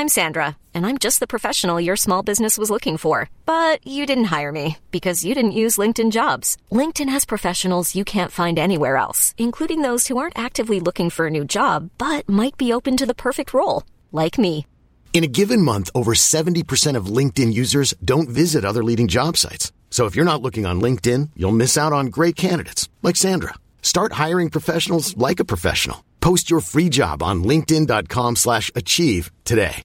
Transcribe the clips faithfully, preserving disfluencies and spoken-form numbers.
I'm Sandra, and I'm just the professional your small business was looking for. But you didn't hire me because you didn't use LinkedIn Jobs. LinkedIn has professionals you can't find anywhere else, including those who aren't actively looking for a new job, but might be open to the perfect role, like me. In a given month, over seventy percent of LinkedIn users don't visit other leading job sites. So if you're not looking on LinkedIn, you'll miss out on great candidates like Sandra. Start hiring professionals like a professional. Post your free job on linkedin.com slash achieve today.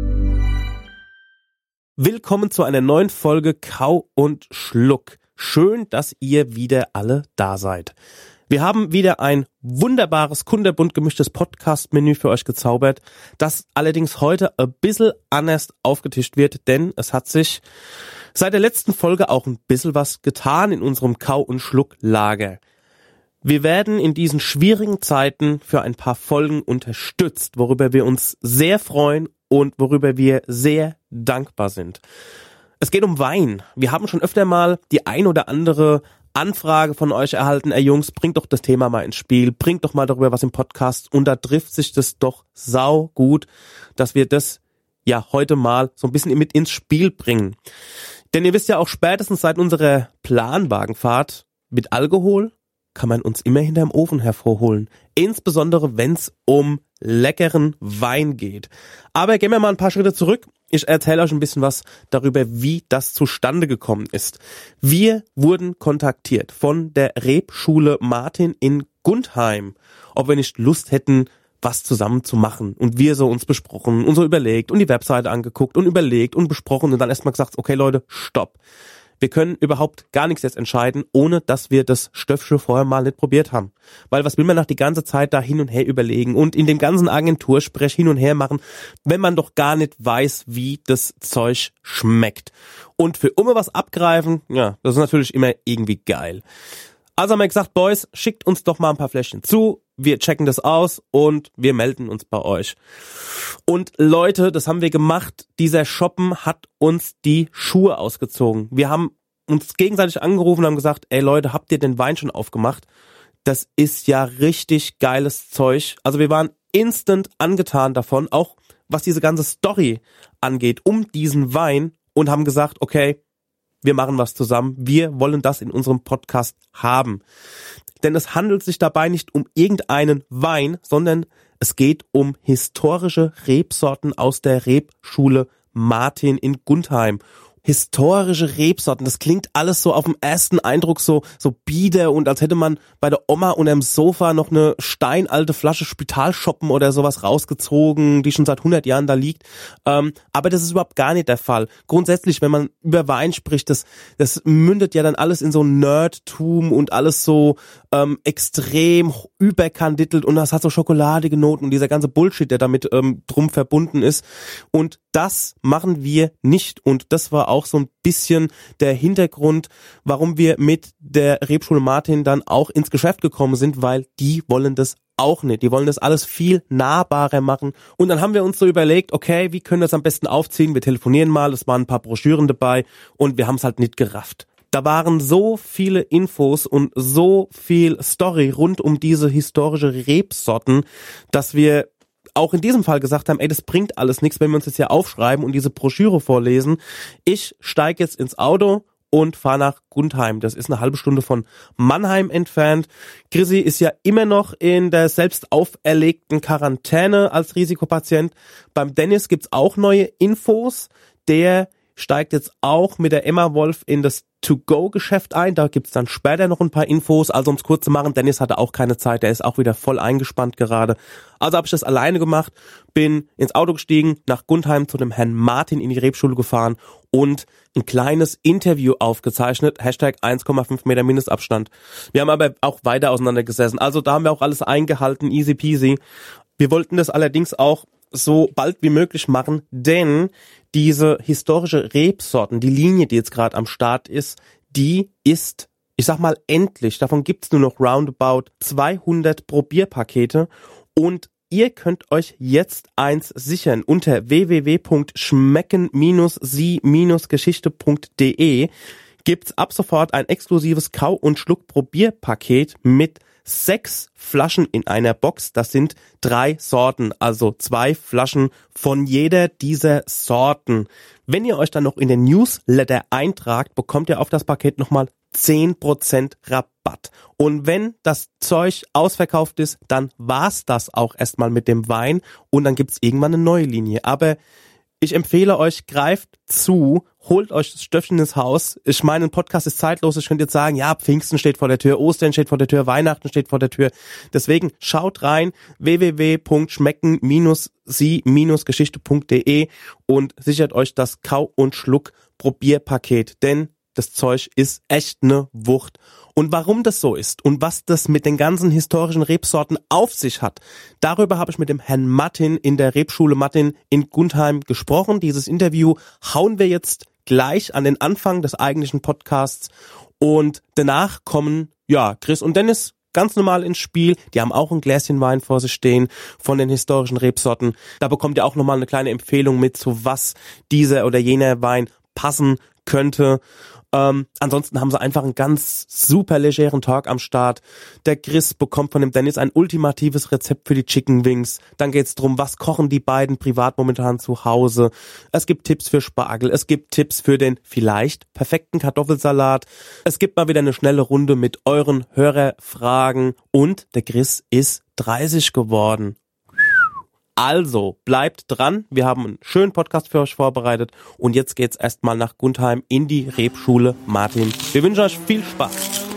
Willkommen zu einer neuen Folge Kau und Schluck. Schön, dass ihr wieder alle da seid. Wir haben wieder ein wunderbares, kunderbunt gemischtes Podcast-Menü für euch gezaubert, das allerdings heute ein bisschen anders aufgetischt wird, denn es hat sich seit der letzten Folge auch ein bisschen was getan in unserem Kau- und Schluck-Lager. Wir werden in diesen schwierigen Zeiten für ein paar Folgen unterstützt, worüber wir uns sehr freuen und worüber wir sehr dankbar sind. Es geht um Wein. Wir haben schon öfter mal die ein oder andere Anfrage von euch erhalten, ey Jungs, bringt doch das Thema mal ins Spiel, bringt doch mal darüber was im Podcast, und da trifft sich das doch sau gut, dass wir das ja heute mal so ein bisschen mit ins Spiel bringen. Denn ihr wisst ja auch, spätestens seit unserer Planwagenfahrt mit Alkohol kann man uns immer hinterm Ofen hervorholen. Insbesondere wenn es um leckeren Wein geht. Aber gehen wir mal ein paar Schritte zurück. Ich erzähle euch ein bisschen was darüber, wie das zustande gekommen ist. Wir wurden kontaktiert von der Rebschule Martin in Gundheim, ob wir nicht Lust hätten, was zusammen zu machen. Und wir so uns besprochen und so überlegt und die Webseite angeguckt und überlegt und besprochen und dann erstmal gesagt, okay Leute, stopp. Wir können überhaupt gar nichts jetzt entscheiden, ohne dass wir das Stöffchen vorher mal nicht probiert haben. Weil was will man nach die ganze Zeit da hin und her überlegen und in dem ganzen Agentursprech hin und her machen, wenn man doch gar nicht weiß, wie das Zeug schmeckt. Und für immer was abgreifen, ja, das ist natürlich immer irgendwie geil. Also haben wir gesagt, Boys, schickt uns doch mal ein paar Fläschchen zu, wir checken das aus und wir melden uns bei euch. Und Leute, das haben wir gemacht, dieser Shoppen hat uns die Schuhe ausgezogen. Wir haben uns gegenseitig angerufen und haben gesagt, ey Leute, habt ihr den Wein schon aufgemacht? Das ist ja richtig geiles Zeug. Also wir waren instant angetan davon, auch was diese ganze Story angeht, um diesen Wein, und haben gesagt, okay, wir machen was zusammen, wir wollen das in unserem Podcast haben. Denn es handelt sich dabei nicht um irgendeinen Wein, sondern es geht um historische Rebsorten aus der Rebschule Martin in Gundheim. Historische Rebsorten, das klingt alles so auf den ersten Eindruck so so bieder und als hätte man bei der Oma unterm Sofa noch eine steinalte Flasche Spitalschoppen oder sowas rausgezogen, die schon seit hundert Jahren da liegt. Ähm, aber das ist überhaupt gar nicht der Fall. Grundsätzlich, wenn man über Wein spricht, das das mündet ja dann alles in so Nerdtum und alles so ähm, extrem überkandidelt und das hat so schokoladige Noten und dieser ganze Bullshit, der damit ähm, drum verbunden ist. Und das machen wir nicht, und das war auch so ein bisschen der Hintergrund, warum wir mit der Rebschule Martin dann auch ins Geschäft gekommen sind, weil die wollen das auch nicht. Die wollen das alles viel nahbarer machen. Und dann haben wir uns so überlegt, okay, wie können wir das am besten aufziehen? Wir telefonieren mal, es waren ein paar Broschüren dabei und wir haben es halt nicht gerafft. Da waren so viele Infos und so viel Story rund um diese historische Rebsorten, dass wir auch in diesem Fall gesagt haben, ey, das bringt alles nichts, wenn wir uns jetzt hier aufschreiben und diese Broschüre vorlesen. Ich steige jetzt ins Auto und fahre nach Gundheim. Das ist eine halbe Stunde von Mannheim entfernt. Chrissy ist ja immer noch in der selbst auferlegten Quarantäne als Risikopatient. Beim Dennis gibt's auch neue Infos. Der steigt jetzt auch mit der Emma Wolf in das To-Go-Geschäft ein. Da gibt's dann später noch ein paar Infos. Also ums kurz zu machen, Dennis hatte auch keine Zeit. Der ist auch wieder voll eingespannt gerade. Also habe ich das alleine gemacht, bin ins Auto gestiegen, nach Gundheim zu dem Herrn Martin in die Rebschule gefahren und ein kleines Interview aufgezeichnet. Hashtag eins Komma fünf Meter Mindestabstand. Wir haben aber auch weiter auseinandergesessen. Also da haben wir auch alles eingehalten, easy peasy. Wir wollten das allerdings auch so bald wie möglich machen, denn diese historische Rebsorten, die Linie, die jetzt gerade am Start ist, die ist, ich sag mal, endlich. Davon gibt's nur noch roundabout zweihundert Probierpakete und ihr könnt euch jetzt eins sichern unter w w w punkt schmecken sie geschichte punkt de. Gibt's ab sofort ein exklusives Kau- und Schluck-Probierpaket mit sechs Flaschen in einer Box. Das sind drei Sorten, also zwei Flaschen von jeder dieser Sorten. Wenn ihr euch dann noch in den Newsletter eintragt, bekommt ihr auf das Paket nochmal zehn Prozent Rabatt. Und wenn das Zeug ausverkauft ist, dann war's das auch erstmal mit dem Wein und dann gibt's irgendwann eine neue Linie. Aber ich empfehle euch, greift zu, holt euch das Stöffchen ins Haus. Ich meine, ein Podcast ist zeitlos. Ich könnte jetzt sagen, ja, Pfingsten steht vor der Tür, Ostern steht vor der Tür, Weihnachten steht vor der Tür. Deswegen schaut rein, w w w punkt schmecken sie geschichte punkt d e und sichert euch das Kau- und Schluck-Probierpaket, denn das Zeug ist echt ne Wucht. Und warum das so ist und was das mit den ganzen historischen Rebsorten auf sich hat, darüber habe ich mit dem Herrn Martin in der Rebschule Martin in Gundheim gesprochen. Dieses Interview hauen wir jetzt gleich an den Anfang des eigentlichen Podcasts und danach kommen, ja, Chris und Dennis ganz normal ins Spiel. Die haben auch ein Gläschen Wein vor sich stehen von den historischen Rebsorten. Da bekommt ihr auch nochmal eine kleine Empfehlung mit, zu was dieser oder jener Wein passen könnte. Ähm, ansonsten haben sie einfach einen ganz super legeren Talk am Start. Der Chris bekommt von dem Dennis ein ultimatives Rezept für die Chicken Wings. Dann geht's drum, was kochen die beiden privat momentan zu Hause. Es gibt Tipps für Spargel, es gibt Tipps für den vielleicht perfekten Kartoffelsalat. Es gibt mal wieder eine schnelle Runde mit euren Hörerfragen und der Chris ist dreißig geworden. Also, bleibt dran, wir haben einen schönen Podcast für euch vorbereitet und jetzt geht's erstmal nach Gundheim in die Rebschule Martin. Wir wünschen euch viel Spaß.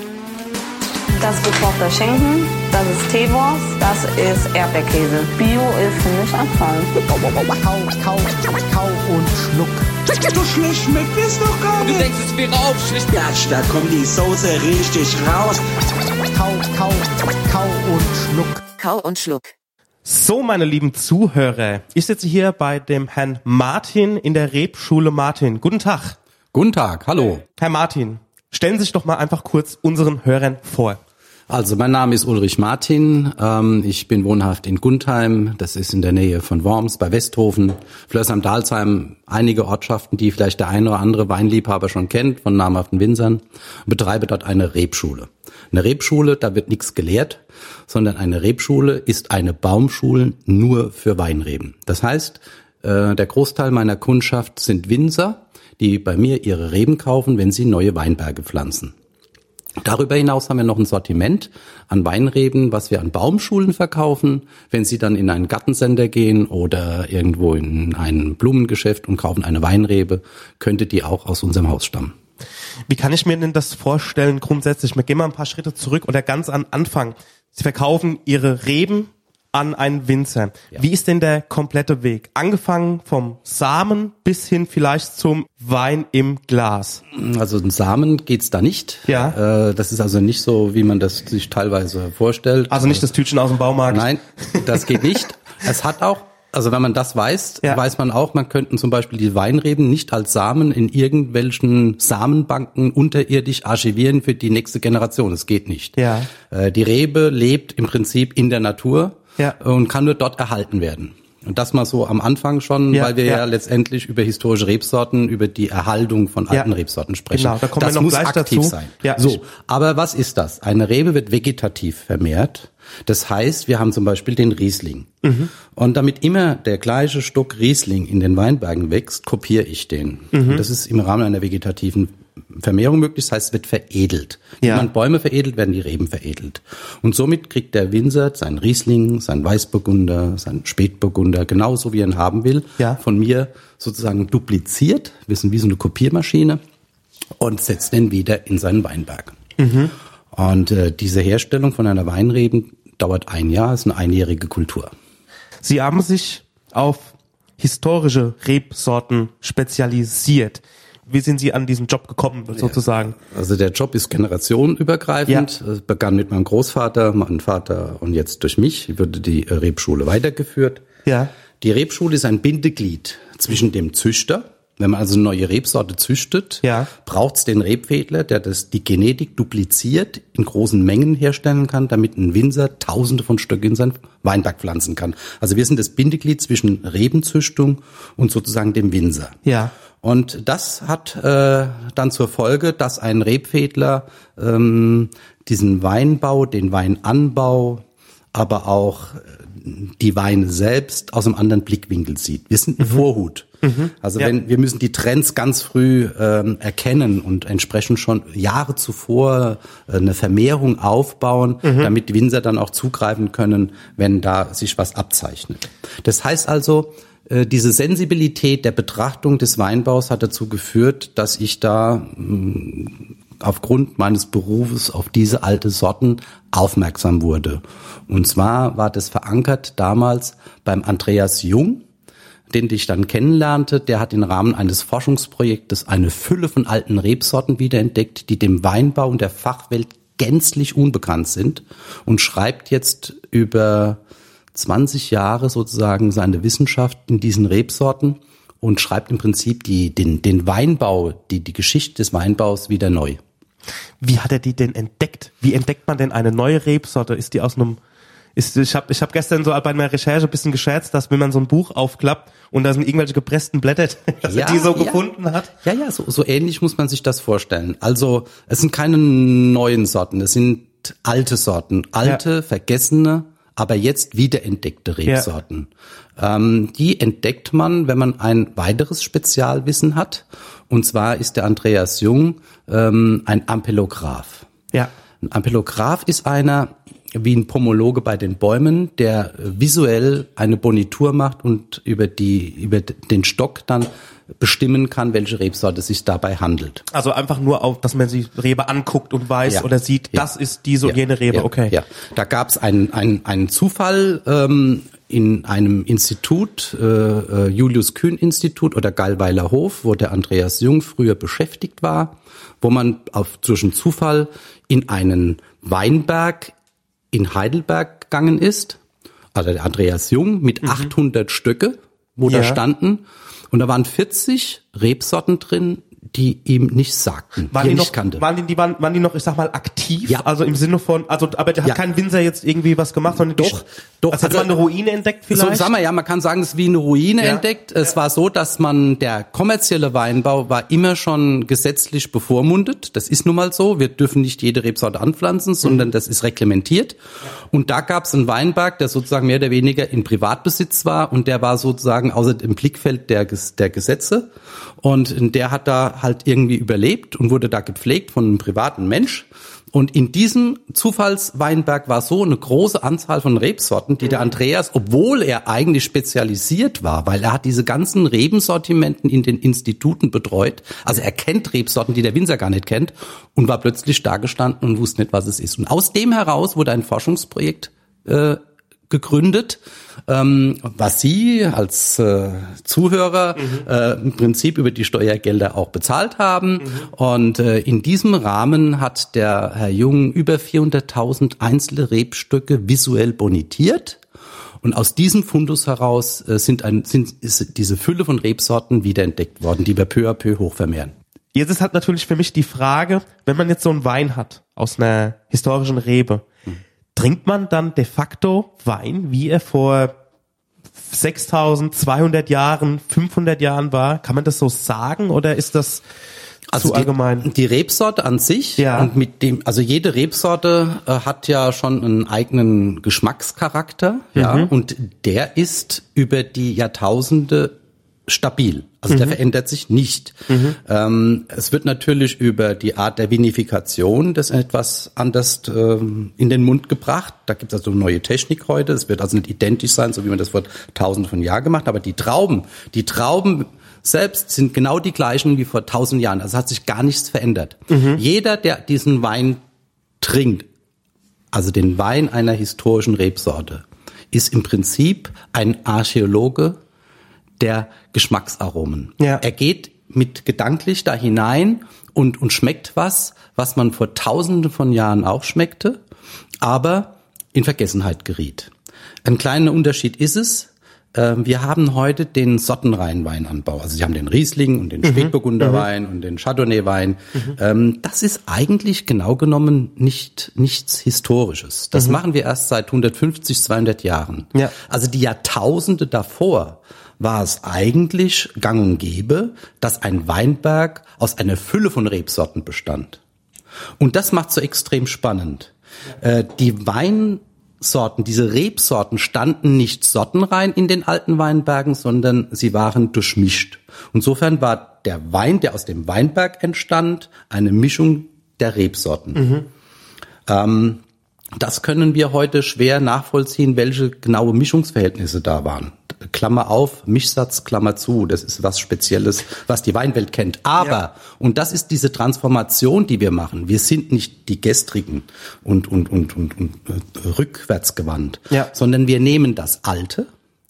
Das ist gekochter Schinken, das ist Teewurst, das ist Erdbeerkäse. Bio ist für mich Abfall. Kau, kau, kau und schluck. So schlecht schmeckt es doch gar nicht. Du denkst, es wäre aufschlicht. Ja, da kommt die Soße richtig raus. Kau, kau, kau und schluck. Kau und Schluck. So, meine lieben Zuhörer, ich sitze hier bei dem Herrn Martin in der Rebschule Martin. Guten Tag. Guten Tag, hallo. Herr Martin, stellen Sie sich doch mal einfach kurz unseren Hörern vor. Also mein Name ist Ulrich Martin, ähm, ich bin wohnhaft in Gundheim, das ist in der Nähe von Worms bei Westhofen, Flörsheim-Dalsheim, einige Ortschaften, die vielleicht der eine oder andere Weinliebhaber schon kennt, von namhaften Winzern, betreibe dort eine Rebschule. Eine Rebschule, da wird nichts gelehrt, sondern eine Rebschule ist eine Baumschule nur für Weinreben. Das heißt, äh, der Großteil meiner Kundschaft sind Winzer, die bei mir ihre Reben kaufen, wenn sie neue Weinberge pflanzen. Darüber hinaus haben wir noch ein Sortiment an Weinreben, was wir an Baumschulen verkaufen. Wenn Sie dann in einen Gartencenter gehen oder irgendwo in ein Blumengeschäft und kaufen eine Weinrebe, könnte die auch aus unserem Haus stammen. Wie kann ich mir denn das vorstellen grundsätzlich? Wir gehen mal ein paar Schritte zurück oder ganz an Anfang. Sie verkaufen Ihre Reben an einen Winzer. Ja. Wie ist denn der komplette Weg? Angefangen vom Samen bis hin vielleicht zum Wein im Glas. Also ein Samen geht's da nicht. Ja. Äh, das ist also nicht so, wie man das sich teilweise vorstellt. Also nicht das Tütchen aus dem Baumarkt. Nein, das geht nicht. Es hat auch, also wenn man das weiß, ja. weiß man auch, man könnten zum Beispiel die Weinreben nicht als Samen in irgendwelchen Samenbanken unterirdisch archivieren für die nächste Generation. Das geht nicht. Ja. Äh, die Rebe lebt im Prinzip in der Natur. Ja. Und kann nur dort erhalten werden. Und das mal so am Anfang schon, ja, weil wir ja. ja letztendlich über historische Rebsorten, über die Erhaltung von alten ja. Rebsorten sprechen. Genau, da kommen das wir noch muss gleich aktiv dazu. sein. Ja. So, aber was ist das? Eine Rebe wird vegetativ vermehrt. Das heißt, wir haben zum Beispiel den Riesling. Mhm. Und damit immer der gleiche Stock Riesling in den Weinbergen wächst, kopiere ich den. Mhm. Und das ist im Rahmen einer vegetativen Vermehrung möglich, das heißt, es wird veredelt. Ja. Wenn man Bäume veredelt, werden die Reben veredelt. Und somit kriegt der Winzer seinen Riesling, seinen Weißburgunder, seinen Spätburgunder, genauso wie er ihn haben will, ja. von mir sozusagen dupliziert, wir sind wie so eine Kopiermaschine, und setzt den wieder in seinen Weinberg. Mhm. Und äh, diese Herstellung von einer Weinreben dauert ein Jahr, ist eine einjährige Kultur. Sie haben sich auf historische Rebsorten spezialisiert. Wie sind Sie an diesen Job gekommen, sozusagen? Also der Job ist generationenübergreifend. Ja. Es begann mit meinem Großvater, meinem Vater und jetzt durch mich wurde die Rebschule weitergeführt. Ja. Die Rebschule ist ein Bindeglied zwischen dem Züchter Wenn man also eine neue Rebsorte züchtet, ja. braucht es den Rebfädler, der das die Genetik dupliziert, in großen Mengen herstellen kann, damit ein Winzer Tausende von Stöcke in sein Weinberg pflanzen kann. Also wir sind das Bindeglied zwischen Rebenzüchtung und sozusagen dem Winzer. Ja. Und das hat äh, dann zur Folge, dass ein Rebfädler ähm, diesen Weinbau, den Weinanbau, aber auch die Weine selbst aus einem anderen Blickwinkel sieht. Wir sind eine mhm. Vorhut. Mhm. Also ja. wenn wir müssen die Trends ganz früh ähm, erkennen und entsprechend schon Jahre zuvor äh, eine Vermehrung aufbauen, mhm. damit Winzer dann auch zugreifen können, wenn da sich was abzeichnet. Das heißt also, äh, diese Sensibilität der Betrachtung des Weinbaus hat dazu geführt, dass ich da mh, aufgrund meines Berufes auf diese alte Sorten aufmerksam wurde. Und zwar war das verankert damals beim Andreas Jung, den ich dann kennenlernte. Der hat im Rahmen eines Forschungsprojektes eine Fülle von alten Rebsorten wiederentdeckt, die dem Weinbau und der Fachwelt gänzlich unbekannt sind, und schreibt jetzt über zwanzig Jahre sozusagen seine Wissenschaft in diesen Rebsorten und schreibt im Prinzip die, den, den Weinbau, die, die Geschichte des Weinbaus wieder neu. Wie hat er die denn entdeckt? Wie entdeckt man denn eine neue Rebsorte? Ist die aus einem, ist, ich habe ich hab gestern so bei meiner Recherche ein bisschen gescherzt, dass wenn man so ein Buch aufklappt und da sind irgendwelche gepressten Blätter, dass ja, er die so ja. gefunden hat? Ja, ja, so, so ähnlich muss man sich das vorstellen. Also es sind keine neuen Sorten, es sind alte Sorten, alte, ja. vergessene, aber jetzt wiederentdeckte Rebsorten. Ja. Ähm, die entdeckt man, wenn man ein weiteres Spezialwissen hat. Und zwar ist der Andreas Jung ähm, ein Ampelograph. Ja. Ein Ampelograph ist einer, wie ein Pomologe bei den Bäumen, der visuell eine Bonitur macht und über die über den Stock dann bestimmen kann, welche Rebsorte es sich dabei handelt. Also einfach nur auf, dass man die Rebe anguckt und weiß ja. oder sieht, ja. das ist diese und ja. jene Rebe, ja. okay. Ja, da gab es einen, einen, einen Zufall ähm, in einem Institut, äh, Julius-Kühn-Institut oder Gallweiler Hof, wo der Andreas Jung früher beschäftigt war, wo man auf durch einen Zufall in einen Weinberg in Heidelberg gegangen ist, also der Andreas Jung mit mhm. achthundert Stöcke, wo ja. da standen. Und da waren vierzig Rebsorten drin, die ihm nichts sagten, waren die er die nicht noch, kannte. Waren die, die waren, waren die noch, ich sag mal, aktiv? Ja. Also im Sinne von, also, aber da hat ja. kein Winzer jetzt irgendwie was gemacht, sondern doch, die, doch. Also, also hat man eine Ruine entdeckt vielleicht? So, sagen wir ja, man kann sagen, es ist wie eine Ruine ja. entdeckt. Es ja. war so, dass man, der kommerzielle Weinbau war immer schon gesetzlich bevormundet. Das ist nun mal so. Wir dürfen nicht jede Rebsorte anpflanzen, mhm. sondern das ist reglementiert. Ja. Und da gab es einen Weinberg, der sozusagen mehr oder weniger in Privatbesitz war, und der war sozusagen außer dem Blickfeld der, der Gesetze. Und der hat da halt irgendwie überlebt und wurde da gepflegt von einem privaten Mensch. Und in diesem Zufallsweinberg war so eine große Anzahl von Rebsorten, die der Andreas, obwohl er eigentlich spezialisiert war, weil er hat diese ganzen Rebensortimenten in den Instituten betreut, also er kennt Rebsorten, die der Winzer gar nicht kennt, und war plötzlich da gestanden und wusste nicht, was es ist. Und aus dem heraus wurde ein Forschungsprojekt äh, gegründet, ähm, was Sie als äh, Zuhörer mhm. äh, im Prinzip über die Steuergelder auch bezahlt haben. Mhm. Und äh, in diesem Rahmen hat der Herr Jung über vierhunderttausend einzelne Rebstöcke visuell bonitiert. Und aus diesem Fundus heraus äh, sind, ein, sind ist diese Fülle von Rebsorten wiederentdeckt worden, die wir peu à peu hochvermehren. Jetzt ist halt natürlich für mich die Frage, wenn man jetzt so einen Wein hat aus einer historischen Rebe, mhm. trinkt man dann de facto Wein, wie er vor sechstausendzweihundert Jahren, fünfhundert Jahren war? Kann man das so sagen, oder ist das also zu die, allgemein? Die Rebsorte an sich, ja. und mit dem, also jede Rebsorte äh, hat ja schon einen eigenen Geschmackscharakter, mhm. ja, und der ist über die Jahrtausende stabil. Also mhm. der verändert sich nicht. Mhm. Ähm, es wird natürlich über die Art der Vinifikation das etwas anders ähm, in den Mund gebracht. Da gibt es also neue Technik heute. Es wird also nicht identisch sein, so wie man das vor tausenden von Jahren gemacht hat. Aber die Trauben, die Trauben selbst sind genau die gleichen wie vor tausend Jahren. Also hat sich gar nichts verändert. Mhm. Jeder, der diesen Wein trinkt, also den Wein einer historischen Rebsorte, ist im Prinzip ein Archäologe der Geschmacksaromen. Ja. Er geht mit gedanklich da hinein und, und schmeckt was, was man vor tausenden von Jahren auch schmeckte, aber in Vergessenheit geriet. Ein kleiner Unterschied ist es, wir haben heute den Sottenrhein-Weinanbau. Also Sie haben den Riesling und den mhm. Spätburgunderwein mhm. und den Chardonnay-Wein. Mhm. Das ist eigentlich genau genommen nicht nichts Historisches. Das mhm. machen wir erst seit hundertfünfzig, zweihundert Jahren. Ja. Also die Jahrtausende davor war es eigentlich gang und gäbe, dass ein Weinberg aus einer Fülle von Rebsorten bestand. Und das macht so extrem spannend. Ja. Die Wein Sorten, diese Rebsorten standen nicht sortenrein in den alten Weinbergen, sondern sie waren durchmischt. Insofern war der Wein, der aus dem Weinberg entstand, eine Mischung der Rebsorten. Mhm. Ähm, das können wir heute schwer nachvollziehen, welche genaue Mischungsverhältnisse da waren. Klammer auf, Mischsatz, Klammer zu. Das ist was Spezielles, was die Weinwelt kennt. Aber, ja. und das ist diese Transformation, die wir machen. Wir sind nicht die Gestrigen und, und, und, und, und äh, rückwärtsgewandt, ja. sondern wir nehmen das Alte,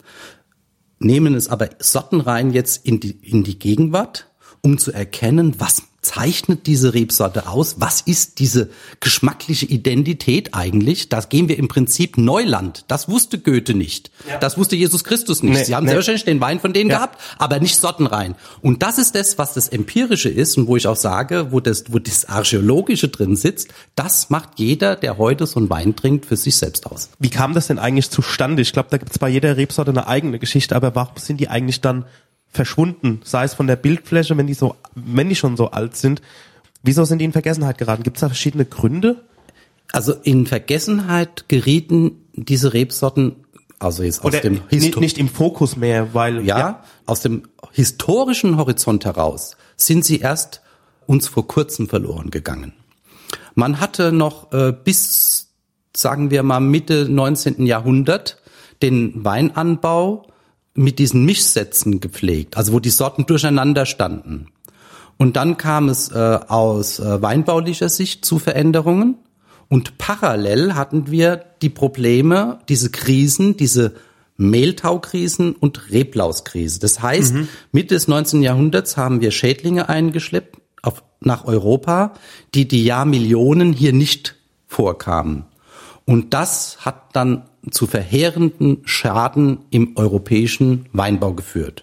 nehmen es aber sortenrein jetzt in die, in die Gegenwart, um zu erkennen, was zeichnet diese Rebsorte aus? Was ist diese geschmackliche Identität eigentlich? Da gehen wir im Prinzip Neuland. Das wusste Goethe nicht. Ja. Das wusste Jesus Christus nicht. Nee, Sie haben nee. selbstverständlich den Wein von denen ja. gehabt, aber nicht sortenrein. Und das ist das, was das Empirische ist und wo ich auch sage, wo das, wo das Archäologische drin sitzt, das macht jeder, der heute so einen Wein trinkt, für sich selbst aus. Wie kam das denn eigentlich zustande? Ich glaube, da gibt es bei jeder Rebsorte eine eigene Geschichte, aber warum sind die eigentlich dann verschwunden, sei es von der Bildfläche, wenn die so, wenn die schon so alt sind. Wieso sind die in Vergessenheit geraten? Gibt es da verschiedene Gründe? Also in Vergessenheit gerieten diese Rebsorten, also jetzt aus Oder dem Histo- nicht im Fokus mehr, weil ja, ja aus dem historischen Horizont heraus sind sie erst uns vor kurzem verloren gegangen. Man hatte noch äh, bis, sagen wir mal, Mitte neunzehnten Jahrhundert den Weinanbau mit diesen Mischsätzen gepflegt, also wo die Sorten durcheinander standen. Und dann kam es äh, aus äh, weinbaulicher Sicht zu Veränderungen und parallel hatten wir die Probleme, diese Krisen, diese Mehltaukrisen und Reblauskrise. Das heißt, mhm. Mitte des neunzehnten Jahrhunderts haben wir Schädlinge eingeschleppt auf, nach Europa, die die Jahrmillionen hier nicht vorkamen. Und das hat dann zu verheerenden Schaden im europäischen Weinbau geführt.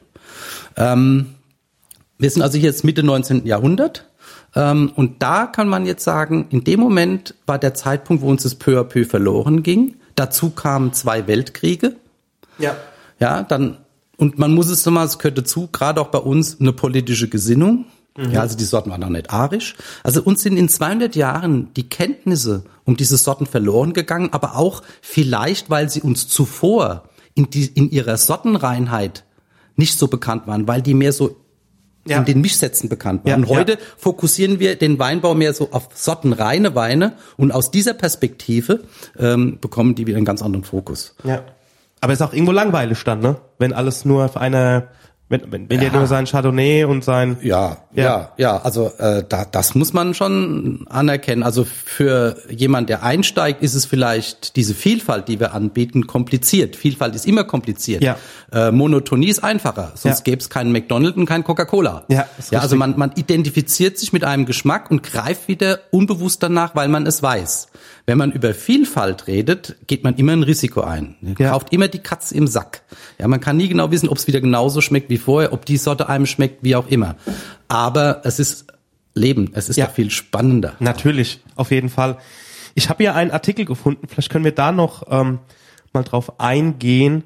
Ähm, wir sind also jetzt Mitte neunzehnten Jahrhundert ähm, und da kann man jetzt sagen, in dem Moment war der Zeitpunkt, wo uns das peu à peu verloren ging. Dazu kamen zwei Weltkriege. Ja. Ja, dann, und man muss es nochmal, es gehört dazu, gerade auch bei uns, eine politische Gesinnung. Mhm. Ja, also die Sorten waren noch nicht arisch. Also uns sind in zweihundert Jahren die Kenntnisse um diese Sorten verloren gegangen, aber auch vielleicht, weil sie uns zuvor in, die, in ihrer Sortenreinheit nicht so bekannt waren, weil die mehr so ja. in den Mischsätzen bekannt waren. Ja, und heute ja. fokussieren wir den Weinbau mehr so auf sortenreine Weine und aus dieser Perspektive ähm, bekommen die wieder einen ganz anderen Fokus. Ja. Aber es ist auch irgendwo langweilig dann, ne? Wenn alles nur auf einer Wenn, wenn, wenn ja. der nur sein Chardonnay und sein... Ja, ja, ja, ja also äh, da, das muss man schon anerkennen. Also für jemand, der einsteigt, ist es vielleicht diese Vielfalt, die wir anbieten, kompliziert. Vielfalt ist immer kompliziert. Ja. Äh, Monotonie ist einfacher, sonst ja. gäbe es keinen McDonald's und keinen Coca-Cola. Ja, ja, also man, man identifiziert sich mit einem Geschmack und greift wieder unbewusst danach, weil man es weiß. Wenn man über Vielfalt redet, geht man immer ein Risiko ein. Man ja. kauft immer die Katze im Sack. Ja, man kann nie genau wissen, ob es wieder genauso schmeckt wie vorher, ob die Sorte einem schmeckt, wie auch immer. Aber es ist Leben, es ist ja viel spannender. Natürlich, auf jeden Fall. Ich habe hier einen Artikel gefunden, vielleicht können wir da noch ähm, mal drauf eingehen.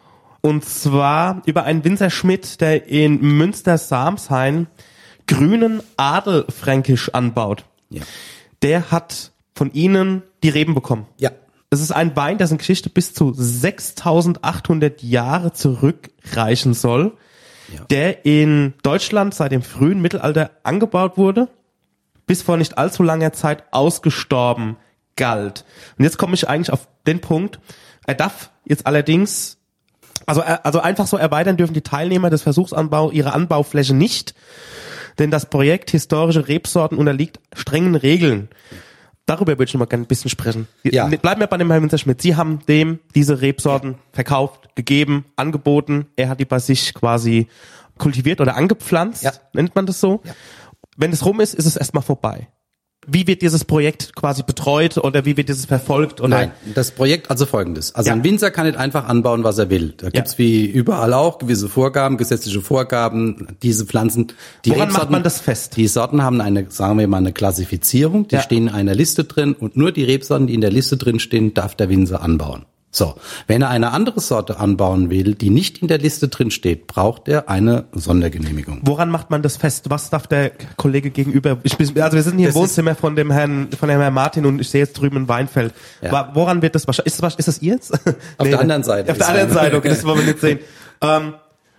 Und zwar über einen Winzer Schmidt, der in Münster-Samshain grünen Adelfränkisch anbaut. Ja. Der hat von ihnen die Reben bekommen. Ja. Es ist ein Wein, dessen Geschichte bis zu sechstausendachthundert Jahre zurückreichen soll, ja. der in Deutschland seit dem frühen Mittelalter angebaut wurde, bis vor nicht allzu langer Zeit ausgestorben galt. Und jetzt komme ich eigentlich auf den Punkt, er darf jetzt allerdings, also, also einfach so erweitern dürfen die Teilnehmer des Versuchsanbaus ihre Anbaufläche nicht, denn das Projekt Historische Rebsorten unterliegt strengen Regeln. Darüber würde ich noch mal gerne ein bisschen sprechen. Ja. Bleiben wir bei dem Herrn Winzer Schmidt. Sie haben dem diese Rebsorten ja. verkauft, gegeben, angeboten. Er hat die bei sich quasi kultiviert oder angepflanzt, ja. nennt man das so. Ja. Wenn es rum ist, ist es erstmal vorbei. wie wird dieses Projekt quasi betreut oder wie wird dieses verfolgt? Oder? Nein, das Projekt also folgendes. Also ja. ein Winzer kann nicht einfach anbauen, was er will. Da gibt's ja. wie überall auch gewisse Vorgaben, gesetzliche Vorgaben, diese Pflanzen. Die Woran macht man das fest? Die Sorten haben eine, sagen wir mal, eine Klassifizierung, die ja. stehen in einer Liste drin und nur die Rebsorten, die in der Liste drin stehen, darf der Winzer anbauen. So, wenn er eine andere Sorte anbauen will, die nicht in der Liste drin steht, braucht er eine Sondergenehmigung. Woran macht man das fest? Was darf der Kollege gegenüber? Ich, also wir sind hier das im Wohnzimmer von dem Herrn, von dem Herrn Martin und ich sehe jetzt drüben ein Weinfeld. Ja. Woran wird das wahrscheinlich? Ist das, ist das ihr jetzt? Auf nee, der anderen Seite. Auf der anderen Seite, okay, das wollen wir nicht sehen. Ähm,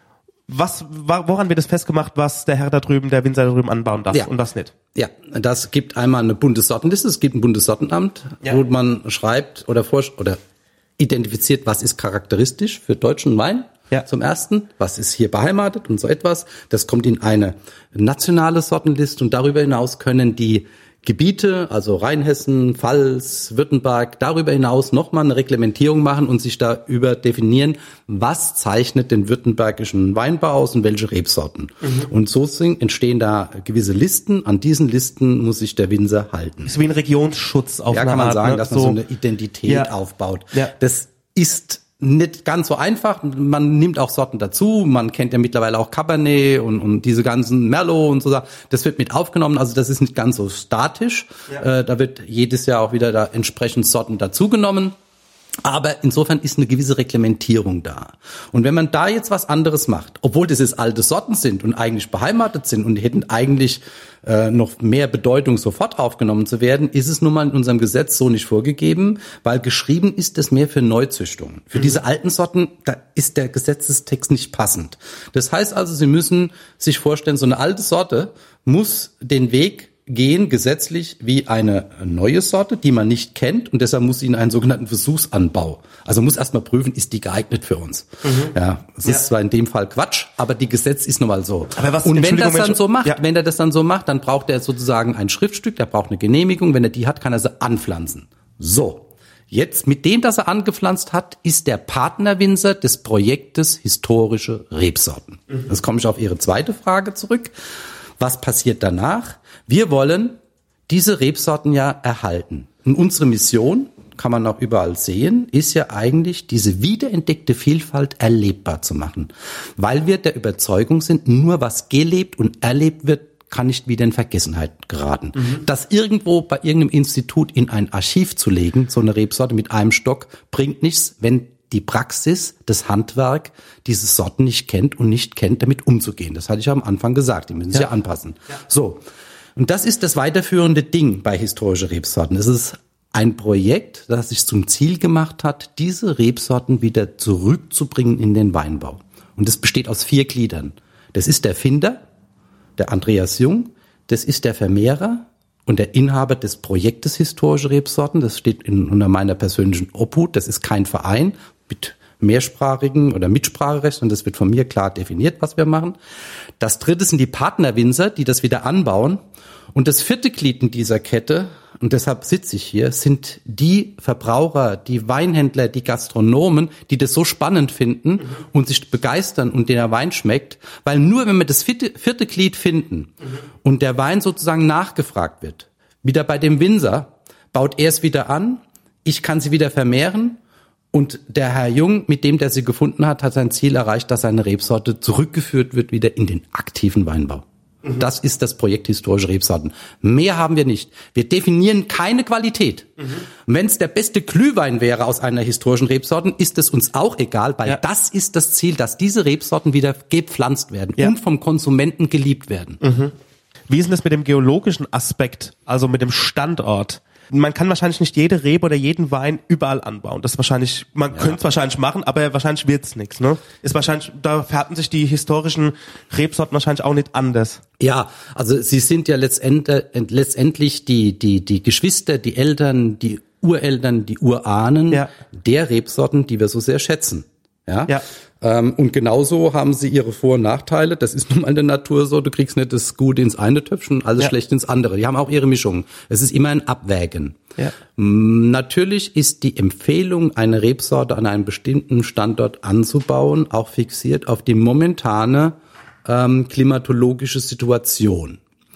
was, woran wird es festgemacht, was der Herr da drüben, der Winzer da drüben anbauen darf ja. und was nicht? Ja, das gibt einmal eine Bundessortenliste, es gibt ein Bundessortenamt, ja. wo man schreibt oder forscht oder identifiziert, was ist charakteristisch für deutschen Wein ja. zum ersten, was ist hier beheimatet und so etwas. Das kommt in eine nationale Sortenliste und darüber hinaus können die Gebiete, also Rheinhessen, Pfalz, Württemberg, darüber hinaus nochmal eine Reglementierung machen und sich darüber definieren, was zeichnet den württembergischen Weinbau aus und welche Rebsorten. Mhm. Und so entstehen da gewisse Listen. An diesen Listen muss sich der Winzer halten. Das ist wie ein Regionsschutz auf ja, eine kann man Art, sagen, ne? dass man so, so eine Identität ja. aufbaut. Ja. Das ist nicht ganz so einfach. Man nimmt auch Sorten dazu. Man kennt ja mittlerweile auch Cabernet und, und diese ganzen Merlot und so. Das wird mit aufgenommen. Also das ist nicht ganz so statisch. Ja. Äh, da wird jedes Jahr auch wieder da entsprechend Sorten dazugenommen. Aber insofern ist eine gewisse Reglementierung da. Und wenn man da jetzt was anderes macht, obwohl das jetzt alte Sorten sind und eigentlich beheimatet sind und die hätten eigentlich äh, noch mehr Bedeutung sofort aufgenommen zu werden, ist es nun mal in unserem Gesetz so nicht vorgegeben, weil geschrieben ist es mehr für Neuzüchtungen. Für mhm. diese alten Sorten, da ist der Gesetzestext nicht passend. Das heißt also, Sie müssen sich vorstellen, so eine alte Sorte muss den Weg gehen gesetzlich wie eine neue Sorte, die man nicht kennt und deshalb muss sie in einen sogenannten Versuchsanbau. Also muss erstmal prüfen, ist die geeignet für uns. Mhm. Ja, es ja. ist zwar in dem Fall Quatsch, aber die Gesetz ist nun mal so. Aber was, und wenn das dann so macht, ja. wenn er das dann so macht, dann braucht er sozusagen ein Schriftstück, der braucht eine Genehmigung. Wenn er die hat, kann er sie anpflanzen. So. Jetzt, mit dem, das er angepflanzt hat, ist der Partnerwinzer des Projektes Historische Rebsorten. Mhm. Jetzt komme ich auf Ihre zweite Frage zurück. Was passiert danach? Wir wollen diese Rebsorten ja erhalten. Und unsere Mission, kann man auch überall sehen, ist ja eigentlich, diese wiederentdeckte Vielfalt erlebbar zu machen. Weil wir der Überzeugung sind, nur was gelebt und erlebt wird, kann nicht wieder in Vergessenheit geraten. Mhm. Das irgendwo bei irgendeinem Institut in ein Archiv zu legen, so eine Rebsorte mit einem Stock, bringt nichts, wenn die Praxis, das Handwerk, diese Sorten nicht kennt und nicht kennt, damit umzugehen. Das hatte ich ja am Anfang gesagt, die müssen sich ja, ja anpassen. Ja. So. Und das ist das weiterführende Ding bei historischen Rebsorten. Es ist ein Projekt, das sich zum Ziel gemacht hat, diese Rebsorten wieder zurückzubringen in den Weinbau. Und das besteht aus vier Gliedern. Das ist der Finder, der Andreas Jung, das ist der Vermehrer und der Inhaber des Projektes Historische Rebsorten. Das steht in, unter meiner persönlichen Obhut. Das ist kein Verein mit mehrsprachigen oder Mitspracherecht und das wird von mir klar definiert, was wir machen. Das dritte sind die Partnerwinzer, die das wieder anbauen. Und das vierte Glied in dieser Kette, und deshalb sitze ich hier, sind die Verbraucher, die Weinhändler, die Gastronomen, die das so spannend finden mhm. und sich begeistern und denen der Wein schmeckt. Weil nur wenn wir das vierte, vierte Glied finden mhm. und der Wein sozusagen nachgefragt wird, wieder bei dem Winzer, baut er es wieder an, ich kann sie wieder vermehren. Und der Herr Jung, mit dem der sie gefunden hat, hat sein Ziel erreicht, dass seine Rebsorte zurückgeführt wird wieder in den aktiven Weinbau. Mhm. Das ist das Projekt Historische Rebsorten. Mehr haben wir nicht. Wir definieren keine Qualität. Mhm. Wenn es der beste Glühwein wäre aus einer historischen Rebsorten, ist es uns auch egal, weil ja. das ist das Ziel, dass diese Rebsorten wieder gepflanzt werden ja. und vom Konsumenten geliebt werden. Mhm. Wie ist denn das mit dem geologischen Aspekt, also mit dem Standort? Man kann wahrscheinlich nicht jede Rebe oder jeden Wein überall anbauen. Das ist wahrscheinlich, man ja. könnte es wahrscheinlich machen, aber wahrscheinlich wird's nichts, ne? Ist wahrscheinlich, da verhalten sich die historischen Rebsorten wahrscheinlich auch nicht anders. Ja, also sie sind ja letztendlich, letztendlich die, die, die Geschwister, die Eltern, die Ureltern, die Urahnen ja. der Rebsorten, die wir so sehr schätzen. Ja. ja. Ähm, und genauso haben sie ihre Vor- und Nachteile. Das ist nun mal in der Natur so. Du kriegst nicht das Gute ins eine Töpfchen, alles ja. schlecht ins andere. Die haben auch ihre Mischung. Es ist immer ein Abwägen. Ja. Natürlich ist die Empfehlung, eine Rebsorte an einem bestimmten Standort anzubauen, auch fixiert auf die momentane ähm, klimatologische Situation.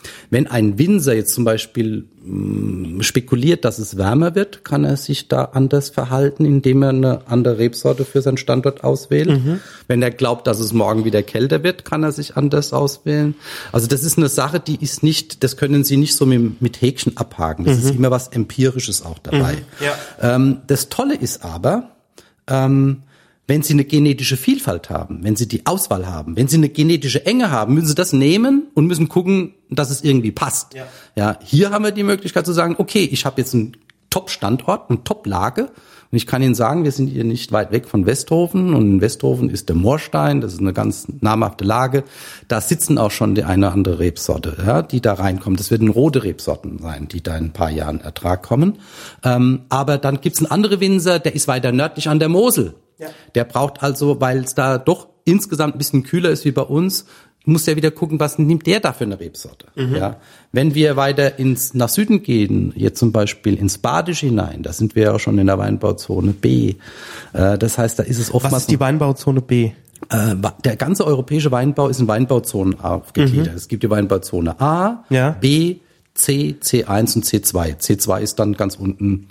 Wenn ein Winzer jetzt zum Beispiel mh, spekuliert, dass es wärmer wird, kann er sich da anders verhalten, indem er eine andere Rebsorte für seinen Standort auswählt. Mhm. Wenn er glaubt, dass es morgen wieder kälter wird, kann er sich anders auswählen. Also das ist eine Sache, die ist nicht, das können Sie nicht so mit, mit Häkchen abhaken. Das mhm. ist immer was Empirisches auch dabei. Mhm. Ja. Ähm, das Tolle ist aber, ähm, wenn Sie eine genetische Vielfalt haben, wenn Sie die Auswahl haben, wenn Sie eine genetische Enge haben, müssen Sie das nehmen und müssen gucken, dass es irgendwie passt. Ja, ja, hier haben wir die Möglichkeit zu sagen, okay, ich habe jetzt einen Top-Standort, eine Top-Lage und ich kann Ihnen sagen, wir sind hier nicht weit weg von Westhofen und in Westhofen ist der Moorstein, das ist eine ganz namhafte Lage. Da sitzen auch schon die eine oder andere Rebsorte, ja, die da reinkommt. Das werden rote Rebsorten sein, die da in ein paar Jahren Ertrag kommen. Ähm, aber dann gibt's einen anderen Winzer, der ist weiter nördlich an der Mosel. Ja. Der braucht also, weil es da doch insgesamt ein bisschen kühler ist wie bei uns, muss der wieder gucken, was nimmt der da für eine Rebsorte. Mhm. Ja. Wenn wir weiter ins nach Süden gehen, jetzt zum Beispiel ins Badische hinein, da sind wir ja auch schon in der Weinbauzone B. Äh, das heißt, da ist es oftmals... Was ist die Weinbauzone B? Äh, der ganze europäische Weinbau ist in Weinbauzonen aufgegliedert. Mhm. Es gibt die Weinbauzone A, ja. B, C, C eins und C zwei. C zwei ist dann ganz unten...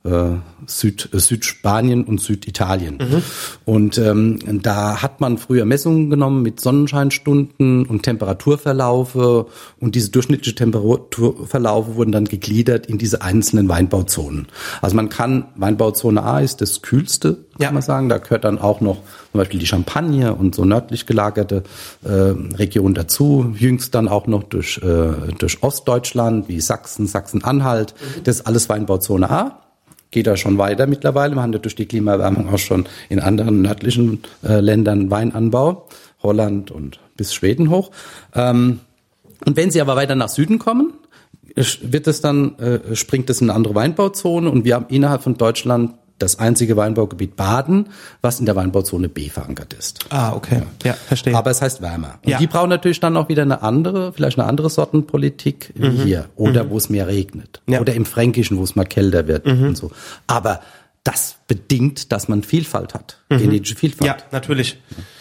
Süd, Südspanien und Süditalien. Mhm. Und ähm, da hat man früher Messungen genommen mit Sonnenscheinstunden und Temperaturverlaufe und diese durchschnittliche Temperaturverlaufe wurden dann gegliedert in diese einzelnen Weinbauzonen. Also man kann, Weinbauzone A ist das kühlste, kann ja. man sagen. Da gehört dann auch noch zum Beispiel die Champagne und so nördlich gelagerte äh, Region dazu. Jüngst dann auch noch durch, äh, durch Ostdeutschland wie Sachsen, Sachsen-Anhalt. Mhm. Das ist alles Weinbauzone A. Geht da schon weiter mittlerweile. Wir haben ja durch die Klimaerwärmung auch schon in anderen nördlichen äh, Ländern Weinanbau, Holland und bis Schweden hoch. Ähm, und wenn Sie aber weiter nach Süden kommen, wird es dann äh, springt es in eine andere Weinbauzone und wir haben innerhalb von Deutschland das einzige Weinbaugebiet Baden, was in der Weinbauzone B verankert ist. Ah, okay. Ja, ja, verstehe. Aber es heißt wärmer. Und ja. die brauchen natürlich dann auch wieder eine andere, vielleicht eine andere Sortenpolitik wie mhm. hier. Oder mhm. wo es mehr regnet. Ja. Oder im Fränkischen, wo es mal kälter wird mhm. und so. Aber das bedingt, dass man Vielfalt hat. Mhm. Genetische Vielfalt. Ja, natürlich.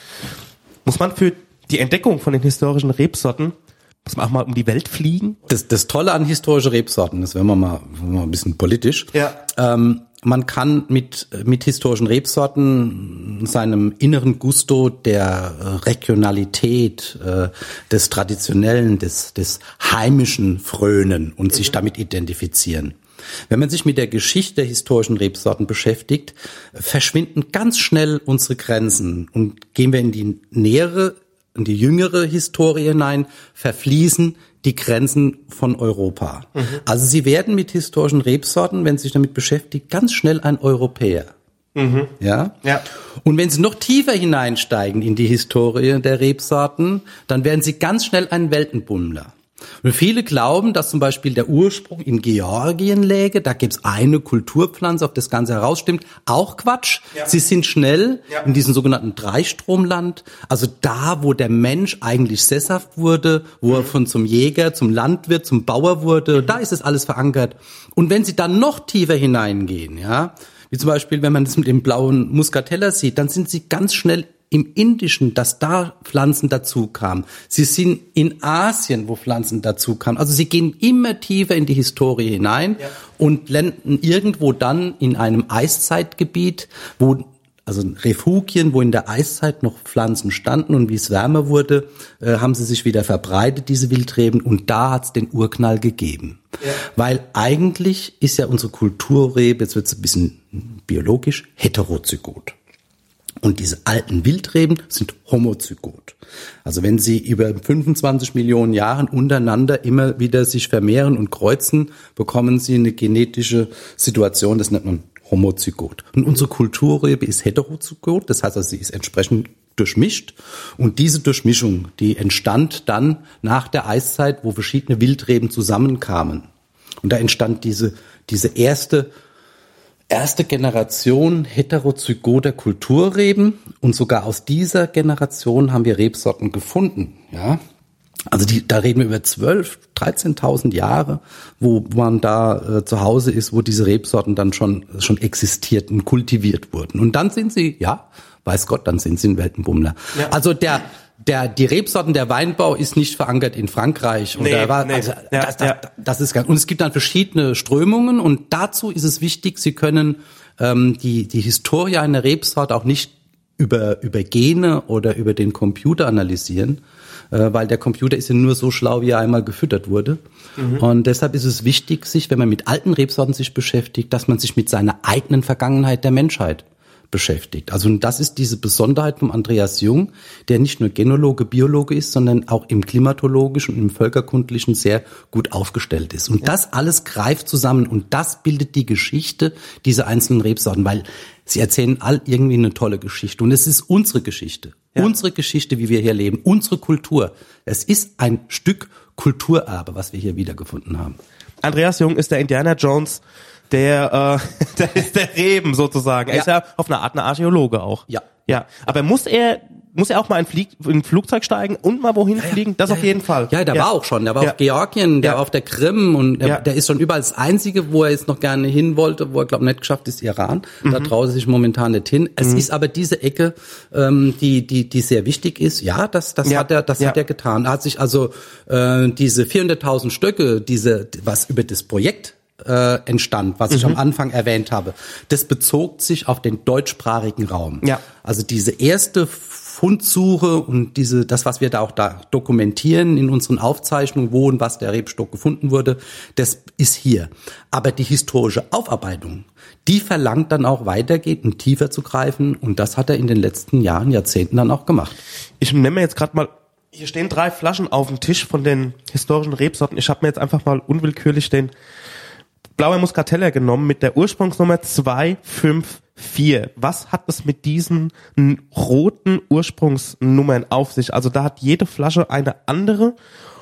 Muss man für die Entdeckung von den historischen Rebsorten muss man auch mal um die Welt fliegen? Das, das Tolle an historischen Rebsorten, das werden wir mal, werden wir mal ein bisschen politisch. Ja. Ähm, man kann mit, mit historischen Rebsorten seinem inneren Gusto der Regionalität, äh, des Traditionellen, des, des Heimischen frönen und mhm. sich damit identifizieren. Wenn man sich mit der Geschichte der historischen Rebsorten beschäftigt, verschwinden ganz schnell unsere Grenzen und gehen wir in die nähere, in die jüngere Historie hinein, verfließen die Grenzen von Europa. Mhm. Also Sie werden mit historischen Rebsorten, wenn Sie sich damit beschäftigt, ganz schnell ein Europäer. Mhm. Ja? Ja. Und wenn Sie noch tiefer hineinsteigen in die Historie der Rebsorten, dann werden Sie ganz schnell ein Weltenbummler. Und viele glauben, dass zum Beispiel der Ursprung in Georgien läge. Da gibt's eine Kulturpflanze, auf das Ganze herausstimmt. Auch Quatsch. Ja. Sie sind schnell ja. in diesem sogenannten Dreistromland. Also da, wo der Mensch eigentlich sesshaft wurde, wo mhm. er von zum Jäger, zum Landwirt, zum Bauer wurde. Mhm. Da ist es alles verankert. Und wenn Sie dann noch tiefer hineingehen, ja, wie zum Beispiel, wenn man das mit dem blauen Muscatella sieht, dann sind Sie ganz schnell im Indischen, dass da Pflanzen dazu kamen. Sie sind in Asien, wo Pflanzen dazu kamen. Also sie gehen immer tiefer in die Historie hinein ja. und landen irgendwo dann in einem Eiszeitgebiet, wo also Refugien, wo in der Eiszeit noch Pflanzen standen und wie es wärmer wurde, äh, haben sie sich wieder verbreitet, diese Wildreben, und da hat es den Urknall gegeben. Ja. Weil eigentlich ist ja unsere Kulturrebe, jetzt wird es ein bisschen biologisch, heterozygot. Und diese alten Wildreben sind homozygot. Also wenn sie über fünfundzwanzig Millionen Jahren untereinander immer wieder sich vermehren und kreuzen, bekommen sie eine genetische Situation, das nennt man homozygot. Und unsere Kulturrebe ist heterozygot, das heißt also, sie ist entsprechend durchmischt. Und diese Durchmischung, die entstand dann nach der Eiszeit, wo verschiedene Wildreben zusammenkamen. Und da entstand diese, diese erste Erste Generation heterozygoter Kulturreben, und sogar aus dieser Generation haben wir Rebsorten gefunden, ja. Also die, da reden wir über zwölf, dreizehntausend Jahre, wo man da äh, zu Hause ist, wo diese Rebsorten dann schon, schon existierten, kultiviert wurden. Und dann sind sie, ja, weiß Gott, dann sind sie ein Weltenbummler. Ja. Also der, Der, die Rebsorten, der Weinbau ist nicht verankert in Frankreich. Nee, oder war, nee. also, Ja, das, das, ja. das ist ganz, und es gibt dann verschiedene Strömungen und dazu ist es wichtig, Sie können ähm, die, die Historie einer Rebsorte auch nicht über, über Gene oder über den Computer analysieren, äh, weil der Computer ist ja nur so schlau, wie er einmal gefüttert wurde. Mhm. Und deshalb ist es wichtig, sich, wenn man mit alten Rebsorten sich beschäftigt, dass man sich mit seiner eigenen Vergangenheit der Menschheit beschäftigt. Also und das ist diese Besonderheit von Andreas Jung, der nicht nur Genologe, Biologe ist, sondern auch im klimatologischen und im völkerkundlichen sehr gut aufgestellt ist. Und ja. das alles greift zusammen und das bildet die Geschichte dieser einzelnen Rebsorten, weil sie erzählen all irgendwie eine tolle Geschichte und es ist unsere Geschichte, ja. unsere Geschichte, wie wir hier leben, unsere Kultur. Es ist ein Stück Kulturerbe, was wir hier wiedergefunden haben. Andreas Jung ist der Indiana Jones der, äh, der ist der Reben sozusagen. Er ja. ist ja auf eine Art ein Archäologe auch. Ja. Ja. Aber muss er, muss er auch mal in, Flieg, in ein Flugzeug steigen und mal wohin ja, ja. fliegen? Das ja, auf jeden ja. Fall. Ja, der ja. war auch schon. Der war ja. auf Georgien, der ja. war auf der Krim und der, ja. der ist schon überall. Das Einzige, wo er jetzt noch gerne hin wollte, wo er, glaube ich, nicht geschafft ist, Iran. Mhm. Da traut er sich momentan nicht hin. Es mhm. ist aber diese Ecke, ähm, die, die, die sehr wichtig ist. Ja, das, das ja. hat er, das ja. hat er getan. Er hat sich also, äh, diese vierhunderttausend Stöcke, diese, was über das Projekt Äh, entstand, was mhm. ich am Anfang erwähnt habe. Das bezog sich auf den deutschsprachigen Raum. Ja. Also diese erste Fundsuche und diese, das, was wir da auch da dokumentieren in unseren Aufzeichnungen, wo und was der Rebstock gefunden wurde, das ist hier. Aber die historische Aufarbeitung, die verlangt dann auch weitergehen und tiefer zu greifen und das hat er in den letzten Jahren, Jahrzehnten dann auch gemacht. Ich nehme mir jetzt gerade mal, hier stehen drei Flaschen auf dem Tisch von den historischen Rebsorten. Ich habe mir jetzt einfach mal unwillkürlich den Blauer Muscatella genommen mit der Ursprungsnummer zwei fünf vier. Was hat es mit diesen n- roten Ursprungsnummern auf sich? Also da hat jede Flasche eine andere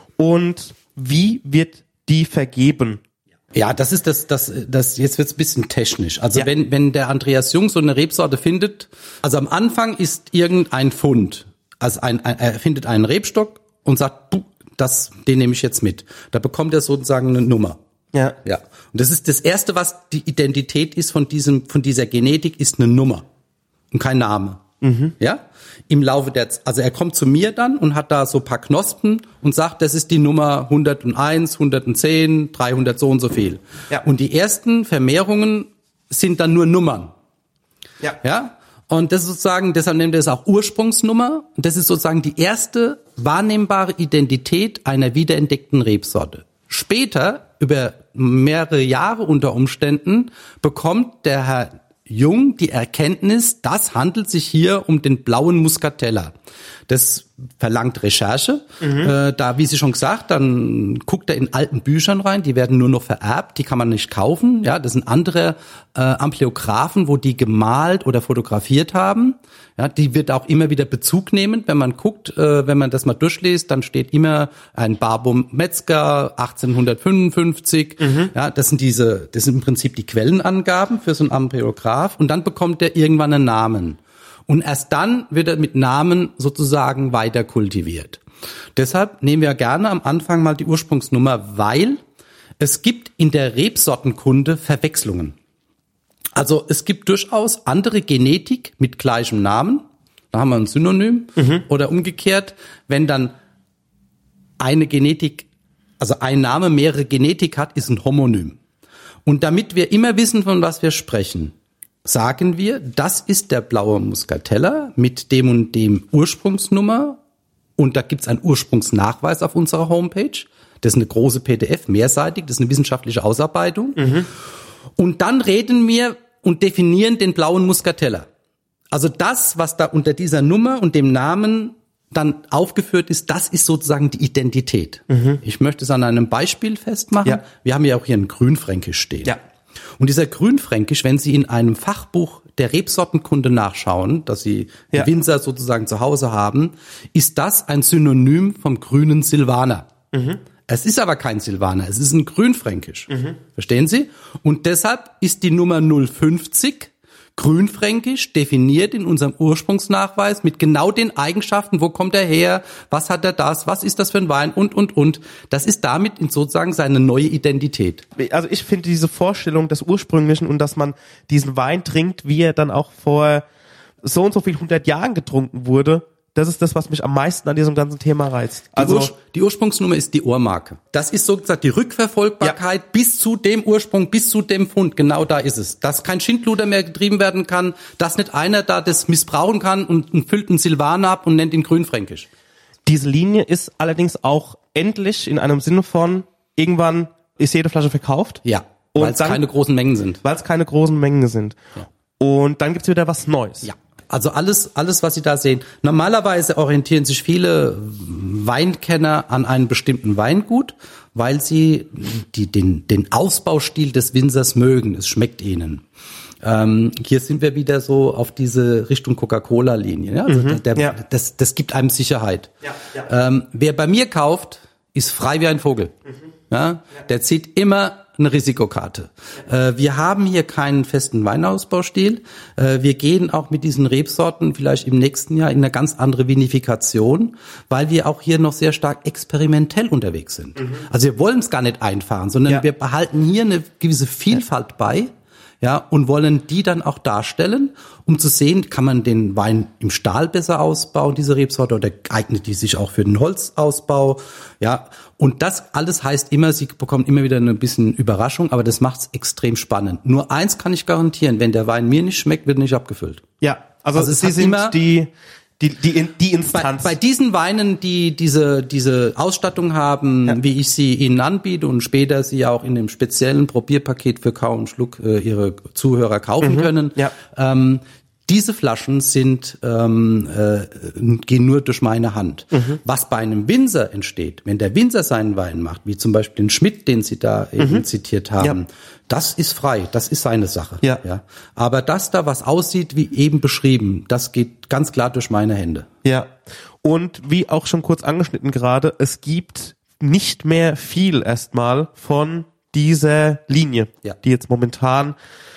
und wie wird die vergeben? Ja, das ist das, das, das, jetzt wird's ein bisschen technisch. Also ja. wenn, wenn der Andreas Jung so eine Rebsorte findet, also am Anfang ist irgendein Fund, also ein, ein, er findet einen Rebstock und sagt, das, den nehme ich jetzt mit. Da bekommt er sozusagen eine Nummer. Ja. Ja. Und das ist das Erste, was die Identität ist von diesem, von dieser Genetik, ist eine Nummer und kein Name. Mhm. Ja. Im Laufe der, also er kommt zu mir dann und hat da so ein paar Knospen und sagt, das ist die Nummer hunderteins, hundertzehn, dreihundert so und so viel. Ja. Und die ersten Vermehrungen sind dann nur Nummern. Ja. Ja. Und das ist sozusagen, deshalb nennt er es auch Ursprungsnummer. Und das ist sozusagen die erste wahrnehmbare Identität einer wiederentdeckten Rebsorte. Später, über mehrere Jahre unter Umständen, bekommt der Herr Jung die Erkenntnis, das handelt sich hier um den blauen Muscatella. Das verlangt Recherche. Mhm. Äh, da, wie Sie schon gesagt, dann guckt er in alten Büchern rein, die werden nur noch vererbt, die kann man nicht kaufen. Ja, das sind andere äh, Ampleographen, wo die gemalt oder fotografiert haben. Ja, die wird auch immer wieder Bezug nehmen, wenn man guckt, äh, wenn man das mal durchliest, dann steht immer ein Barbum Metzger achtzehnhundertfünfundfünfzig. Mhm. Ja, das sind diese, das sind im Prinzip die Quellenangaben für so einen Ampleograph und dann bekommt er irgendwann einen Namen. Und erst dann wird er mit Namen sozusagen weiter kultiviert. Deshalb nehmen wir gerne am Anfang mal die Ursprungsnummer, weil es gibt in der Rebsortenkunde Verwechslungen. Also es gibt durchaus andere Genetik mit gleichem Namen. Da haben wir ein Synonym. Mhm. Oder umgekehrt, wenn dann eine Genetik, also ein Name mehrere Genetik hat, ist ein Homonym. Und damit wir immer wissen, von was wir sprechen, sagen wir, das ist der blaue Muscatella mit dem und dem Ursprungsnummer und da gibt's einen Ursprungsnachweis auf unserer Homepage. Das ist eine große P D F, mehrseitig, das ist eine wissenschaftliche Ausarbeitung. Mhm. Und dann reden wir und definieren den blauen Muscatella. Also das, was da unter dieser Nummer und dem Namen dann aufgeführt ist, das ist sozusagen die Identität. Mhm. Ich möchte es an einem Beispiel festmachen. Ja. Wir haben ja auch hier einen Grünfränkisch stehen. Ja. Und dieser Grünfränkisch, wenn Sie in einem Fachbuch der Rebsortenkunde nachschauen, das Sie ja. die Winzer sozusagen zu Hause haben, ist das ein Synonym vom grünen Silvaner. Mhm. Es ist aber kein Silvaner, es ist ein Grünfränkisch. Mhm. Verstehen Sie? Und deshalb ist die Nummer null fünfzig Grünfränkisch definiert in unserem Ursprungsnachweis mit genau den Eigenschaften, wo kommt er her, was hat er das, was ist das für ein Wein und, und, und. Das ist damit sozusagen seine neue Identität. Also ich finde diese Vorstellung des Ursprünglichen und dass man diesen Wein trinkt, wie er dann auch vor so und so viel hundert Jahren getrunken wurde, das ist das, was mich am meisten an diesem ganzen Thema reizt. Also Also die, Ur- die Ursprungsnummer ist die Ohrmarke. Das ist sozusagen die Rückverfolgbarkeit Ja. bis zu dem Ursprung, bis zu dem Fund. Genau da ist es. Dass kein Schindluder mehr getrieben werden kann, dass nicht einer da das missbrauchen kann und, und füllt einen Silvaner ab und nennt ihn grünfränkisch. diese Linie ist allerdings auch endlich in einem Sinne von, irgendwann ist jede Flasche verkauft. Ja, Und weil es dann- keine großen Mengen sind. Weil es keine großen Mengen sind. Ja. Und dann gibt's wieder was Neues. Ja. Also alles, alles, was Sie da sehen. Normalerweise orientieren sich viele Weinkenner an einem bestimmten Weingut, weil sie die, den, den Ausbaustil des Winzers mögen. Es schmeckt ihnen. Ähm, hier sind wir wieder so auf diese Richtung Coca-Cola-Linie. Ja? Also Mhm, der, ja. das, das gibt einem Sicherheit. Ja, ja. Ähm, wer bei mir kauft, ist frei wie ein Vogel. Mhm. Ja? Der zieht immer eine Risikokarte. Äh, wir haben hier keinen festen Weinausbaustil. Äh, wir gehen auch mit diesen Rebsorten vielleicht im nächsten Jahr in eine ganz andere Vinifikation, weil wir auch hier noch sehr stark experimentell unterwegs sind. Mhm. Also wir wollen es gar nicht einfahren, sondern Ja. wir behalten hier eine gewisse Vielfalt bei. Ja, und wollen die dann auch darstellen, um zu sehen, kann man den Wein im Stahl besser ausbauen, diese Rebsorte, oder eignet die sich auch für den Holzausbau, ja. Und das alles heißt immer, sie bekommen immer wieder eine bisschen Überraschung, aber das macht's extrem spannend. Nur eins kann ich garantieren, wenn der Wein mir nicht schmeckt, wird er nicht abgefüllt. Ja, also, Also es sie hat sind immer- die, die, die, die Bei, Instanz. bei diesen Weinen, die diese diese Ausstattung haben, Ja. wie ich sie ihnen anbiete und später sie auch in dem speziellen Probierpaket für Kau und Schluck äh, ihre Zuhörer kaufen können, Ja. ähm, diese Flaschen sind ähm, äh, gehen nur durch meine Hand. Mhm. Was bei einem Winzer entsteht, wenn der Winzer seinen Wein macht, wie zum Beispiel den Schmidt, den Sie da eben zitiert haben, Mhm. Ja. das ist frei, das ist seine Sache. Ja. Ja. Aber dass da was aussieht, wie eben beschrieben, das geht ganz klar durch meine Hände. Ja. Und wie auch schon kurz angeschnitten gerade, es gibt nicht mehr viel erstmal von dieser Linie, Ja. die jetzt momentan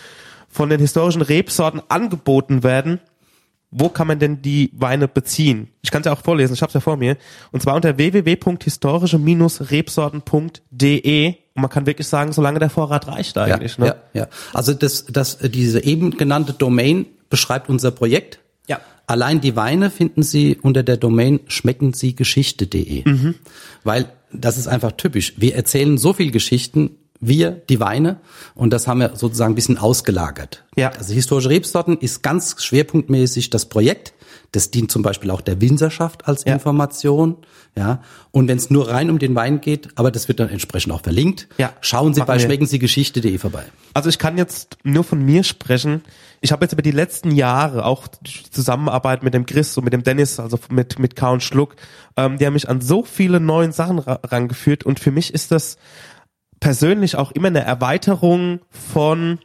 von den historischen Rebsorten angeboten werden. Wo kann man denn die Weine beziehen? Ich kann es ja auch vorlesen, ich habe es ja vor mir. Und zwar unter w w w punkt historische rebsorten punkt d e. Und man kann wirklich sagen, solange der Vorrat reicht eigentlich. ja, ne? ja, ja. Also das, das, diese eben genannte Domain beschreibt unser Projekt. Ja. Allein die Weine finden Sie unter der Domain schmeckensiegeschichte punkt de. Mhm. Weil das ist einfach typisch. Wir erzählen so viel Geschichten, wir, die Weine, und das haben wir sozusagen ein bisschen ausgelagert. Ja. Also historische Rebsorten ist ganz schwerpunktmäßig das Projekt. Das dient zum Beispiel auch der Winzerschaft als Ja. Information. Ja. Und wenn es nur rein um den Wein geht, aber das wird dann entsprechend auch verlinkt, Ja. schauen Sie Machen bei wir. schmeckensiegeschichte punkt de vorbei. Also ich kann jetzt nur von mir sprechen. Ich habe jetzt über die letzten Jahre auch die Zusammenarbeit mit dem Chris und mit dem Dennis, also mit mit Kau und Schluck, ähm, die haben mich an so viele neuen Sachen ra- rangeführt, und für mich ist das persönlich auch immer eine Erweiterung von,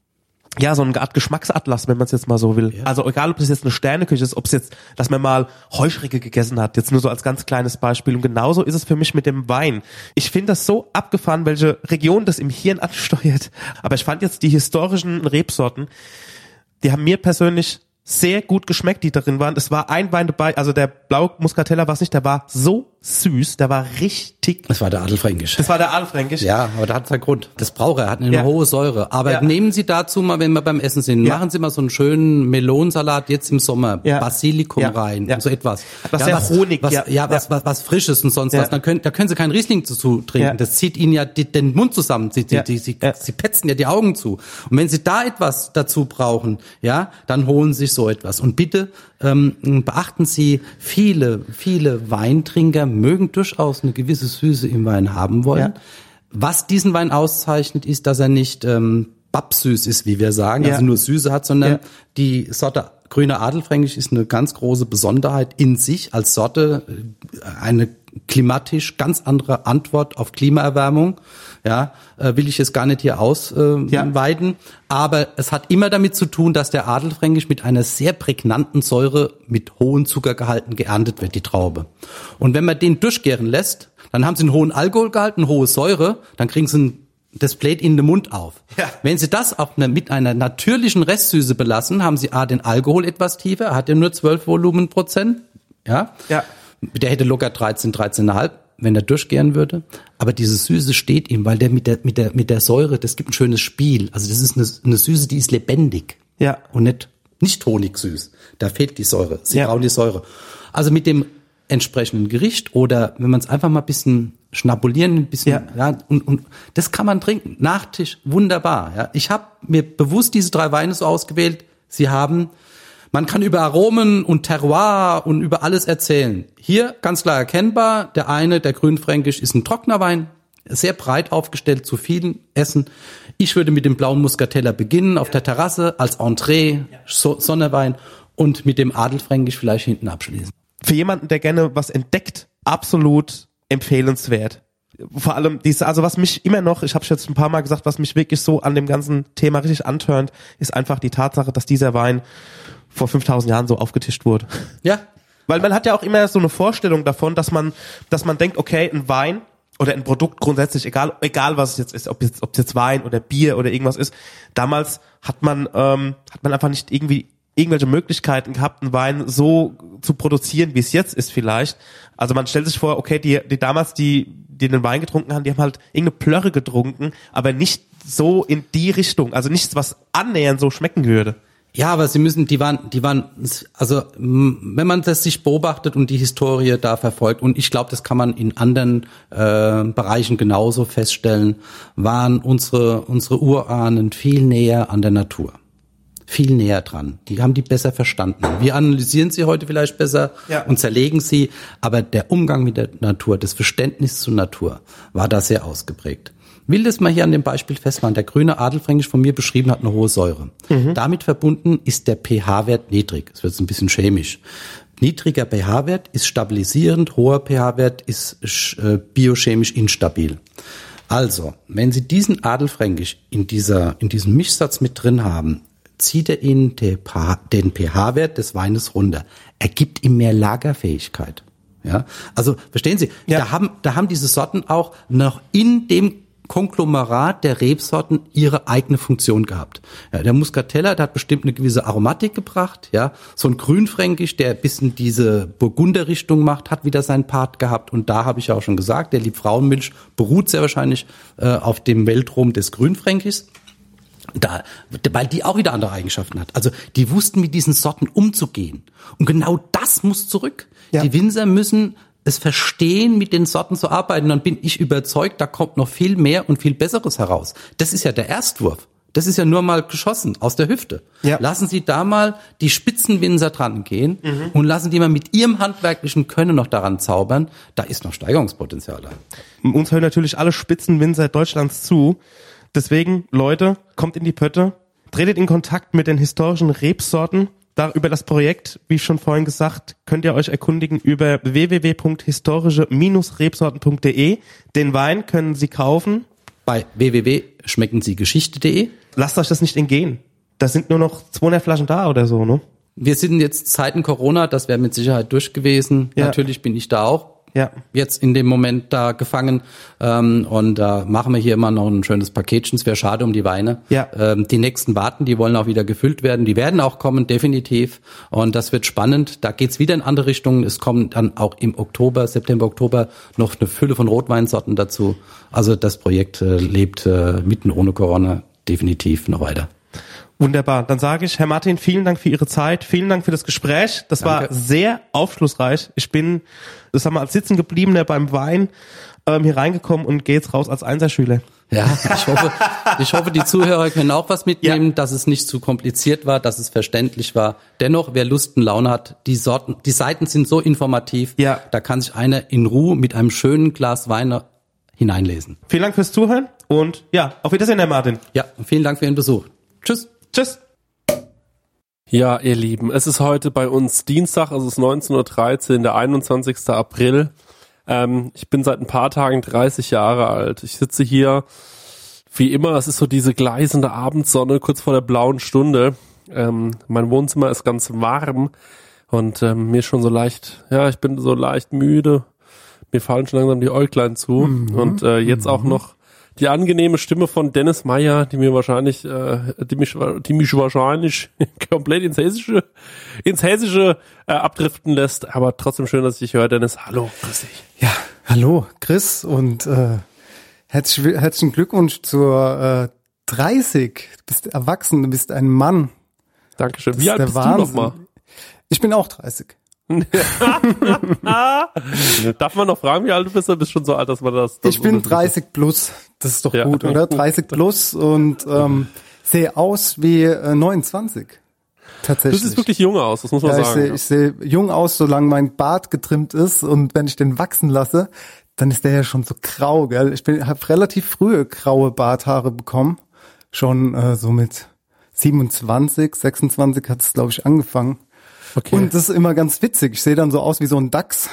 ja, so eine Art Geschmacksatlas, wenn man es jetzt mal so will. Ja. Also egal, ob es jetzt eine Sterneküche ist, ob es jetzt, dass man mal Heuschrecke gegessen hat, jetzt nur so als ganz kleines Beispiel. Und genauso ist es für mich mit dem Wein. Ich finde das so abgefahren, welche Region das im Hirn ansteuert. Aber ich fand jetzt die historischen Rebsorten, die haben mir persönlich sehr gut geschmeckt, die darin waren. Es war ein Wein dabei, also der Blaue Muscatella war es nicht, der war so süß, der war richtig, Das war der Adelfränkisch. das war der Aalfränkisch. Ja, aber da hat seinen Grund. Das braucht er, hat eine Ja. hohe Säure. Aber Ja. nehmen Sie dazu mal, wenn wir beim Essen sind, Ja. machen Sie mal so einen schönen Melonsalat jetzt im Sommer, Ja. Basilikum Ja. rein, Ja. so etwas. Was ja, sehr was, Honig, was, ja. ja, was, Ja. was, was Frisches und sonst Ja. was. Dann können, da können Sie keinen Riesling dazu trinken. Ja. Das zieht Ihnen ja die, den Mund zusammen. Sie, Ja. die, Sie, Ja. Sie petzen ja die Augen zu. Und wenn Sie da etwas dazu brauchen, ja, dann holen Sie sich so etwas. Und bitte ähm, beachten Sie, viele, viele Weintrinker mögen durchaus eine gewisse Süße im Wein haben wollen. Ja. Was diesen Wein auszeichnet, ist, dass er nicht ähm, babsüß ist, wie wir sagen, Ja. also nur Süße hat, sondern Ja. die Sorte Grüner Adelfränkisch ist eine ganz große Besonderheit in sich als Sorte, äh, eine klimatisch ganz andere Antwort auf Klimaerwärmung. Ja, äh, will ich jetzt gar nicht hier ausweiten, äh, Ja. weiten. Aber es hat immer damit zu tun, dass der Adelfränkisch mit einer sehr prägnanten Säure mit hohen Zuckergehalten geerntet wird, die Traube. Und wenn man den durchgären lässt, dann haben sie einen hohen Alkoholgehalt, eine hohe Säure, dann kriegen sie ein, das bläht ihnen den Mund auf. Ja. Wenn sie das auf eine, mit einer natürlichen Restsüße belassen, haben sie A, den Alkohol etwas tiefer, er hat ja nur zwölf Volumenprozent, ja. Ja. Der hätte locker dreizehn, dreizehn Komma fünf, wenn er durchgären würde. Aber diese Süße steht ihm, weil der mit der, mit der, mit der Säure, das gibt ein schönes Spiel. Also das ist eine, eine Süße, die ist lebendig. Ja. Und nicht, nicht honigsüß. Da fehlt die Säure. Sie Ja. brauchen die Säure. Also mit dem entsprechenden Gericht oder wenn man es einfach mal ein bisschen schnabulieren, ein bisschen, ja, ja und, und das kann man trinken. Nachtisch, wunderbar. Ja. Ich habe mir bewusst diese drei Weine so ausgewählt. Sie haben, man kann über Aromen und Terroir und über alles erzählen. Hier ganz klar erkennbar, der eine, der Grünfränkisch, ist ein trockener Wein, sehr breit aufgestellt, zu vielen Essen. Ich würde mit dem blauen Muscatella beginnen, auf der Terrasse, als Entree, so- Sonderwein und mit dem Adelfränkisch vielleicht hinten abschließen. Für jemanden, der gerne was entdeckt, absolut empfehlenswert. Vor allem, diese, also was mich immer noch, ich habe jetzt ein paar Mal gesagt, was mich wirklich so an dem ganzen Thema richtig antörnt, ist einfach die Tatsache, dass dieser Wein vor fünftausend Jahren so aufgetischt wurde. Ja. Weil man hat ja auch immer so eine Vorstellung davon, dass man, dass man denkt, okay, ein Wein oder ein Produkt grundsätzlich, egal, egal was es jetzt ist, ob jetzt, ob es jetzt Wein oder Bier oder irgendwas ist. Damals hat man, ähm, hat man einfach nicht irgendwie irgendwelche Möglichkeiten gehabt, einen Wein so zu produzieren, wie es jetzt ist vielleicht. Also man stellt sich vor, okay, die, die damals, die, die den Wein getrunken haben, die haben halt irgendeine Plörre getrunken, aber nicht so in die Richtung, also nichts, was annähernd so schmecken würde. Ja, aber sie müssen, die waren, die waren, also wenn man das sich beobachtet und die Historie da verfolgt, und ich glaube, das kann man in anderen äh, Bereichen genauso feststellen, waren unsere unsere Urahnen viel näher an der Natur, viel näher dran. Die haben die besser verstanden. Wir analysieren sie heute vielleicht besser, ja, und zerlegen sie, aber der Umgang mit der Natur, das Verständnis zur Natur war da sehr ausgeprägt. Will das mal hier an dem Beispiel festmachen. Der grüne Adelfränkisch von mir beschrieben hat eine hohe Säure. Mhm. Damit verbunden ist der pH-Wert niedrig. Es wird jetzt ein bisschen chemisch. Niedriger pH-Wert ist stabilisierend, hoher pH-Wert ist äh, biochemisch instabil. Also, wenn Sie diesen Adelfränkisch in dieser, in diesem Mischsatz mit drin haben, zieht er Ihnen den pH-Wert des Weines runter. Er gibt ihm mehr Lagerfähigkeit. Ja, also verstehen Sie, ja, da haben, da haben diese Sorten auch noch in dem Konglomerat der Rebsorten ihre eigene Funktion gehabt. Ja, der Muscatella, der hat bestimmt eine gewisse Aromatik gebracht. Ja, so ein Grünfränkisch, der ein bisschen diese Burgunderrichtung macht, hat wieder seinen Part gehabt. Und da habe ich ja auch schon gesagt, der Liebfrauenmilch beruht sehr wahrscheinlich äh, auf dem Weltruhm des Grünfränkischs. Da, weil die auch wieder andere Eigenschaften hat. Also die wussten mit diesen Sorten umzugehen. Und genau das muss zurück. Ja. Die Winzer müssen es verstehen, mit den Sorten zu arbeiten. Dann bin ich überzeugt, da kommt noch viel mehr und viel Besseres heraus. Das ist ja der Erstwurf. Das ist ja nur mal geschossen aus der Hüfte. Ja. Lassen Sie da mal die Spitzenwinzer dran gehen, mhm, und lassen die mal mit ihrem handwerklichen Können noch daran zaubern. Da ist noch Steigerungspotenzial da. Uns hören natürlich alle Spitzenwinzer Deutschlands zu. Deswegen, Leute, kommt in die Pötte, tretet in Kontakt mit den historischen Rebsorten. Da über das Projekt, wie schon vorhin gesagt, könnt ihr euch erkundigen über w w w punkt historische rebsorten punkt d e. Den Wein können Sie kaufen bei w w w punkt schmecken sie geschichte punkt d e. Lasst euch das nicht entgehen. Da sind nur noch zweihundert Flaschen da oder so, ne? Wir sind jetzt Zeiten Corona, das wäre mit Sicherheit durch gewesen. Ja. Natürlich bin ich da auch. Ja. Jetzt in dem Moment da gefangen, ähm, und da äh, machen wir hier immer noch ein schönes Paketchen. Es wäre schade um die Weine. Ja. Ähm, die nächsten warten, die wollen auch wieder gefüllt werden. Die werden auch kommen, definitiv. Und das wird spannend. Da geht's wieder in andere Richtungen. Es kommen dann auch im Oktober, September, Oktober noch eine Fülle von Rotweinsorten dazu. Also das Projekt äh, lebt äh, mitten ohne Corona definitiv noch weiter. Wunderbar. Dann sage ich, Herr Martin, vielen Dank für Ihre Zeit, vielen Dank für das Gespräch. Das Danke. War sehr aufschlussreich. Ich bin, das haben wir als Sitzengebliebener beim Wein ähm, hier reingekommen und gehe jetzt raus als Einserschüler. Ja, ich hoffe, ich hoffe, die Zuhörer können auch was mitnehmen, ja, dass es nicht zu kompliziert war, dass es verständlich war. Dennoch, wer Lust und Laune hat, die Sorten, die Seiten sind so informativ, ja, da kann sich einer in Ruhe mit einem schönen Glas Wein hineinlesen. Vielen Dank fürs Zuhören und ja, auf Wiedersehen, Herr Martin. Ja, vielen Dank für Ihren Besuch. Tschüss. Tschüss. Ja, ihr Lieben, es ist heute bei uns Dienstag, also es ist neunzehn Uhr dreizehn, der einundzwanzigster April. Ähm, ich bin seit ein paar Tagen dreißig Jahre alt. Ich sitze hier, wie immer, es ist so diese gleißende Abendsonne kurz vor der blauen Stunde. Ähm, mein Wohnzimmer ist ganz warm und ähm, mir ist schon so leicht, ja, ich bin so leicht müde. Mir fallen schon langsam die Äuglein zu. Mhm. Und äh, jetzt mhm. auch noch die angenehme Stimme von Dennis Meyer, die mir wahrscheinlich, äh, die mich, die mich wahrscheinlich komplett ins Hessische, ins Hessische äh, abdriften lässt. Aber trotzdem schön, dass ich dich höre, Dennis. Hallo, grüß dich. Ja, hallo, Chris, und äh, herzlich, herzlichen Glückwunsch zur äh, dreißig. Du bist erwachsen, du bist ein Mann. Dankeschön. Wie alt bist Wahnsinn. Du nochmal? Ich bin auch dreißig. Darf man noch fragen, wie alt du bist? Du bist schon so alt, dass man das... das ich bin dreißig plus. Das ist doch ja. gut, oder? dreißig plus und ähm, sehe aus wie äh, neunundzwanzig. Tatsächlich. Du siehst wirklich jung aus, das muss man ja, sagen. Ich sehe seh jung aus, solange mein Bart getrimmt ist und wenn ich den wachsen lasse, dann ist der ja schon so grau, gell? Ich bin habe relativ frühe graue Barthaare bekommen. Schon äh, so mit siebenundzwanzig, sechsundzwanzig hat es, glaube ich, angefangen. Okay. Und das ist immer ganz witzig. Ich sehe dann so aus wie so ein Dachs.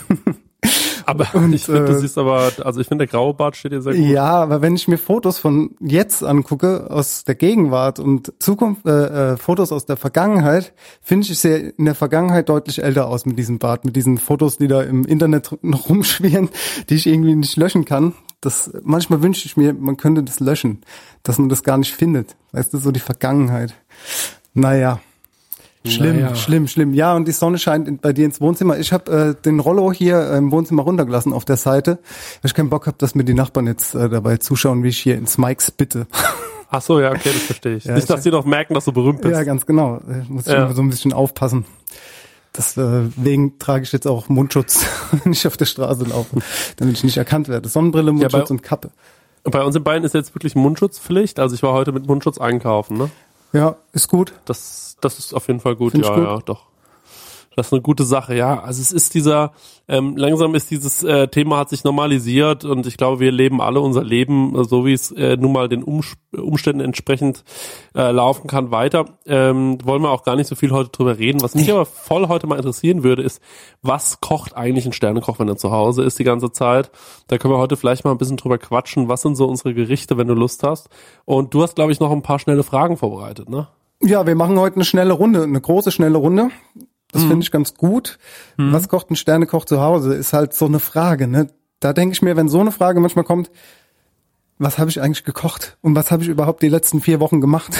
Aber und, ich finde, äh, du siehst aber, also ich finde, der graue Bart steht dir sehr gut. Ja, aber wenn ich mir Fotos von jetzt angucke, aus der Gegenwart und Zukunft, äh, äh, Fotos aus der Vergangenheit, finde ich, ich sehe in der Vergangenheit deutlich älter aus mit diesem Bart, mit diesen Fotos, die da im Internet noch rumschwirren, die ich irgendwie nicht löschen kann. Das, manchmal wünsche ich mir, man könnte das löschen, dass man das gar nicht findet. Weißt du, so die Vergangenheit. Naja. Schlimm, naja. schlimm, schlimm. Ja, und die Sonne scheint in, bei dir ins Wohnzimmer. Ich habe äh, den Rollo hier äh, im Wohnzimmer runtergelassen auf der Seite, weil ich keinen Bock habe, dass mir die Nachbarn jetzt äh, dabei zuschauen, wie ich hier ins Mic spitte. Ach so, ja, okay, das verstehe ich. Ja, Nicht, ich, dass die noch merken, dass du berühmt bist. Ja, ganz genau. Da muss ich ja. immer so ein bisschen aufpassen. Deswegen trage ich jetzt auch Mundschutz, wenn ich auf der Straße laufe, damit ich nicht erkannt werde. Sonnenbrille, Mundschutz ja, bei, und Kappe. Bei uns in Bayern ist jetzt wirklich Mundschutzpflicht. Also ich war heute mit Mundschutz einkaufen, ne? Ja, ist gut. Das, das ist auf jeden Fall gut, Find ja, gut. ja, doch. Das ist eine gute Sache, ja. Also es ist dieser, ähm, langsam ist dieses äh, Thema hat sich normalisiert und ich glaube, wir leben alle unser Leben, äh, so wie es äh, nun mal den um, Umständen entsprechend äh, laufen kann, weiter. Ähm, wollen wir auch gar nicht so viel heute drüber reden. Was mich aber voll heute mal interessieren würde, ist, was kocht eigentlich ein Sternekoch, wenn er zu Hause ist die ganze Zeit? Da können wir heute vielleicht mal ein bisschen drüber quatschen. Was sind so unsere Gerichte, wenn du Lust hast? Und du hast, glaube ich, noch ein paar schnelle Fragen vorbereitet, ne? Ja, wir machen heute eine schnelle Runde, eine große schnelle Runde. Das mhm. finde ich ganz gut. Mhm. Was kocht ein Sternekoch zu Hause? Ist halt so eine Frage, ne? Da denke ich mir, wenn so eine Frage manchmal kommt, was habe ich eigentlich gekocht? Und was habe ich überhaupt die letzten vier Wochen gemacht?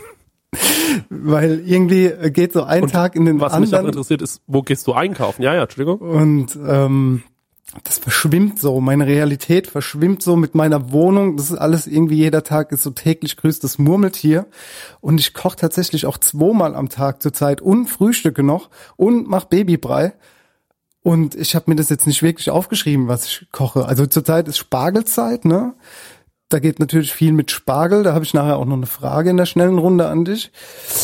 Weil irgendwie geht so ein und Tag in den was anderen. Was mich auch interessiert ist, wo gehst du einkaufen? Ja, ja, Entschuldigung. Und ähm, das verschwimmt so, meine Realität verschwimmt so mit meiner Wohnung. Das ist alles irgendwie, jeder Tag ist so täglich grüßt das Murmeltier. Und ich koche tatsächlich auch zweimal am Tag zurzeit und frühstücke noch und mache Babybrei. Und ich habe mir das jetzt nicht wirklich aufgeschrieben, was ich koche. Also zurzeit ist Spargelzeit, ne? Da geht natürlich viel mit Spargel. Da habe ich nachher auch noch eine Frage in der schnellen Runde an dich.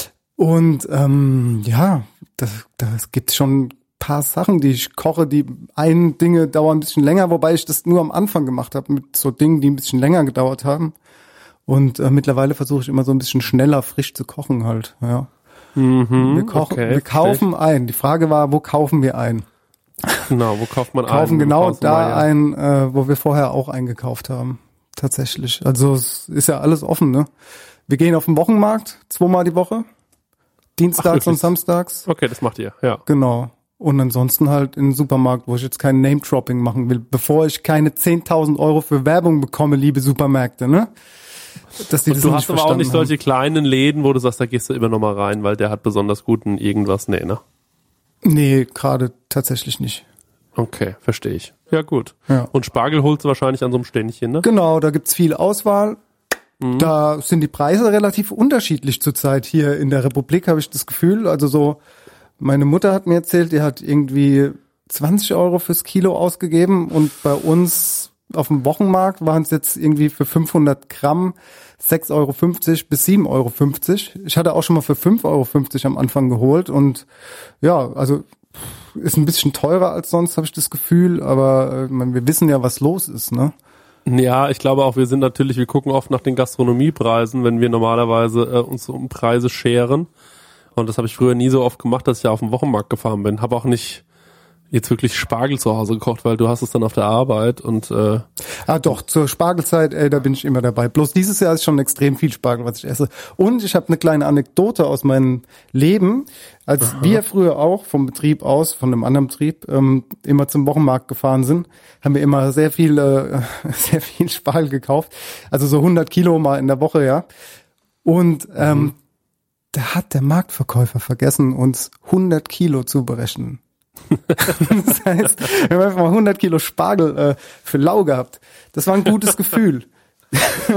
Und ähm, ja, das, das gibt schon paar Sachen, die ich koche, die einen Dinge dauern ein bisschen länger, wobei ich das nur am Anfang gemacht habe mit so Dingen, die ein bisschen länger gedauert haben. Und äh, mittlerweile versuche ich immer so ein bisschen schneller, frisch zu kochen halt. Ja. Mhm, wir kochen, okay, wir kaufen ein. Die Frage war, wo kaufen wir ein? Genau, wo kauft man ein? Wir kaufen ein? genau da ein, äh, wo wir vorher auch eingekauft haben. Tatsächlich. Also es ist ja alles offen, ne? Wir gehen auf den Wochenmarkt zweimal die Woche. Dienstags Ach, und samstags. Okay, das macht ihr, ja. Genau. Und ansonsten halt in den Supermarkt, wo ich jetzt kein Name-Dropping machen will, bevor ich keine zehntausend Euro für Werbung bekomme, liebe Supermärkte, ne? Dass die und das du nicht hast aber auch nicht verstanden solche haben. kleinen Läden, wo du sagst, da gehst du immer noch mal rein, weil der hat besonders guten irgendwas, nee, ne? Nee, gerade tatsächlich nicht. Okay, verstehe ich. Ja, gut. Ja. Und Spargel holst du wahrscheinlich an so einem Ständchen, ne? Genau, da gibt's viel Auswahl. Mhm. Da sind die Preise relativ unterschiedlich zurzeit hier in der Republik, habe ich das Gefühl. Also so, meine Mutter hat mir erzählt, die hat irgendwie zwanzig Euro fürs Kilo ausgegeben und bei uns auf dem Wochenmarkt waren es jetzt irgendwie für fünfhundert Gramm sechs Euro fünfzig bis sieben Euro fünfzig. Ich hatte auch schon mal für fünf Euro fünfzig am Anfang geholt und ja, also ist ein bisschen teurer als sonst, habe ich das Gefühl, aber ich meine, wir wissen ja, was los ist, ne? Ja, ich glaube auch, wir sind natürlich, wir gucken oft nach den Gastronomiepreisen, wenn wir normalerweise äh, uns so um Preise scheren. Und das habe ich früher nie so oft gemacht, dass ich ja auf den Wochenmarkt gefahren bin. Habe auch nicht jetzt wirklich Spargel zu Hause gekocht, weil du hast es dann auf der Arbeit und äh Ah doch, zur Spargelzeit, ey, da bin ich immer dabei. Bloß dieses Jahr ist schon extrem viel Spargel, was ich esse. Und ich habe eine kleine Anekdote aus meinem Leben. Als Aha. wir früher auch vom Betrieb aus, von einem anderen Betrieb, ähm, immer zum Wochenmarkt gefahren sind, haben wir immer sehr viel, äh, sehr viel Spargel gekauft. Also so hundert Kilo mal in der Woche, ja. Und ähm, mhm. da hat der Marktverkäufer vergessen, uns hundert Kilo zu berechnen. Das heißt, wir haben einfach mal hundert Kilo Spargel äh, für lau gehabt. Das war ein gutes Gefühl.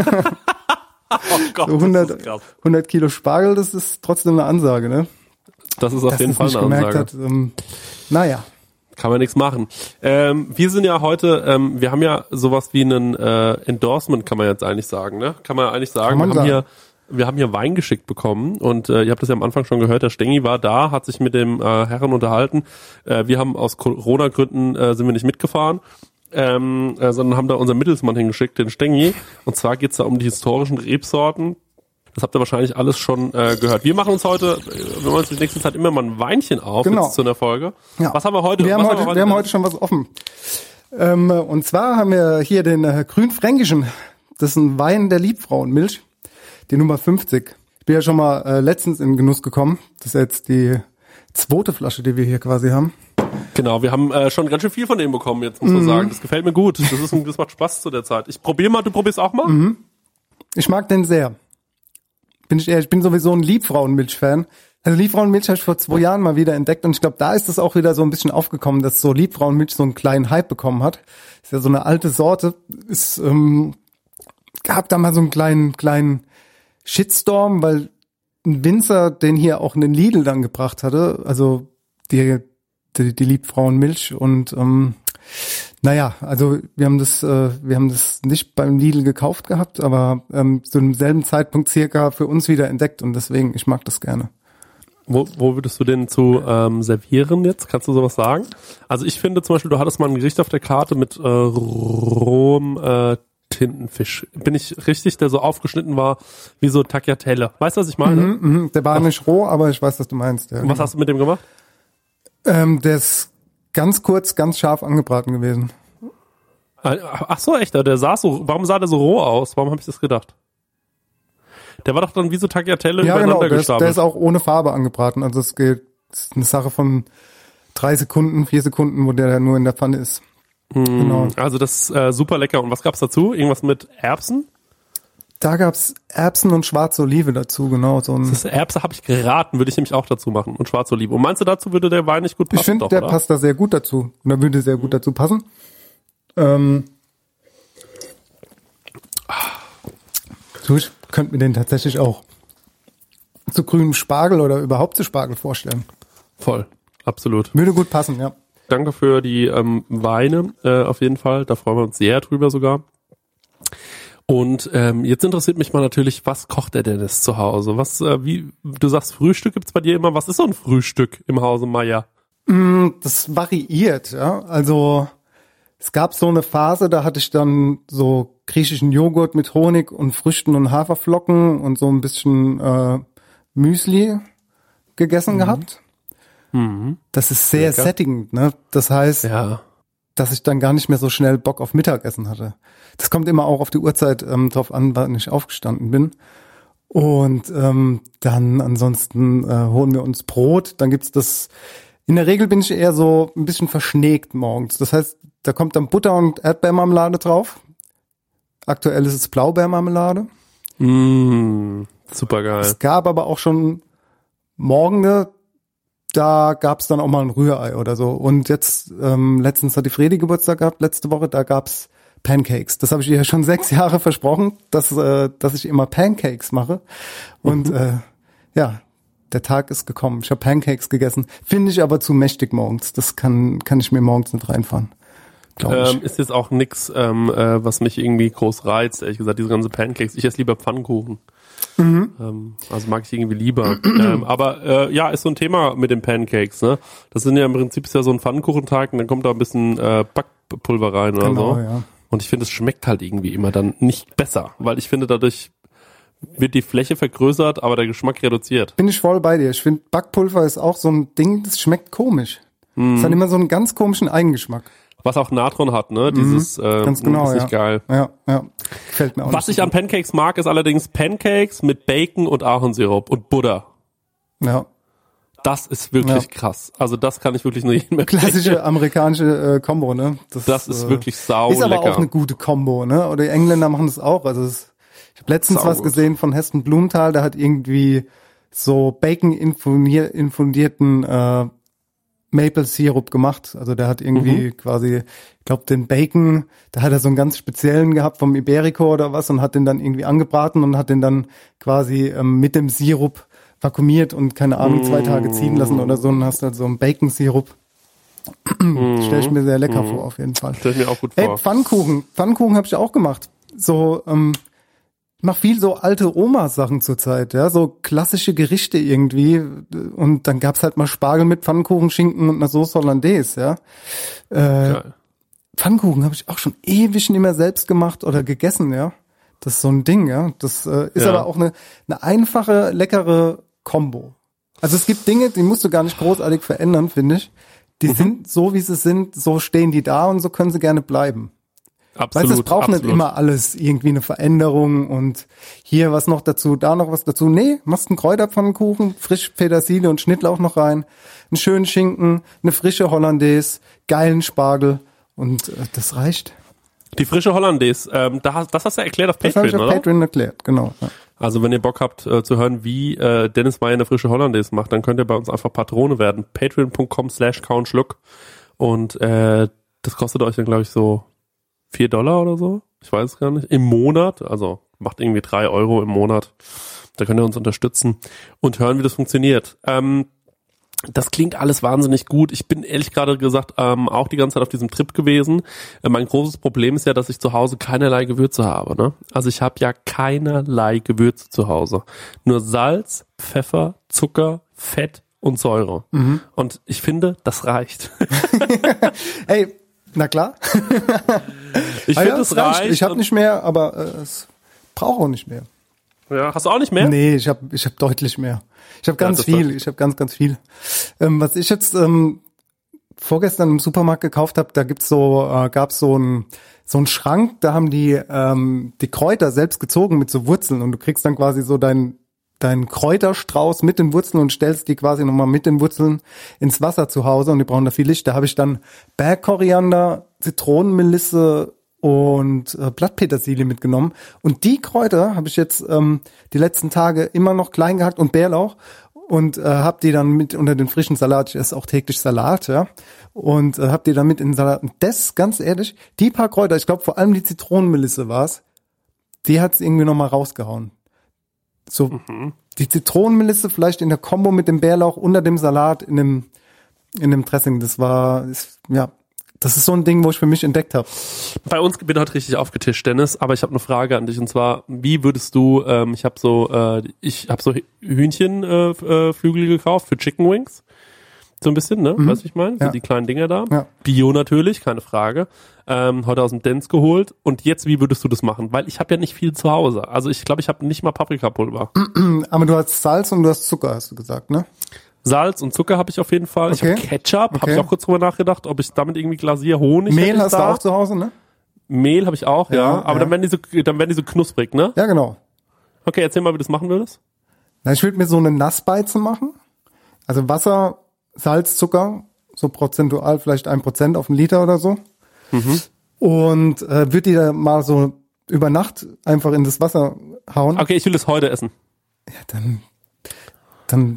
Oh Gott, so hundert, das ist krass. hundert Kilo Spargel, das ist trotzdem eine Ansage, ne? Das ist auf jeden Fall eine Ansage. Hat, ähm, naja. Kann man nichts machen. Ähm, wir sind ja heute, ähm, wir haben ja sowas wie einen äh, Endorsement, kann man jetzt eigentlich sagen, ne? Kann man eigentlich sagen. Kann man wir haben sagen. hier, wir haben hier Wein geschickt bekommen und äh, ihr habt das ja am Anfang schon gehört, der Stengi war da, hat sich mit dem äh, Herren unterhalten. Äh, wir haben aus Corona-Gründen äh, sind wir nicht mitgefahren. Ähm, äh, sondern haben da unseren Mittelsmann hingeschickt, den Stengi. Und zwar geht's da um die historischen Rebsorten. Das habt ihr wahrscheinlich alles schon äh, gehört. Wir machen uns heute, wir machen uns die nächste Zeit immer mal ein Weinchen auf, genau. jetzt zu einer Folge. Ja. Was haben wir heute? Wir haben, was heute, haben wir heute, wir haben heute schon was offen. Ähm, und zwar haben wir hier den äh, Grünfränkischen. Das ist ein Wein der Liebfrauenmilch, die Nummer fünfzig. Ich bin ja schon mal äh, letztens in den Genuss gekommen. Das ist jetzt die zweite Flasche, die wir hier quasi haben. Genau, wir haben äh, schon ganz schön viel von dem bekommen, jetzt muss man mhm. sagen. Das gefällt mir gut. Das ist ein, das macht Spaß zu der Zeit. Ich probiere mal, du probierst auch mal? Mhm. Ich mag den sehr. Bin ich ehrlich, ich bin sowieso ein Liebfrauenmilch-Fan. Also Liebfrauenmilch habe ich vor zwei Jahren mal wieder entdeckt und ich glaube, da ist es auch wieder so ein bisschen aufgekommen, dass so Liebfrauenmilch so einen kleinen Hype bekommen hat. Ist ja so eine alte Sorte. Es ähm, gab da mal so einen kleinen, kleinen Shitstorm, weil ein Winzer den hier auch in den Lidl dann gebracht hatte. Also die die, die Liebfrauenmilch und ähm, naja, also wir haben das äh, wir haben das nicht beim Lidl gekauft gehabt, aber ähm, zu dem selben Zeitpunkt circa für uns wieder entdeckt und deswegen, ich mag das gerne. Wo, wo würdest du den zu ähm, servieren jetzt? Kannst du sowas sagen? Also ich finde zum Beispiel, du hattest mal ein Gericht auf der Karte mit äh, rohem äh, Tintenfisch. Bin ich richtig, der so aufgeschnitten war wie so Tagliatelle? Weißt du, was ich meine? Mhm, mhm, der war Ach. nicht roh, aber ich weiß, was du meinst. Ja, Und was genau. hast du mit dem gemacht? Ähm, der ist ganz kurz, ganz scharf angebraten gewesen. Ach so, echt? Der sah so, warum sah der so roh aus? Warum habe ich das gedacht? Der war doch dann wie so Tagliatelle Ja, übereinander genau, der ist, gestapelt. der ist auch ohne Farbe angebraten. Also es geht, es ist eine Sache von drei Sekunden, vier Sekunden, wo der nur in der Pfanne ist. Mm, Genau. Also das ist äh, super lecker. Und was gab's dazu? Irgendwas mit Erbsen? Da gab's Erbsen und schwarze Olive dazu, genau. So ein, Das Erbse habe ich geraten, würde ich nämlich auch dazu machen. Und schwarze Olive. Und meinst du, dazu würde der Wein nicht gut passen? ich finde, doch, der oder? passt da sehr gut dazu. Und der würde sehr gut dazu passen. Ähm, so, ich könnte mir den tatsächlich auch zu grünem Spargel oder überhaupt zu Spargel vorstellen. Voll, absolut. Würde gut passen, ja. Danke für die ähm, Weine äh, auf jeden Fall. Da freuen wir uns sehr drüber sogar. Und ähm, jetzt interessiert mich mal natürlich, was kocht der Dennis zu Hause? Was, äh, wie du sagst, Frühstück gibt's bei dir immer. Was ist so ein Frühstück im Hause Meier? Das variiert, ja. Also es gab so eine Phase, da hatte ich dann so griechischen Joghurt mit Honig und Früchten und Haferflocken und so ein bisschen äh, Müsli gegessen mhm. gehabt. Mhm. Das ist sehr Lecker. sättigend, ne? Das heißt, Ja. dass ich dann gar nicht mehr so schnell Bock auf Mittagessen hatte. Das kommt immer auch auf die Uhrzeit ähm, drauf an, wann ich aufgestanden bin. Und ähm, dann ansonsten äh, holen wir uns Brot. Dann gibt's das. In der Regel bin ich eher so ein bisschen verschnägt morgens. Das heißt, da kommt dann Butter und Erdbeermarmelade drauf. Aktuell ist es Blaubeermarmelade. Mmh, super geil. Es gab aber auch schon Morgende, da gab's dann auch mal ein Rührei oder so. Und jetzt, ähm, letztens hat die Fredi Geburtstag gehabt, letzte Woche, da gab's Pancakes. Das habe ich ihr ja schon sechs Jahre versprochen, dass, äh, dass ich immer Pancakes mache. Und mhm. äh, ja, der Tag ist gekommen. Ich habe Pancakes gegessen. Finde ich aber zu mächtig morgens. Das kann kann ich mir morgens nicht reinfahren. Ähm, ist jetzt auch nix, ähm, äh, was mich irgendwie groß reizt, ehrlich gesagt, diese ganze Pancakes. Ich esse lieber Pfannkuchen. Mhm. Ähm, also mag ich irgendwie lieber. ähm, aber äh, ja, ist so ein Thema mit den Pancakes, ne? Das sind ja im Prinzip ist ja so ein Pfannkuchenteig und dann kommt da ein bisschen äh, Backpulver rein oder genau, so. Ja. Und ich finde, es schmeckt halt irgendwie immer dann nicht besser, weil ich finde, dadurch wird die Fläche vergrößert, aber der Geschmack reduziert. Bin ich voll bei dir. Ich finde, Backpulver ist auch so ein Ding, das schmeckt komisch. Es Mhm. hat immer so einen ganz komischen Eigengeschmack. Was auch Natron hat, ne? Dieses, Mhm. äh, Ganz genau, ist nicht ja. geil. Ja, ja. Gefällt mir auch Was nicht ich so an Pancakes mag, ist allerdings Pancakes mit Bacon und Ahornsirup und Butter. gut. Ja. Das ist wirklich Ja. krass. Also das kann ich wirklich nur jedem empfehlen. Klassische amerikanische äh, Kombo, ne? Das ist äh, wirklich sau Ist aber lecker. auch eine gute Kombo, ne? Oder die Engländer machen das auch. Also es, ich habe letztens Sau was gut. gesehen von Heston Blumenthal, der hat irgendwie so Bacon infundier, infundierten äh, Maple Syrup gemacht. Also der hat irgendwie Mhm. quasi, ich glaube den Bacon, da hat er so einen ganz speziellen gehabt vom Iberico oder was und hat den dann irgendwie angebraten und hat den dann quasi ähm, mit dem Sirup vakuumiert und keine Ahnung, zwei Tage ziehen lassen oder so und hast halt so einen Bacon-Sirup. Mm. Stell ich mir sehr lecker mm. vor, auf jeden Fall. Stell ich mir auch gut Ey, vor. Pfannkuchen. Pfannkuchen habe ich auch gemacht. So, ähm, ich mache viel so alte Oma-Sachen zurzeit, ja, so klassische Gerichte irgendwie. Und dann gab's halt mal Spargel mit Pfannkuchen, Schinken und einer Sauce Hollandaise, ja. Äh, Geil. Pfannkuchen habe ich auch schon ewig nicht mehr selbst gemacht oder gegessen, ja. Das ist so ein Ding, ja. Das äh, ist Ja. aber auch eine, eine einfache, leckere Kombo. Also es gibt Dinge, die musst du gar nicht großartig verändern, finde ich. Die Mhm. sind so, wie sie sind, so stehen die da und so können sie gerne bleiben. Absolut. Weißt du, es braucht absolut. nicht immer alles irgendwie eine Veränderung und hier was noch dazu, da noch was dazu. Nee, machst einen Kräuterpfannkuchen, frisch Petersilie und Schnittlauch noch rein, einen schönen Schinken, eine frische Hollandaise, geilen Spargel und äh, das reicht. Die frische Hollandaise, ähm, da, hast- das hast du erklärt auf Das habe Patreon, ich auf oder? Patreon erklärt, genau. Ja. Also wenn ihr Bock habt äh, zu hören, wie äh, Dennis Meyer eine frische Hollandaise macht, dann könnt ihr bei uns einfach Patrone werden. Patreon.com slash Countschluck. Und äh, das kostet euch dann, glaube ich, so vier Dollar oder so. Ich weiß es gar nicht. Im Monat. Also macht irgendwie drei Euro im Monat. Da könnt ihr uns unterstützen und hören, wie das funktioniert. Ähm, das klingt alles wahnsinnig gut. Ich bin ehrlich gerade gesagt ähm, auch die ganze Zeit auf diesem Trip gewesen. Äh, mein großes Problem ist ja, dass ich zu Hause keinerlei Gewürze habe. Ne? Also ich habe ja keinerlei Gewürze zu Hause. Nur Salz, Pfeffer, Zucker, Fett und Säure. Mhm. Und ich finde, das reicht. Ey, na klar. Ich Ah finde, ja, das es reicht. reicht. Ich habe nicht mehr, aber äh, es braucht auch nicht mehr. Ja, hast du auch nicht mehr? Nee, ich habe ich hab deutlich mehr. Ich habe ganz das viel, dachte ich. ich habe ganz, ganz viel. Ähm, was ich jetzt ähm, vorgestern im Supermarkt gekauft habe, da gibt's so, äh, gab's so ein so ein Schrank, da haben die ähm, die Kräuter selbst gezogen mit so Wurzeln und du kriegst dann quasi so deinen deinen Kräuterstrauß mit den Wurzeln und stellst die quasi nochmal mit den Wurzeln ins Wasser zu Hause und die brauchen da viel Licht. Da habe ich dann Bergkoriander, Zitronenmelisse und äh, Blattpetersilie mitgenommen. Und die Kräuter habe ich jetzt ähm, die letzten Tage immer noch klein gehackt und Bärlauch und äh, habe die dann mit unter den frischen Salat. Ich esse auch täglich Salat, ja. Und äh, habe die dann mit in den Salat. Und das, ganz ehrlich, die paar Kräuter, ich glaube vor allem die Zitronenmelisse war's, die hat's irgendwie nochmal rausgehauen. So Mhm. die Zitronenmelisse vielleicht in der Kombo mit dem Bärlauch unter dem Salat in dem in dem Dressing. Das war, ist, ja, das ist so ein Ding, wo ich für mich entdeckt habe. Bei uns bin heute richtig aufgetischt, Dennis, aber ich habe eine Frage an dich und zwar, wie würdest du, ähm, ich habe so, äh, ich habe so Hühnchenflügel äh, äh, Flügel gekauft für Chicken Wings, so ein bisschen, ne? Mhm. Weißt du, wie ich meine? So Ja. die kleinen Dinger da. Ja. Bio natürlich, keine Frage. Ähm, heute aus dem Dents geholt. Und jetzt, wie würdest du das machen? Weil ich habe ja nicht viel zu Hause. Also ich glaube, ich habe nicht mal Paprikapulver. Aber du hast Salz und du hast Zucker, hast du gesagt, ne? Salz und Zucker habe ich auf jeden Fall. Ich Okay. habe Ketchup, habe Okay. ich auch kurz drüber nachgedacht, ob ich damit irgendwie glasiere. Honig hätte Mehl ich hast du da. auch zu Hause, ne? Mehl habe ich auch, ja. Ja, Aber ja. dann werden die so, dann werden die so knusprig, ne? Ja, genau. Okay, erzähl mal, wie du das machen würdest. Na, ich würde mir so eine Nassbeize machen. Also Wasser, Salz, Zucker, so prozentual vielleicht ein Prozent auf einen Liter oder so. Mhm. Und äh, würde die da mal so über Nacht einfach in das Wasser hauen. Okay, ich will das heute essen. Ja, dann, dann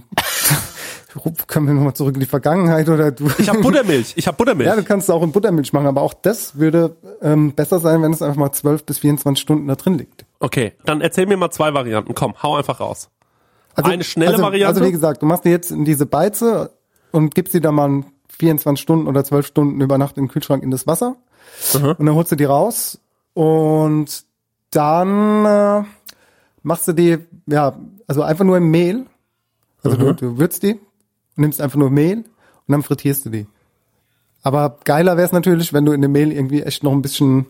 können wir nochmal zurück in die Vergangenheit oder du. Ich habe Buttermilch. Ich habe Buttermilch. Ja, du kannst es auch in Buttermilch machen, aber auch das würde ähm, besser sein, wenn es einfach mal zwölf bis vierundzwanzig Stunden da drin liegt. Okay, dann erzähl mir mal zwei Varianten. Komm, hau einfach raus. Also, Eine schnelle also, Variante? Also wie gesagt, du machst die jetzt in diese Beize und gibst sie dann mal vierundzwanzig Stunden oder zwölf Stunden über Nacht in den Kühlschrank in das Wasser. Mhm. Und dann holst du die raus und dann äh, machst du die, ja, also einfach nur im Mehl. Also Mhm. du, du würzt die, nimmst einfach nur Mehl und dann frittierst du die. Aber geiler wäre es natürlich, wenn du in dem Mehl irgendwie echt noch ein bisschen,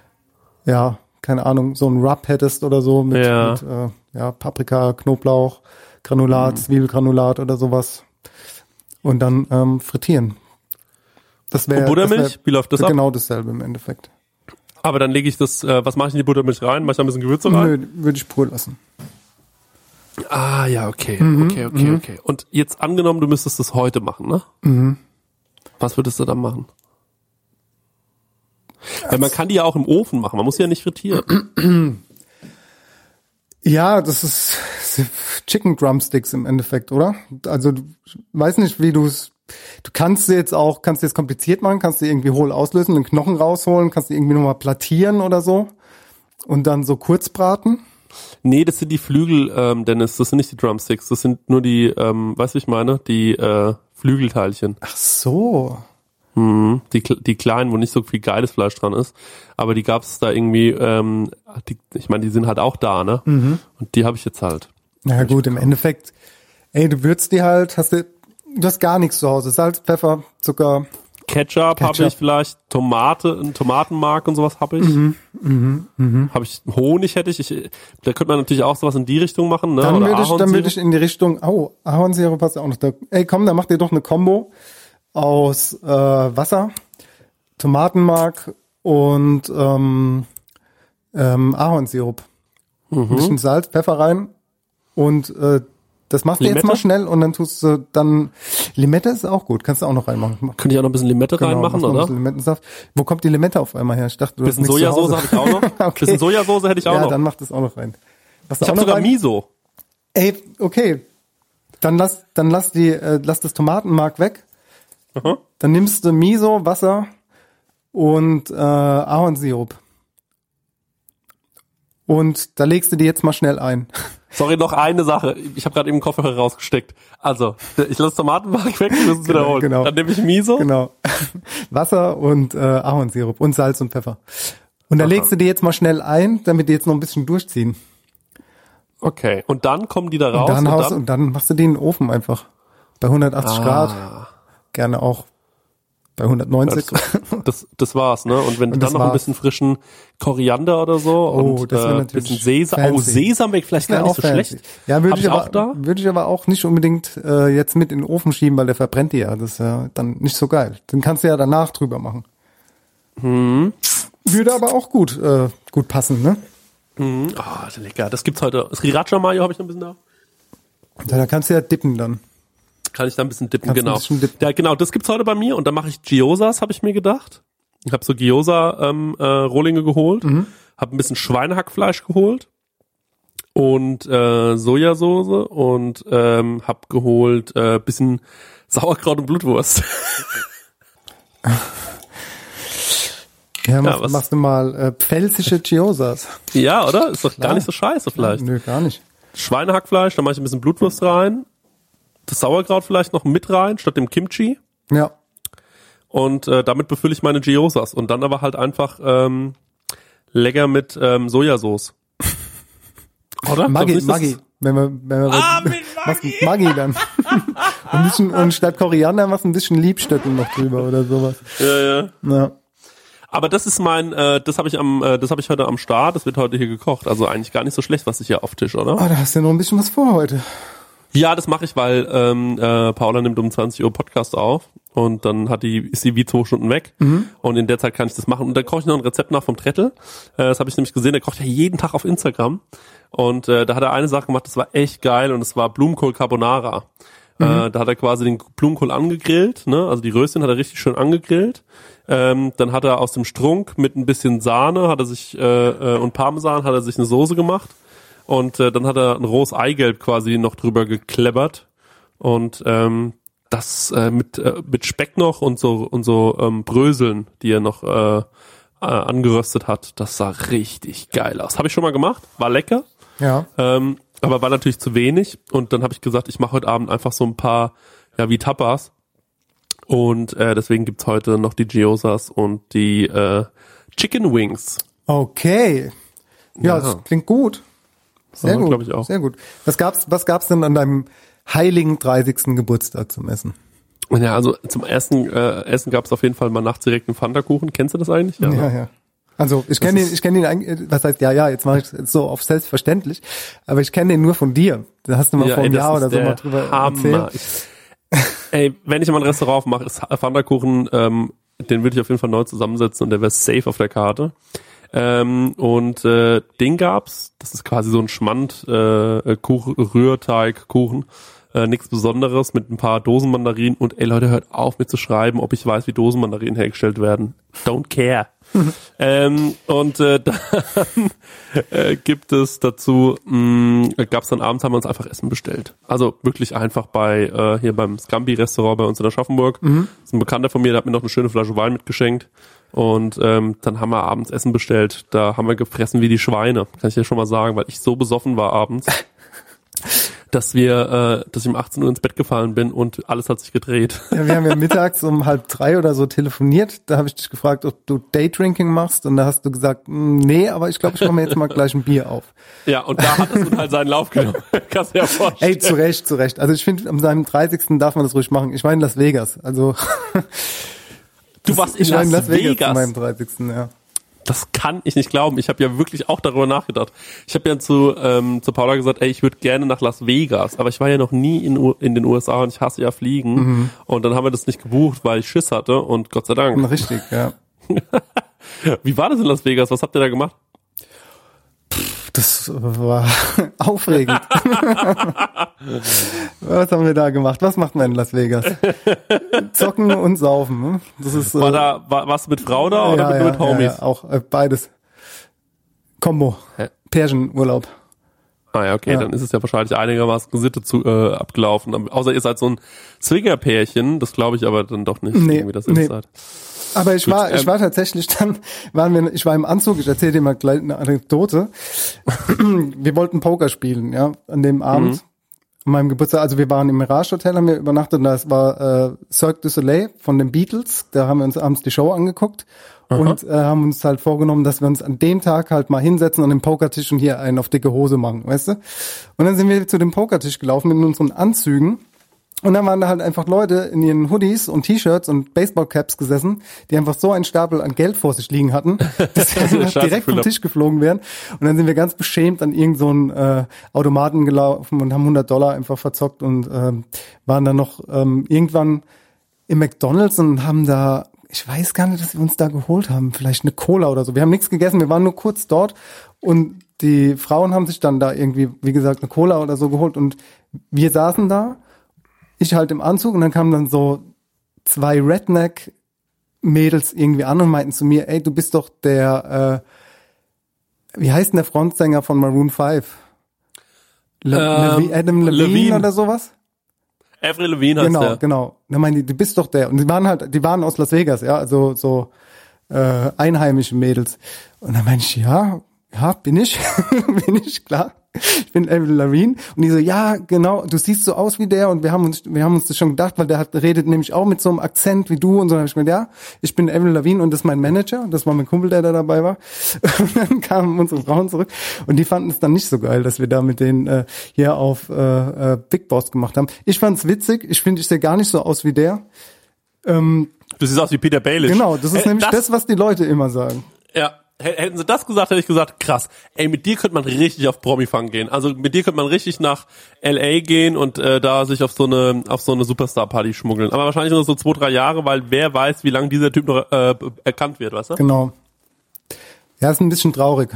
ja, keine Ahnung, so ein Rub hättest oder so mit, Ja. mit äh, ja, Paprika, Knoblauch, Granulat, Mhm. Zwiebelgranulat oder sowas. Und dann ähm, frittieren. Das wäre Und Buttermilch? Wie läuft das ab? Genau dasselbe im Endeffekt. Aber dann lege ich das, äh, was mache ich in die Buttermilch rein? Mach ich da ein bisschen Gewürze rein? Nö, würde ich pur lassen. Ah, ja, okay. Mhm, okay, okay, mhm. okay. Und jetzt angenommen, du müsstest das heute machen, ne? Mhm. Was würdest du dann machen? Weil man kann die ja auch im Ofen machen. Man muss die ja nicht frittieren. Ja, das ist Chicken Drumsticks im Endeffekt, oder? Also, du weiß nicht, wie du es, du kannst sie jetzt auch, kannst du jetzt kompliziert machen, kannst du irgendwie hohl auslösen, den Knochen rausholen, kannst du irgendwie nochmal plattieren oder so und dann so kurz braten. Nee, das sind die Flügel, ähm, Dennis, das sind nicht die Drumsticks, das sind nur die, ähm, weißt du, wie ich meine, die äh, Flügelteilchen. Ach so. Mhm. Die, die kleinen, wo nicht so viel geiles Fleisch dran ist, aber die gab es da irgendwie, ähm, die, ich meine, die sind halt auch da, ne? Mhm. Und die habe ich jetzt halt. Na gut, im Endeffekt, ey, du würzt die halt, hast du, du hast gar nichts zu Hause. Salz, Pfeffer, Zucker. Ketchup, Ketchup. habe ich vielleicht, Tomate, ein Tomatenmark und sowas habe ich. Mhm, mhm, mhm. Habe ich Honig hätte ich. ich. Da könnte man natürlich auch sowas in die Richtung machen, ne? Dann Oder würde ich, dann Ahornsirup. würde ich in die Richtung, oh, Ahornsirup passt ja auch noch da. Ey, komm, dann macht ihr doch eine Kombo aus äh, Wasser, Tomatenmark und ähm, ähm, Ahornsirup. Mhm. Ein bisschen Salz, Pfeffer rein und äh, das machst du jetzt Limette? mal schnell und dann tust du dann, Limette ist auch gut, kannst du auch noch reinmachen. Könnte ich auch noch ein bisschen Limette Genau, reinmachen, mach noch ein oder? bisschen Limettensaft. Wo kommt die Limette auf einmal her? Ich dachte, du hast Bisschen nichts zu Sojasauce Hause. habe ich auch noch. Okay. Bisschen Sojasauce hätte ich auch ja, noch. dann mach das auch noch rein. Was Ich habe sogar Miso. Ey, okay. Dann lass, dann lass die, äh, lass das Tomatenmark weg. Aha. Dann nimmst du Miso, Wasser und äh, Ahornsirup. Und da legst du die jetzt mal schnell ein. Sorry, noch eine Sache. Ich habe gerade eben den Kopfhörer rausgesteckt. Also, ich lasse Tomatenmark weg, wir müssen es wiederholen. genau. Dann nehme ich Miso. Genau. Wasser und äh, Ahornsirup und Salz und Pfeffer. Und da Aha. legst du die jetzt mal schnell ein, damit die jetzt noch ein bisschen durchziehen. Okay. Und dann kommen die da raus. Und dann, und haust, dann? und dann machst du die in den Ofen einfach. Bei hundertachtzig Ah. Grad. Gerne auch bei hundertneunzig. Das, das, das war's, ne? Und wenn Und du dann das noch ein war's. bisschen frischen Koriander oder so Oh, und das wär äh, natürlich bisschen Sesam. Oh, fancy. Sesam wäre vielleicht gar Ja, nicht auch so fancy. schlecht. Ja, würde Hab ich, ich aber, auch da? würde ich aber auch nicht unbedingt äh, jetzt mit in den Ofen schieben, weil der verbrennt die ja. Das ist ja dann nicht so geil. Den kannst du ja danach drüber machen. Hm. Würde aber auch gut, äh, gut passen, ne? Mhm. Ah, oh, lecker. Das gibt's heute. Sriracha Mayo habe ich noch ein bisschen da. Ja, da kannst du ja dippen dann. Kann ich da ein bisschen dippen, Kannst ein genau. bisschen dippen. Ja, genau, das gibt's heute bei mir und dann mache ich Gyozas, habe ich mir gedacht. Ich habe so Gyoza ähm, äh, Rohlinge geholt, Mhm. habe ein bisschen Schweinehackfleisch geholt und äh, Sojasauce und ähm, habe geholt äh, bisschen Sauerkraut und Blutwurst. Ja, mach, Ja, was- machst du mal äh, pfälzische Gyozas. Ja, oder? Ist doch Klar. gar nicht so scheiße vielleicht. Nö, gar nicht. Schweinehackfleisch, dann mache ich ein bisschen Blutwurst rein. Das Sauerkraut vielleicht noch mit rein, statt dem Kimchi. Ja. Und äh, damit befülle ich meine Gyozas. Und dann aber halt einfach ähm, lecker mit ähm, Sojasauce. Oder? Maggi, Glaubst du nicht, dass Maggi. es- Wenn wir, wenn wir Ah, mit machst mit Maggi dann. und, ein bisschen, und statt Koriander machst du ein bisschen Liebstöcken noch drüber oder sowas. Ja, ja. Ja. Aber das ist mein, äh, das habe ich am, äh, das habe ich heute am Start. Das wird heute hier gekocht. Also eigentlich gar nicht so schlecht, was ich hier auf Tisch, oder? Oh, da hast du ja noch ein bisschen was vor heute. Ja, das mache ich, weil ähm, äh, Paula nimmt um zwanzig Uhr Podcast auf und dann hat die ist die wie zwei Stunden weg und in der Zeit kann ich das machen und dann koche ich noch ein Rezept nach vom Trettel. Äh, das habe ich nämlich gesehen, der kocht ja jeden Tag auf Instagram und äh, da hat er eine Sache gemacht, das war echt geil und es war Blumenkohl Carbonara. Äh, da hat er quasi den Blumenkohl angegrillt, ne? Also die Röschen hat er richtig schön angegrillt. Ähm, dann hat er aus dem Strunk mit ein bisschen Sahne hat er sich äh, äh, und Parmesan hat er sich eine Soße gemacht. Und äh, dann hat er ein rohes Eigelb quasi noch drüber geklebbert und ähm, das äh, mit äh, mit Speck noch und so und so ähm, Bröseln, die er noch äh, äh, angeröstet hat. Das sah richtig geil aus. Habe ich schon mal gemacht, war lecker, Ja. ähm, aber war natürlich zu wenig. Und dann habe ich gesagt, ich mache heute Abend einfach so ein paar, ja wie Tapas. Und äh, deswegen gibt's heute noch die Gyozas und die äh, Chicken Wings. Okay. Ja, Ja. das klingt gut. Sehr Ja, gut. glaub ich auch. Sehr gut. Was gab's, was gab's denn an deinem heiligen dreißigsten Geburtstag zum Essen? Ja, also zum ersten äh, Essen gab es auf jeden Fall mal nachts direkt einen Pfannkuchen. Kennst du das eigentlich? Ja, ne? ja. Also ich kenne den, ich kenne den eigentlich, was heißt, ja, ja, jetzt mache ich es so auf selbstverständlich, aber ich kenne den nur von dir. Da hast du mal Ja, vor ey, einem das Jahr ist oder so der mal drüber Hammer. erzählt. Ich, ey, wenn ich mal ein Restaurant aufmache, ist Pfannkuchen, ähm, den würde ich auf jeden Fall neu zusammensetzen und der wäre safe auf der Karte. Ähm, und äh, den gab's, das ist quasi so ein Schmand, äh, Kuchen, Rührteig, Kuchen, äh, nichts Besonderes mit ein paar Dosenmandarinen und ey Leute, hört auf mir zu schreiben, ob ich weiß, wie Dosenmandarinen hergestellt werden. Don't care. ähm, und äh, dann äh, gibt es dazu, mh, gab's dann abends, haben wir uns einfach Essen bestellt. Also wirklich einfach bei äh, hier beim Scambi-Restaurant bei uns in Aschaffenburg. Mhm. Das ist ein Bekannter von mir, der hat mir noch eine schöne Flasche Wein mitgeschenkt. Und ähm, dann haben wir abends Essen bestellt. Da haben wir gefressen wie die Schweine, kann ich dir schon mal sagen, weil ich so besoffen war abends, dass wir, äh, dass ich um achtzehn Uhr ins Bett gefallen bin und alles hat sich gedreht. Ja, wir haben ja mittags um halb drei oder so telefoniert. Da habe ich dich gefragt, ob du Daydrinking machst. Und da hast du gesagt, nee, aber ich glaube, ich mache mir jetzt mal gleich ein Bier auf. Ja, und da hat es halt seinen Lauf genommen. Kannst du dir ja vorstellen. Ey, zu Recht, zu Recht. Also ich finde, am seinem dreißigsten darf man das ruhig machen. Ich war in Las Vegas. Also du warst in, ich war Las, in Las Vegas, Vegas an meinem dreißigsten Ja. Das kann ich nicht glauben. Ich habe ja wirklich auch darüber nachgedacht. Ich habe ja zu ähm, zu Paula gesagt, ey, ich würde gerne nach Las Vegas, aber ich war ja noch nie in, in den U S A und ich hasse ja Fliegen. Mhm. Und dann haben wir das nicht gebucht, weil ich Schiss hatte und Gott sei Dank. Richtig, ja. Wie war das in Las Vegas? Was habt ihr da gemacht? Das war aufregend. Was haben wir da gemacht? Was macht man in Las Vegas? Zocken und saufen. Das ist, war äh, da, war, warst du mit Frau da oder ja, mit, ja, mit Homies? Ja, ja, auch äh, beides. Kombo. Hä? Pärchenurlaub. Ah ja, okay, ja. Dann ist es ja wahrscheinlich einigermaßen gesittet zu, äh, abgelaufen. Außer ihr seid so ein Zwingerpärchen, das glaube ich aber dann doch nicht, nee, irgendwie das nee. seid. Aber ich Gut, war, ähm, ich war tatsächlich dann, waren wir, ich war im Anzug, ich erzähle dir mal gleich eine Anekdote. Wir wollten Poker spielen, ja, an dem Abend, Mhm. an meinem Geburtstag. Also wir waren im Mirage Hotel, haben wir übernachtet und das war äh, Cirque du Soleil von den Beatles. Da haben wir uns abends die Show angeguckt. Aha. Und äh, haben uns halt vorgenommen, dass wir uns an dem Tag halt mal hinsetzen an den Pokertisch und hier einen auf dicke Hose machen, weißt du? Und dann sind wir zu dem Pokertisch gelaufen mit unseren Anzügen. Und dann waren da halt einfach Leute in ihren Hoodies und T-Shirts und Baseballcaps gesessen, die einfach so einen Stapel an Geld vor sich liegen hatten, dass sie direkt vom Tisch geflogen wären. Und dann sind wir ganz beschämt an irgend so einen äh, Automaten gelaufen und haben hundert Dollar einfach verzockt und äh, waren dann noch ähm, irgendwann im McDonald's und haben da, ich weiß gar nicht, was wir uns da geholt haben, vielleicht eine Cola oder so. Wir haben nichts gegessen, wir waren nur kurz dort und die Frauen haben sich dann da irgendwie, wie gesagt, eine Cola oder so geholt und wir saßen da. Ich halt im Anzug und dann kamen dann so zwei Redneck-Mädels irgendwie an und meinten zu mir, ey, du bist doch der, äh, wie heißt denn der Frontsänger von Maroon five? Le- ähm, Levi- Adam Levine, Levine oder sowas? Avril Lavigne heißt Genau, der. genau. Dann meinen die, du bist doch der. Und die waren halt, die waren aus Las Vegas, ja, also so äh, einheimische Mädels. Und dann meinte ich, ja, ja, bin ich, bin ich, klar. Ich bin Avril Lavigne. Und die so, ja, genau, du siehst so aus wie der und wir haben uns, wir haben uns das schon gedacht, weil der hat, redet nämlich auch mit so einem Akzent wie du und so. Dann hab ich gemeint, ja, ich bin Avril Lavigne und das ist mein Manager. Das war mein Kumpel, der da dabei war. Und dann kamen unsere Frauen zurück und die fanden es dann nicht so geil, dass wir da mit denen äh, hier auf äh, äh, Big Boss gemacht haben. Ich fand's witzig. Ich finde, ich sehe gar nicht so aus wie der. Ähm, Du siehst aus wie Peter Baelish. genau, das ist Äh, nämlich das, das, was die Leute immer sagen. Ja. Hätten sie das gesagt, hätte ich gesagt, krass. Ey, mit dir könnte man richtig auf Promi-Fang gehen. Also mit dir könnte man richtig nach L A gehen und äh, da sich auf so eine auf so eine Superstar-Party schmuggeln. Aber wahrscheinlich nur so zwei, drei Jahre, weil wer weiß, wie lange dieser Typ noch äh, erkannt wird, weißt du? Genau. Ja, ist ein bisschen traurig.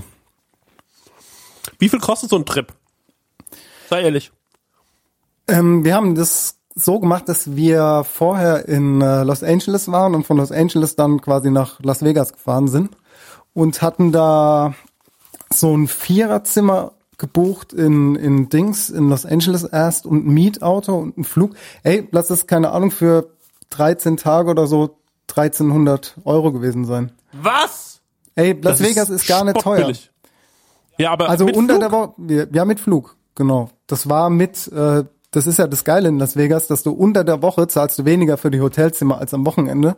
Wie viel kostet so ein Trip? Sei ehrlich. Ähm, wir haben das so gemacht, dass wir vorher in äh, Los Angeles waren und von Los Angeles dann quasi nach Las Vegas gefahren sind. Und hatten da so ein Viererzimmer gebucht in in Dings, in Los Angeles erst und ein Mietauto und ein Flug. Ey, lass das, keine Ahnung, für dreizehn Tage oder so dreizehnhundert Euro gewesen sein. Was? Ey, Las Das Vegas ist, gar nicht teuer. spottbillig. Ja, aber Also mit unter Flug? der Woche, ja, mit Flug, genau. Das war mit, äh, das ist ja das Geile in Las Vegas, dass du unter der Woche zahlst du weniger für die Hotelzimmer als am Wochenende.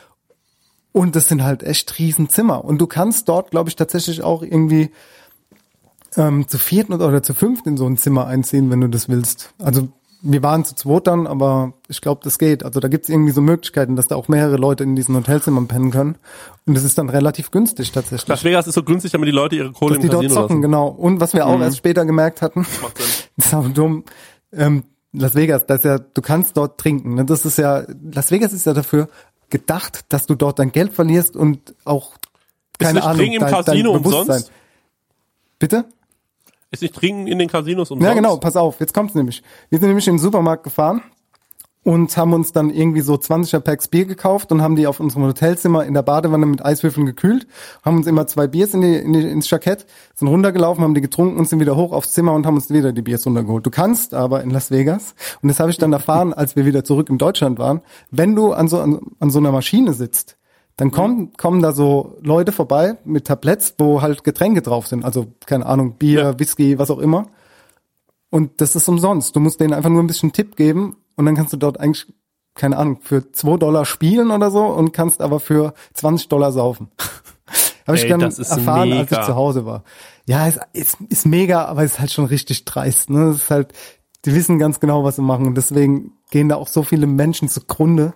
Und das sind halt echt riesen Zimmer. Und du kannst dort, glaube ich, tatsächlich auch irgendwie ähm, zu vierten oder zu fünften in so ein Zimmer einziehen, wenn du das willst. Also wir waren zu zweit dann, aber ich glaube, das geht. Also da gibt's irgendwie so Möglichkeiten, dass da auch mehrere Leute in diesen Hotelzimmern pennen können. Und das ist dann relativ günstig tatsächlich. Las Vegas ist so günstig, damit die Leute ihre Kohle Dass im die dort Casino zocken, lassen. genau. Und was wir auch Mhm. erst später gemerkt hatten, Macht Sinn. das ist auch dumm, ähm, Las Vegas, das ist ja, du kannst dort trinken. Ne? Das ist ja, Las Vegas ist ja dafür gedacht, dass du dort dein Geld verlierst und auch, keine nicht Ahnung, Trinken im dein, Casino dein Bewusstsein. umsonst? Bitte? Ist nicht Trinken in den Casinos umsonst? Ja, genau, pass auf, jetzt kommt's nämlich. Wir sind nämlich in den Supermarkt gefahren und haben uns dann irgendwie so zwanziger Packs Bier gekauft und haben die auf unserem Hotelzimmer in der Badewanne mit Eiswürfeln gekühlt, haben uns immer zwei Biers in die, in die, ins Jackett, sind runtergelaufen, haben die getrunken und sind wieder hoch aufs Zimmer und haben uns wieder die Biers runtergeholt. Du kannst aber in Las Vegas, und das habe ich dann erfahren, als wir wieder zurück in Deutschland waren, wenn du an so, an, an so einer Maschine sitzt, Dann kommen, kommen da so Leute vorbei mit Tabletts, wo halt Getränke drauf sind. Also, keine Ahnung, Bier, Ja. Whisky, was auch immer. Und das ist umsonst. Du musst denen einfach nur ein bisschen Tipp geben und dann kannst du dort eigentlich, keine Ahnung, für zwei Dollar spielen oder so und kannst aber für zwanzig Dollar saufen. Habe ich Ey, dann das ist erfahren, mega. als ich zu Hause war. Ja, es ist, ist mega, aber es ist halt schon richtig dreist. Ne? Es ist halt, die wissen ganz genau, was sie machen und deswegen gehen da auch so viele Menschen zugrunde.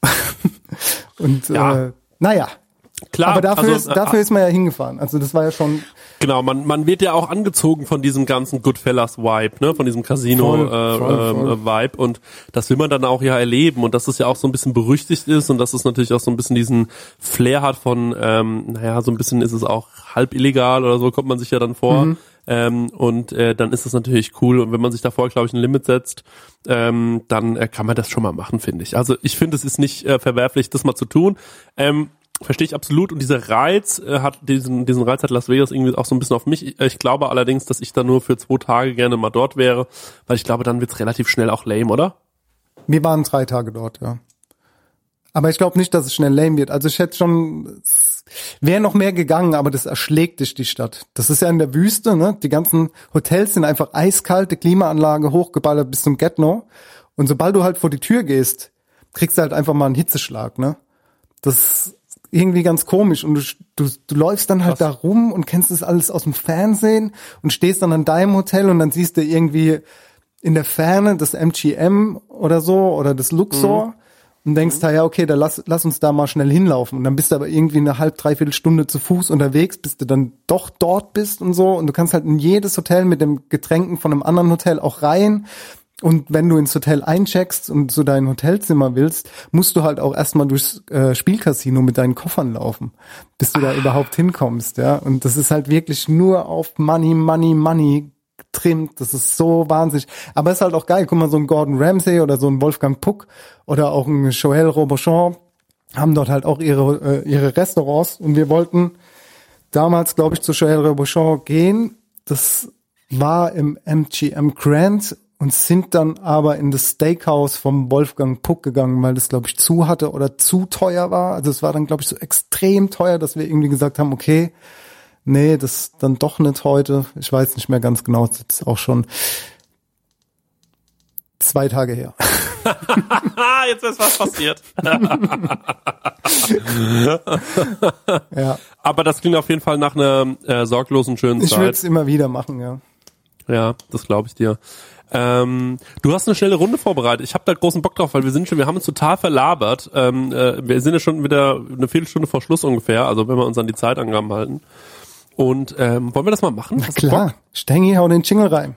Und Ja. äh, naja, Klar, aber dafür, also, ist, dafür ist man ja hingefahren. Also das war ja schon Genau, man man wird ja auch angezogen von diesem ganzen Goodfellas-Vibe, ne, von diesem Casino Voll, äh, voll, voll. äh, Vibe und das will man dann auch ja erleben und dass es ja auch so ein bisschen berüchtigt ist und dass es natürlich auch so ein bisschen diesen Flair hat von, ähm, naja, so ein bisschen ist es auch halb illegal oder so, kommt man sich ja dann vor. Mhm. Ähm, und äh, dann ist das natürlich cool und wenn man sich davor, glaube ich, ein Limit setzt, ähm, dann äh, kann man das schon mal machen, finde ich. Also ich finde, es ist nicht äh, verwerflich, das mal zu tun. Ähm, Verstehe ich absolut und dieser Reiz äh, hat diesen diesen Reiz hat Las Vegas irgendwie auch so ein bisschen auf mich. Ich, ich glaube allerdings, dass ich da nur für zwei Tage gerne mal dort wäre, weil ich glaube, dann wird's relativ schnell auch lame, oder? Wir waren drei Tage dort, ja. Aber ich glaube nicht, dass es schnell lame wird. Also ich hätte schon, wäre noch mehr gegangen, aber das erschlägt dich, die Stadt. Das ist ja in der Wüste, ne? Die ganzen Hotels sind einfach eiskalte Klimaanlage, hochgeballert bis zum Get-No. Und sobald du halt vor die Tür gehst, kriegst du halt einfach mal einen Hitzeschlag, ne? Das ist irgendwie ganz komisch. Und du, du, du läufst dann halt Krass. da rum und kennst das alles aus dem Fernsehen und stehst dann an deinem Hotel und dann siehst du irgendwie in der Ferne das M G M oder so oder das Luxor. Mhm. Und denkst, mhm. ja, okay, dann lass, lass uns da mal schnell hinlaufen. Und dann bist du aber irgendwie eine halb, dreiviertel Stunde zu Fuß unterwegs, bis du dann doch dort bist und so. Und du kannst halt in jedes Hotel mit dem Getränken von einem anderen Hotel auch rein. Und wenn du ins Hotel eincheckst und so dein Hotelzimmer willst, musst du halt auch erstmal durchs äh, Spielcasino mit deinen Koffern laufen, bis du ah. da überhaupt hinkommst, ja. Und das ist halt wirklich nur auf Money, Money, Money getrimmt. Das ist so wahnsinnig. Aber es ist halt auch geil. Guck mal, so ein Gordon Ramsay oder so ein Wolfgang Puck oder auch ein Joël Robuchon haben dort halt auch ihre äh, ihre Restaurants. Und wir wollten damals, glaube ich, zu Joël Robuchon gehen. Das war im M G M Grand und sind dann aber in das Steakhouse vom Wolfgang Puck gegangen, weil das, glaube ich, zu hatte oder zu teuer war. Also es war dann, glaube ich, so extrem teuer, dass wir irgendwie gesagt haben, okay, nee, das dann doch nicht heute. Ich weiß nicht mehr ganz genau, das ist auch schon zwei Tage her. Jetzt ist was passiert. Ja. Aber das klingt auf jeden Fall nach einer äh, sorglosen, schönen Ich Zeit. würde es immer wieder machen, ja. Ja, das glaube ich dir. Ähm, du hast eine schnelle Runde vorbereitet. Ich habe da großen Bock drauf, weil wir sind schon, wir haben uns total verlabert. Ähm, äh, wir sind ja schon wieder eine Viertelstunde vor Schluss ungefähr, also wenn wir uns an die Zeitangaben halten. Und ähm, wollen wir das mal machen? Na klar, Stengi, hau den Jingle rein.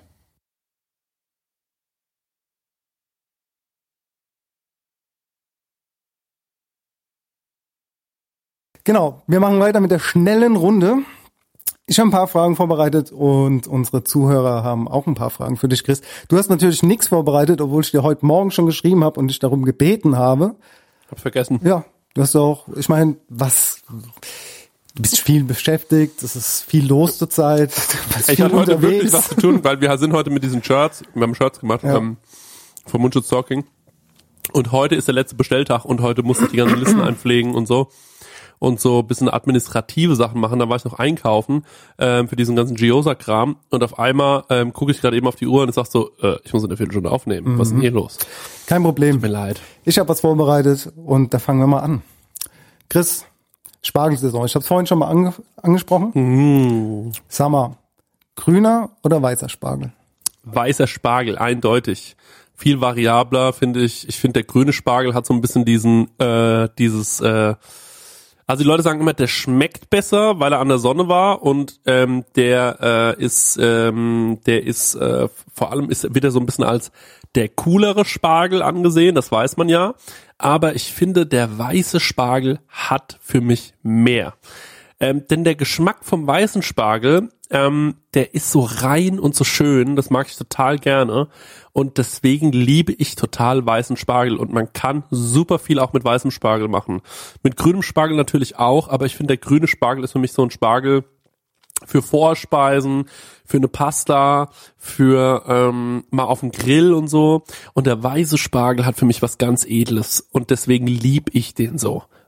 Genau, wir machen weiter mit der schnellen Runde. Ich habe ein paar Fragen vorbereitet und unsere Zuhörer haben auch ein paar Fragen für dich, Chris. Du hast natürlich nichts vorbereitet, obwohl ich dir heute Morgen schon geschrieben habe und dich darum gebeten habe. Hab vergessen. Ja, du hast auch, ich meine, was, du bist viel beschäftigt, es ist viel los zur Zeit. Du bist Ich viel hatte heute unterwegs. wirklich was zu tun, weil wir sind heute mit diesen Shirts, wir haben Shirts gemacht Ja. ähm, vom Mundschutz Talking. Und heute ist der letzte Bestelltag und heute musste ich die ganzen Listen einpflegen und so. Und so ein bisschen administrative Sachen machen. Da war ich noch einkaufen ähm, für diesen ganzen Giosa-Kram. Und auf einmal ähm, gucke ich gerade eben auf die Uhr und ich sag so, äh, ich muss in der Viertelstunde aufnehmen. Mhm. Was ist denn hier los? Kein Problem. Tut mir leid. Ich habe was vorbereitet und da fangen wir mal an. Chris, Spargelsaison. Ich habe es vorhin schon mal ange- angesprochen. Mhm. Sag mal, grüner oder weißer Spargel? Weißer Spargel, eindeutig. Viel variabler, finde ich. Ich finde, der grüne Spargel hat so ein bisschen diesen, äh, dieses, äh, also die Leute sagen immer, der schmeckt besser, weil er an der Sonne war und ähm, der äh, ist, ähm, der ist äh, vor allem ist wird er so ein bisschen als der coolere Spargel angesehen, das weiß man ja. Aber ich finde, der weiße Spargel hat für mich mehr. Ähm, denn der Geschmack vom weißen Spargel, ähm, der ist so rein und so schön, das mag ich total gerne und deswegen liebe ich total weißen Spargel und man kann super viel auch mit weißem Spargel machen. Mit grünem Spargel natürlich auch, aber ich finde, der grüne Spargel ist für mich so ein Spargel für Vorspeisen, für eine Pasta, für ähm, mal auf dem Grill und so. Und der weiße Spargel hat für mich was ganz Edles und deswegen lieb ich den so.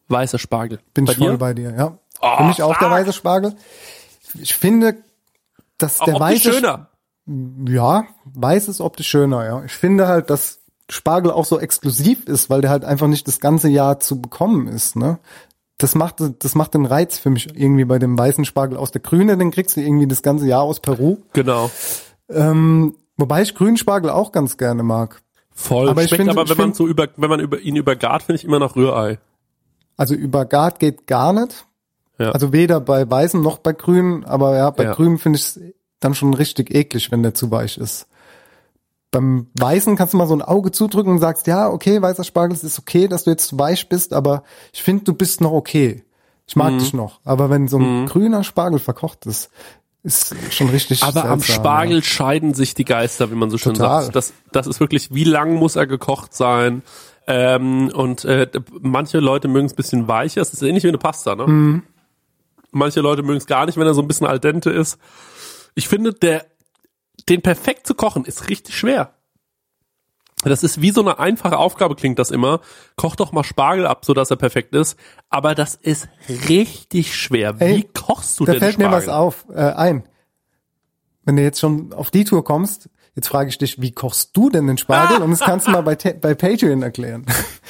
Weißer Spargel. Bin bei ich voll dir? bei dir, ja. Oh, Für mich auch der fuck. weiße Spargel. Ich finde, dass Auch der optisch weiße... schöner. Ja, weiß ist optisch schöner, ja. Ich finde halt, dass Spargel auch so exklusiv ist, weil der halt einfach nicht das ganze Jahr zu bekommen ist, ne? Das macht, das macht den Reiz für mich irgendwie bei dem weißen Spargel aus. Der Grüne, den kriegst du irgendwie das ganze Jahr aus Peru. Genau. Ähm, wobei ich grünen Spargel auch ganz gerne mag. Voll. Aber ich Schmeckt finde- aber, ich wenn man finde- so über, wenn man über ihn übergart, finde ich immer noch Rührei. Also übergart geht gar nicht. Ja. Also weder bei weißen noch bei grünen, aber ja, bei Ja. grünen finde ich es dann schon richtig eklig, wenn der zu weich ist. Beim Weißen kannst du mal so ein Auge zudrücken und sagst, ja, okay, weißer Spargel, es ist okay, dass du jetzt zu weich bist, aber ich finde, du bist noch okay. Ich mag Mhm. dich noch. Aber wenn so ein grüner Spargel verkocht ist, ist schon richtig Aber seltsam, am Spargel ja. scheiden sich die Geister, wie man so schön Total. sagt. Das, das ist wirklich, wie lang muss er gekocht sein? Ähm, und äh, manche Leute mögen es ein bisschen weicher. Es ist ähnlich wie eine Pasta, ne? Mhm. Manche Leute mögen es gar nicht, wenn er so ein bisschen al dente ist. Ich finde, der, den perfekt zu kochen, ist richtig schwer. Das ist wie so eine einfache Aufgabe, klingt das immer. Koch doch mal Spargel ab, sodass er perfekt ist. Aber das ist richtig schwer. Wie Ey, kochst du Da denn fällt Spargel? mir was auf, äh, ein. Wenn du jetzt schon auf die Tour kommst, jetzt frage ich dich, wie kochst du denn den Spargel? Und das kannst du mal bei, Ta- bei Patreon erklären.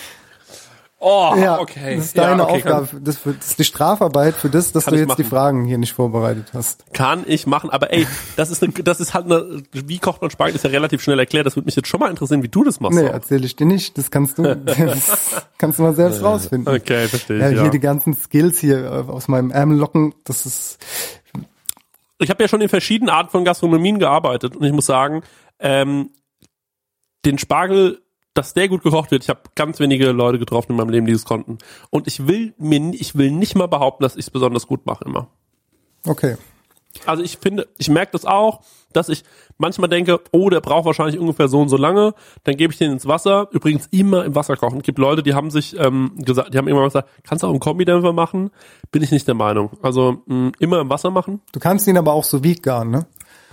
Oh, Ja, okay. das ist deine ja, okay, Aufgabe. Das, für, das ist die Strafarbeit für das, dass Kann du ich jetzt die machen. Fragen hier nicht vorbereitet hast. Kann ich machen, aber ey, das ist eine, das ist halt eine, wie kocht man Spargel, ist ja relativ schnell erklärt. Das würde mich jetzt schon mal interessieren, wie du das machst. Nee, auch. erzähle ich dir nicht. Das kannst du, das kannst du mal selbst rausfinden. Okay, verstehe ich, Ja, ja. hier die ganzen Skills hier äh, aus meinem Ärmel locken, das ist, Ich habe ja schon in verschiedenen Arten von Gastronomien gearbeitet und ich muss sagen, ähm, den Spargel, dass der gut gekocht wird, ich habe ganz wenige Leute getroffen in meinem Leben, die es konnten. Und ich will mir, n- ich will nicht mal behaupten, dass ich es besonders gut mache immer. okay. Also ich finde, ich merke das auch, dass ich manchmal denke, oh, der braucht wahrscheinlich ungefähr so und so lange, dann gebe ich den ins Wasser, übrigens immer im Wasser kochen. Es gibt Leute, die haben sich ähm, gesagt, die haben irgendwann gesagt, kannst du auch einen Kombidämpfer machen? Bin ich nicht der Meinung. Also mh, immer im Wasser machen. Du kannst ihn aber auch so vide garen, ne?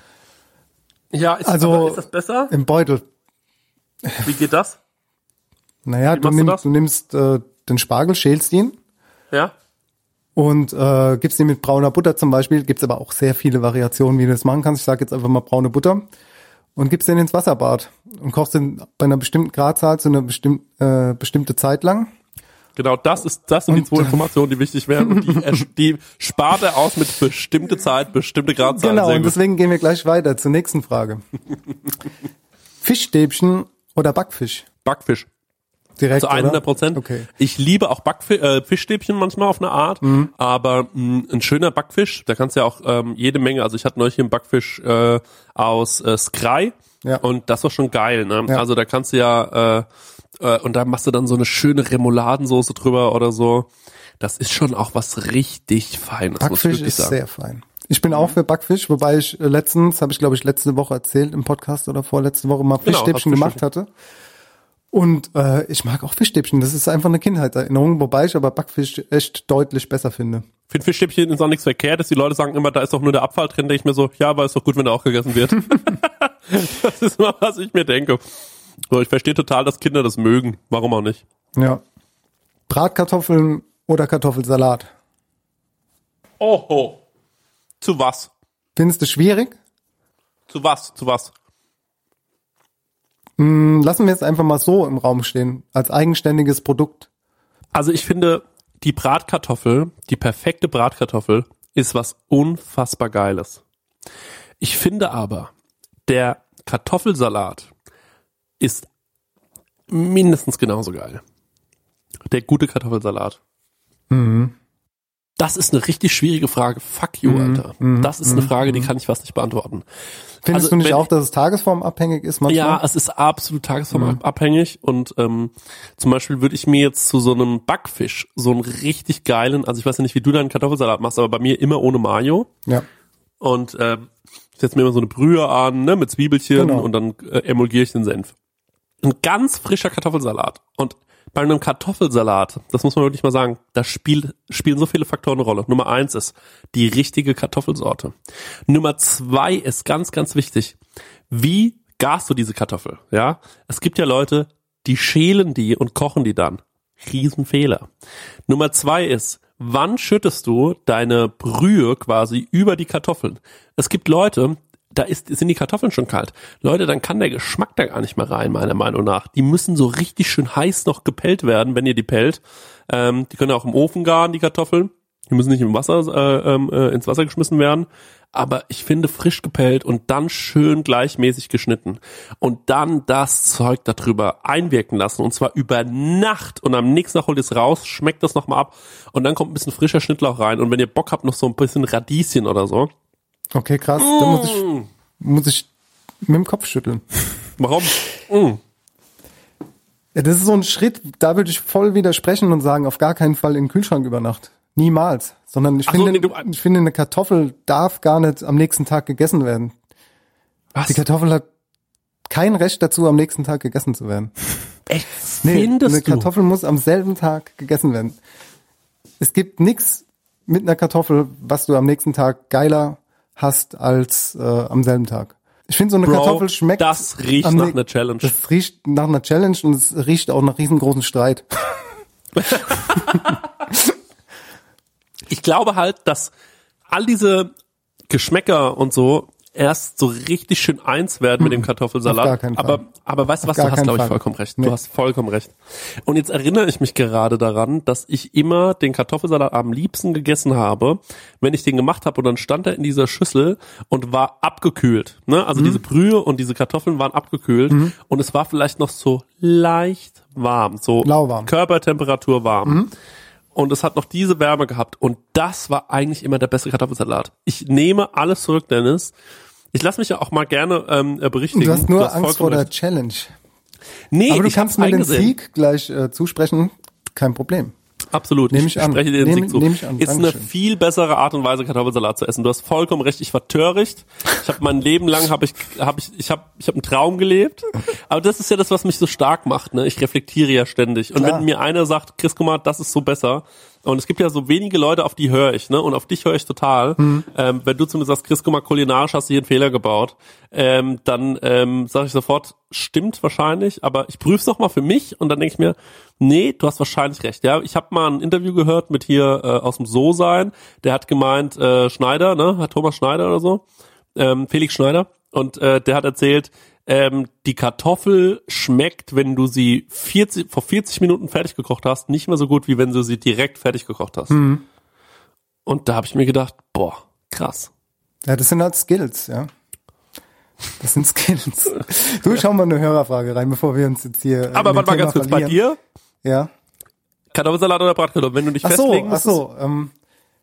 Ja, ist, Also- aber ist das besser? Im Beutel. Wie geht das? Naja, Wie du machst du nimmst, das? du nimmst äh, den Spargel, schälst ihn Ja? und äh, gibst ihn mit brauner Butter zum Beispiel. Gibt's aber auch sehr viele Variationen, wie du das machen kannst. Ich sage jetzt einfach mal braune Butter und gibst den ins Wasserbad und kochst den bei einer bestimmten Gradzahl zu einer bestimm, äh, bestimmte Zeit lang. Genau, das ist, das sind die zwei Informationen, die wichtig wären. Und die, ersch- die spart er aus mit bestimmte Zeit, bestimmte Gradzahl. Genau, Sehr und gut. deswegen gehen wir gleich weiter zur nächsten Frage. Fischstäbchen oder Backfisch? Backfisch. Direkt, Zu hundert Prozent. Okay. Ich liebe auch Backfi äh, Fischstäbchen manchmal auf eine Art, Mhm. aber mh, ein schöner Backfisch, da kannst du ja auch ähm, jede Menge, also ich hatte neulich hier einen Backfisch äh, aus äh, Skrei Ja. und das war schon geil, ne? Ja. Also da kannst du ja, äh, äh, und da machst du dann so eine schöne Remouladensoße drüber oder so. Das ist schon auch was richtig Feines, muss ich Backfisch wirklich ist sagen. sehr fein. Ich bin auch für Backfisch, wobei ich äh, letztens, habe ich glaube ich letzte Woche erzählt im Podcast oder vorletzte Woche mal Genau, Fischstäbchen hast gemacht hatte. Und äh, ich mag auch Fischstäbchen, das ist einfach eine Kindheitserinnerung, wobei ich aber Backfisch echt deutlich besser finde. Für ein Fischstäbchen ist auch nichts Verkehrtes. Die Leute sagen immer, da ist doch nur der Abfall drin. Denke ich mir so, ja, aber ist doch gut, wenn der auch gegessen wird. Das ist mal, was ich mir denke. So, ich verstehe total, dass Kinder das mögen. Warum auch nicht? Ja. Bratkartoffeln oder Kartoffelsalat? Oho. Zu was? Findest du schwierig? Zu was? Zu was? Hm, lassen wir es einfach mal so im Raum stehen, als eigenständiges Produkt. Also ich finde, die Bratkartoffel, die perfekte Bratkartoffel, ist was unfassbar Geiles. Ich finde aber, der Kartoffelsalat ist mindestens genauso geil. Der gute Kartoffelsalat. Mhm. Das ist eine richtig schwierige Frage. Fuck you, Alter. Das ist eine Frage, die kann ich fast nicht beantworten. Findest Also, du nicht wenn- auch, dass es tagesformabhängig ist manchmal? Ja, es ist absolut tagesformabhängig und ähm, zum Beispiel würde ich mir jetzt zu so einem Backfisch so einen richtig geilen, also ich weiß ja nicht, wie du deinen Kartoffelsalat machst, aber bei mir immer ohne Mayo Ja. und ähm, ich setze mir immer so eine Brühe an, ne, mit Zwiebelchen Genau. und dann äh, emulgiere ich den Senf. Ein ganz frischer Kartoffelsalat und bei einem Kartoffelsalat, das muss man wirklich mal sagen, da spielt, spielen so viele Faktoren eine Rolle. Nummer eins ist die richtige Kartoffelsorte. Nummer zwei ist ganz, ganz wichtig. Wie garst du diese Kartoffel? Ja, es gibt ja Leute, die schälen die und kochen die dann. Riesenfehler. Nummer zwei ist, wann schüttest du deine Brühe quasi über die Kartoffeln? Es gibt Leute, da ist, sind die Kartoffeln schon kalt. Leute, dann kann der Geschmack da gar nicht mehr rein, meiner Meinung nach. Die müssen so richtig schön heiß noch gepellt werden, wenn ihr die pellt. Ähm, die können auch im Ofen garen, die Kartoffeln. Die müssen nicht im Wasser, äh, äh, ins Wasser geschmissen werden. Aber ich finde frisch gepellt und dann schön gleichmäßig geschnitten. Und dann das Zeug darüber einwirken lassen. Und zwar über Nacht. Und am nächsten Tag holt ihr es raus, schmeckt das nochmal ab. Und dann kommt ein bisschen frischer Schnittlauch rein. Und wenn ihr Bock habt, noch so ein bisschen Radieschen oder so. Okay, krass. Mm. Da muss ich, muss ich mit dem Kopf schütteln. Warum? Mm. Ja, das ist so ein Schritt, da würde ich voll widersprechen und sagen, auf gar keinen Fall in den Kühlschrank über Nacht. Niemals. Sondern ich Ach finde, so, nee, du, ich finde, eine Kartoffel darf gar nicht am nächsten Tag gegessen werden. Was? Die Kartoffel hat kein Recht dazu, am nächsten Tag gegessen zu werden. Echt? Nee, Findest eine du? Kartoffel muss am selben Tag gegessen werden. Es gibt nichts mit einer Kartoffel, was du am nächsten Tag geiler hast als äh, am selben Tag. Ich finde, so eine Bro, Kartoffel schmeckt... das riecht am nach ne- einer Challenge. Das riecht nach einer Challenge und es riecht auch nach riesengroßen Streit. Ich glaube halt, dass all diese Geschmäcker und so erst so richtig schön eins werden mit dem Kartoffelsalat. Auf gar keinen Fall. Aber, aber weißt du was, Auf du gar hast, keinen glaube ich, Fall. vollkommen recht. Nee. Du hast vollkommen recht. Und jetzt erinnere ich mich gerade daran, dass ich immer den Kartoffelsalat am liebsten gegessen habe, wenn ich den gemacht habe und dann stand er in dieser Schüssel und war abgekühlt. Ne? Also mhm. diese Brühe und diese Kartoffeln waren abgekühlt mhm. und es war vielleicht noch so leicht warm, so Lauwarm. Körpertemperatur warm. Mhm. Und es hat noch diese Wärme gehabt. Und das war eigentlich immer der beste Kartoffelsalat. Ich nehme alles zurück, Dennis. Ich lasse mich ja auch mal gerne ähm, berichtigen. Du hast nur du hast Angst vor der recht. Challenge. Nee, Aber du ich kannst hab's mir den eingesehen. Sieg gleich äh, zusprechen. Kein Problem. Absolut. Nehm ich ich an. spreche dir den Nehm- Sieg zu. nehm ich an. Ist eine Dankeschön. viel bessere Art und Weise, Kartoffelsalat zu essen. Du hast vollkommen recht. Ich war töricht. Ich habe mein Leben lang habe ich habe ich ich habe ich habe einen Traum gelebt. Aber das ist ja das, was mich so stark macht. Ne? Ich reflektiere ja ständig. Und Klar. wenn mir einer sagt, Chris, guck mal, das ist so besser. Und es gibt ja so wenige Leute, auf die höre ich, ne? Und auf dich höre ich total. Mhm. Ähm, wenn du zu mir sagst, Chris, guck mal, kulinarisch hast du hier einen Fehler gebaut, ähm, dann ähm, sage ich sofort, stimmt wahrscheinlich, aber ich prüfe es noch mal für mich und dann denke ich mir, nee, du hast wahrscheinlich recht. Ja, ich habe mal ein Interview gehört mit hier äh, aus dem So-Sein, der hat gemeint, äh, Schneider, ne, hat Thomas Schneider oder so, ähm, Felix Schneider, und äh, der hat erzählt, ähm, die Kartoffel schmeckt, wenn du sie vierzig, vor vierzig Minuten fertig gekocht hast, nicht mehr so gut, wie wenn du sie direkt fertig gekocht hast. Mhm. Und da habe ich mir gedacht, boah, krass. Ja, das sind halt Skills, ja. Das sind Skills. Du, schau mal eine Hörerfrage rein, bevor wir uns jetzt hier. Aber in dem warte mal Thema ganz kurz, bei verlieren. dir, Ja. Kartoffelsalat oder Bratkartoffeln, wenn du dich Ach so, festlegen ach musst. so. Ähm,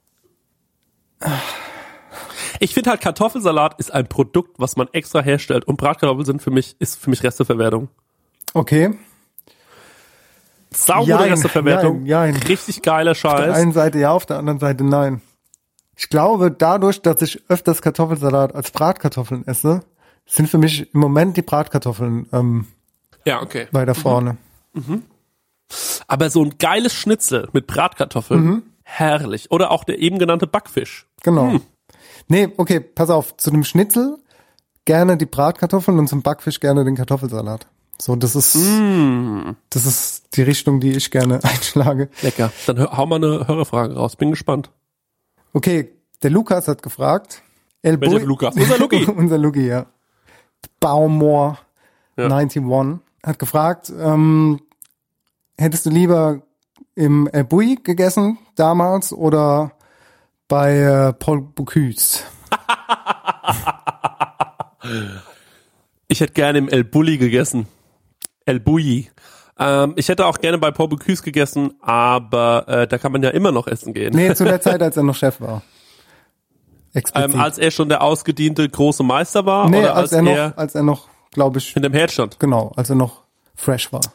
Ich finde halt, Kartoffelsalat ist ein Produkt, was man extra herstellt, und Bratkartoffeln sind für mich, ist für mich Resteverwertung. okay. Saubere Jein, Resteverwertung, jein, jein. richtig geiler Auf der Scheiß. einen Seite ja, auf der anderen Seite nein. Ich glaube, dadurch, dass ich öfters Kartoffelsalat als Bratkartoffeln esse, sind für mich im Moment die Bratkartoffeln ähm, Ja, okay. weiter vorne. Aber so ein geiles Schnitzel mit Bratkartoffeln, Mhm. herrlich. Oder auch der eben genannte Backfisch. Genau. Hm. Nee, okay, pass auf. Zu dem Schnitzel gerne die Bratkartoffeln und zum Backfisch gerne den Kartoffelsalat. So, das ist, Mm. das ist die Richtung, die ich gerne einschlage. Lecker. Dann hör, hau mal eine Hörerfrage raus. Bin gespannt. Okay, der Lukas hat gefragt. El Welcher Bui- Lukas? Unser Luki. Unser Luki, ja. Baumor Ja. einundneunzig hat gefragt, ähm, hättest du lieber im El Bui gegessen damals oder bei äh, Paul Bocuse? Ich hätte gerne im El Bulli gegessen. El Bulli. Ähm, ich hätte auch gerne bei Paul Bocuse gegessen, aber äh, da kann man ja immer noch essen gehen. Nee, zu der Zeit, als er noch Chef war. Explizit. ähm, als er schon der ausgediente große Meister war? nee, oder als, als, er noch, er als er noch, glaube ich, in dem Herd stand? genau, als er noch fresh war.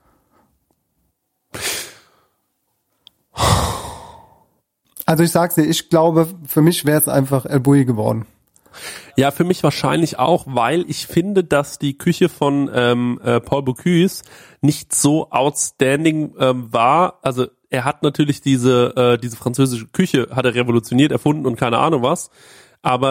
Also ich sag's dir, ich glaube, für mich wäre es einfach El Bulli geworden. Ja, für mich wahrscheinlich auch, weil ich finde, dass die Küche von ähm, äh, Paul Bocuse nicht so outstanding ähm, war. Also er hat natürlich diese äh, diese französische Küche hat er revolutioniert, erfunden und keine Ahnung was. Aber ich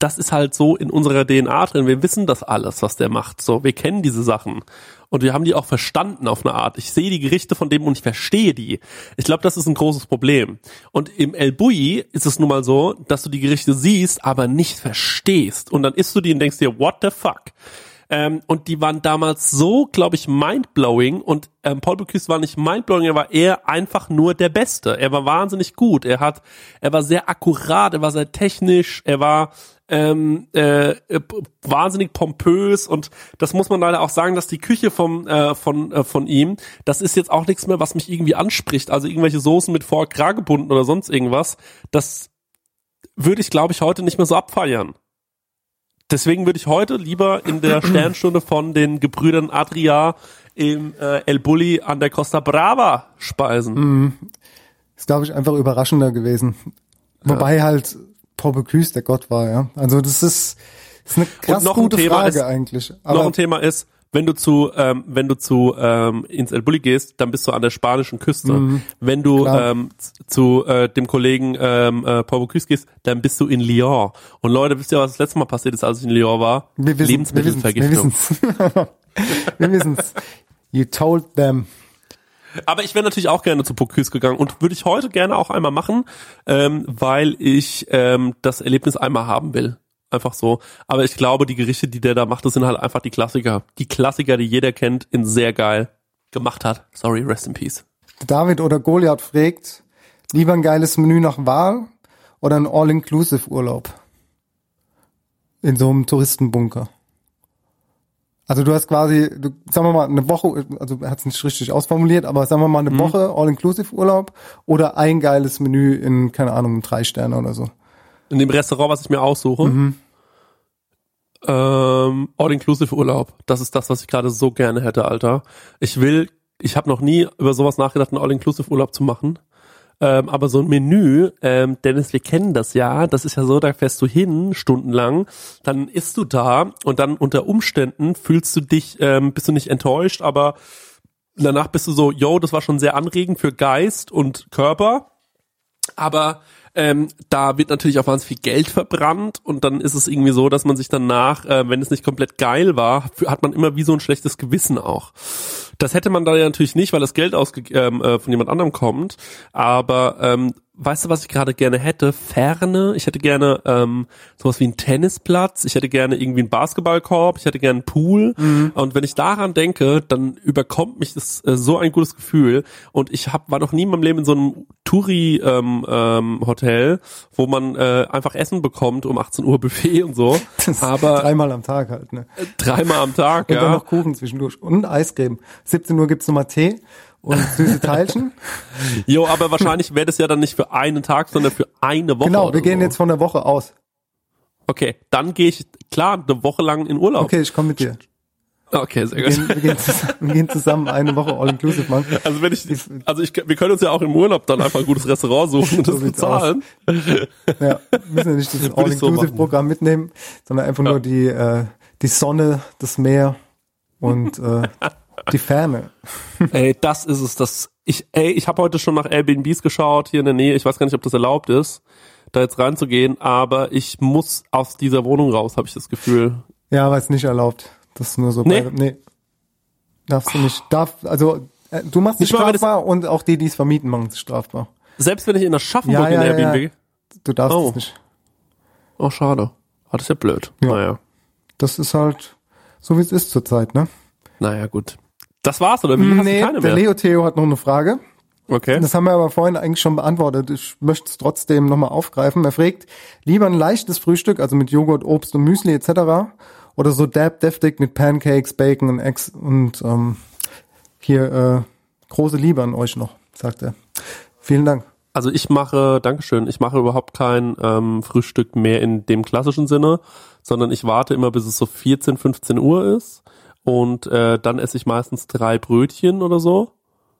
das ist halt so in unserer D N A drin. Wir wissen das alles, was der macht. So, wir kennen diese Sachen. Und wir haben die auch verstanden auf eine Art. Ich sehe die Gerichte von dem und ich verstehe die. Ich glaube, das ist ein großes Problem. Und im El Bulli ist es nun mal so, dass du die Gerichte siehst, aber nicht verstehst. Und dann isst du die und denkst dir, what the fuck? Ähm, und die waren damals so, glaube ich, mindblowing. Und ähm, Paul Bocuse war nicht mindblowing, er war eher einfach nur der Beste. Er war wahnsinnig gut. Er hat, er war sehr akkurat, er war sehr technisch, er war ähm, äh, wahnsinnig pompös. Und das muss man leider auch sagen, dass die Küche vom äh, von äh, von ihm, das ist jetzt auch nichts mehr, was mich irgendwie anspricht. Also irgendwelche Soßen mit Foie Gras gebunden oder sonst irgendwas. Das würde ich, glaube ich, heute nicht mehr so abfeiern. Deswegen würde ich heute lieber in der Sternstunde von den Gebrüdern Adria im äh, El Bulli an der Costa Brava speisen. Mm, ist, glaube ich, einfach überraschender gewesen. Ja. Wobei halt Paul Bocuse der Gott war, ja. Also das ist, ist eine krass gute Frage ist, eigentlich. Aber noch ein Thema ist, wenn du zu, ähm, wenn du zu ähm, ins El Bulli gehst, dann bist du an der spanischen Küste. Mhm, wenn du ähm, zu äh, dem Kollegen ähm, äh, Paul Bocuse gehst, dann bist du in Lyon. Und Leute, wisst ihr, was das letzte Mal passiert ist, als ich in Lyon war? Wir wissen, Lebensmittelvergiftung. Wir wissen es. You told them. Aber ich wäre natürlich auch gerne zu Bocuse gegangen und würde ich heute gerne auch einmal machen, ähm, weil ich ähm, das Erlebnis einmal haben will. Einfach so. Aber ich glaube, die Gerichte, die der da macht, das sind halt einfach die Klassiker. Die Klassiker, die jeder kennt, in sehr geil gemacht hat. Sorry, rest in peace. David oder Goliath fragt, lieber ein geiles Menü nach Wahl oder ein All-Inclusive-Urlaub? In so einem Touristenbunker. Also du hast quasi, du, sagen wir mal, eine Woche, also er hat es nicht richtig ausformuliert, aber sagen wir mal eine mhm. Woche All-Inclusive-Urlaub oder ein geiles Menü in, keine Ahnung, drei Sterne oder so. In dem Restaurant, was ich mir aussuche. Mhm. Ähm, All-Inclusive-Urlaub. Das ist das, was ich gerade so gerne hätte, Alter. Ich will, ich habe noch nie über sowas nachgedacht, einen All-Inclusive-Urlaub zu machen. Ähm, aber so ein Menü, ähm, Dennis, wir kennen das ja, das ist ja so, da fährst du hin, stundenlang, dann isst du da und dann unter Umständen fühlst du dich, ähm, bist du nicht enttäuscht, aber danach bist du so, yo, das war schon sehr anregend für Geist und Körper, aber Ähm, da wird natürlich auch wahnsinnig viel Geld verbrannt und dann ist es irgendwie so, dass man sich danach, äh, wenn es nicht komplett geil war, hat man immer wie so ein schlechtes Gewissen auch. Das hätte man da ja natürlich nicht, weil das Geld ausge- ähm, äh, von jemand anderem kommt, aber ähm, weißt du, was ich gerade gerne hätte? Ferne. Ich hätte gerne ähm, sowas wie einen Tennisplatz. Ich hätte gerne irgendwie einen Basketballkorb. Ich hätte gerne einen Pool. Mhm. Und wenn ich daran denke, dann überkommt mich das äh, so ein gutes Gefühl. Und ich hab, war noch nie in meinem Leben in so einem Touri-Hotel, ähm, ähm, wo man äh, einfach Essen bekommt um achtzehn Uhr Buffet und so. Das aber dreimal am Tag halt, ne? Dreimal am Tag, und ja. Und dann noch Kuchen zwischendurch und Eiscreme. siebzehn Uhr gibt's nochmal Tee. Und süße Teilchen. Jo, aber wahrscheinlich wäre das ja dann nicht für einen Tag, sondern für eine Woche. Genau, wir gehen so. jetzt von der Woche aus. Okay, dann gehe ich, klar, eine Woche lang in Urlaub. Okay, ich komme mit dir. Okay, sehr wir gut. Gehen, wir, gehen zusammen, wir gehen zusammen eine Woche All-Inclusive machen. Also wenn ich, also ich, wir können uns ja auch im Urlaub dann einfach ein gutes Restaurant suchen und das so bezahlen. Ja, müssen ja nicht das All-Inclusive-Programm so mitnehmen, sondern einfach ja. nur die, äh, die Sonne, das Meer und äh, die Ferne. Ey, das ist es, das ich ey, ich habe heute schon nach Airbnbs geschaut hier in der Nähe. Ich weiß gar nicht, ob das erlaubt ist, da jetzt reinzugehen, aber ich muss aus dieser Wohnung raus, habe ich das Gefühl. Ja, weil es nicht erlaubt. Das ist nur so nee. bei, nee. Darfst du nicht. Darf also äh, du machst es strafbar und auch die, die es vermieten, machen es strafbar. Selbst wenn ich in der Schaffenburg ja, ja, in Airbnb. Ja. Du darfst oh. es nicht. Oh, schade. Ah, das ist ja blöd. Ja. Naja. Das ist halt so, wie es ist zurzeit, ne? Naja, gut. Das war's, oder wie? Hast nee, du keine der mehr? Leo Theo hat noch eine Frage. Okay. Das haben wir aber vorhin eigentlich schon beantwortet. Ich möchte es trotzdem nochmal aufgreifen. Er fragt, lieber ein leichtes Frühstück, also mit Joghurt, Obst und Müsli et cetera oder so dab deftig mit Pancakes, Bacon und Eggs und ähm, hier äh, große Liebe an euch noch, sagt er. Vielen Dank. Also ich mache, Dankeschön, ich mache überhaupt kein ähm, Frühstück mehr in dem klassischen Sinne, sondern ich warte immer, bis es so vierzehn, fünfzehn Uhr ist. Und äh, dann esse ich meistens drei Brötchen oder so.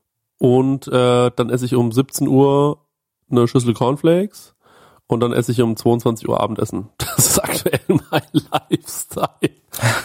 Und äh, dann esse ich um siebzehn Uhr eine Schüssel Cornflakes. Und dann esse ich um zweiundzwanzig Uhr Abendessen. Das ist aktuell mein Lifestyle.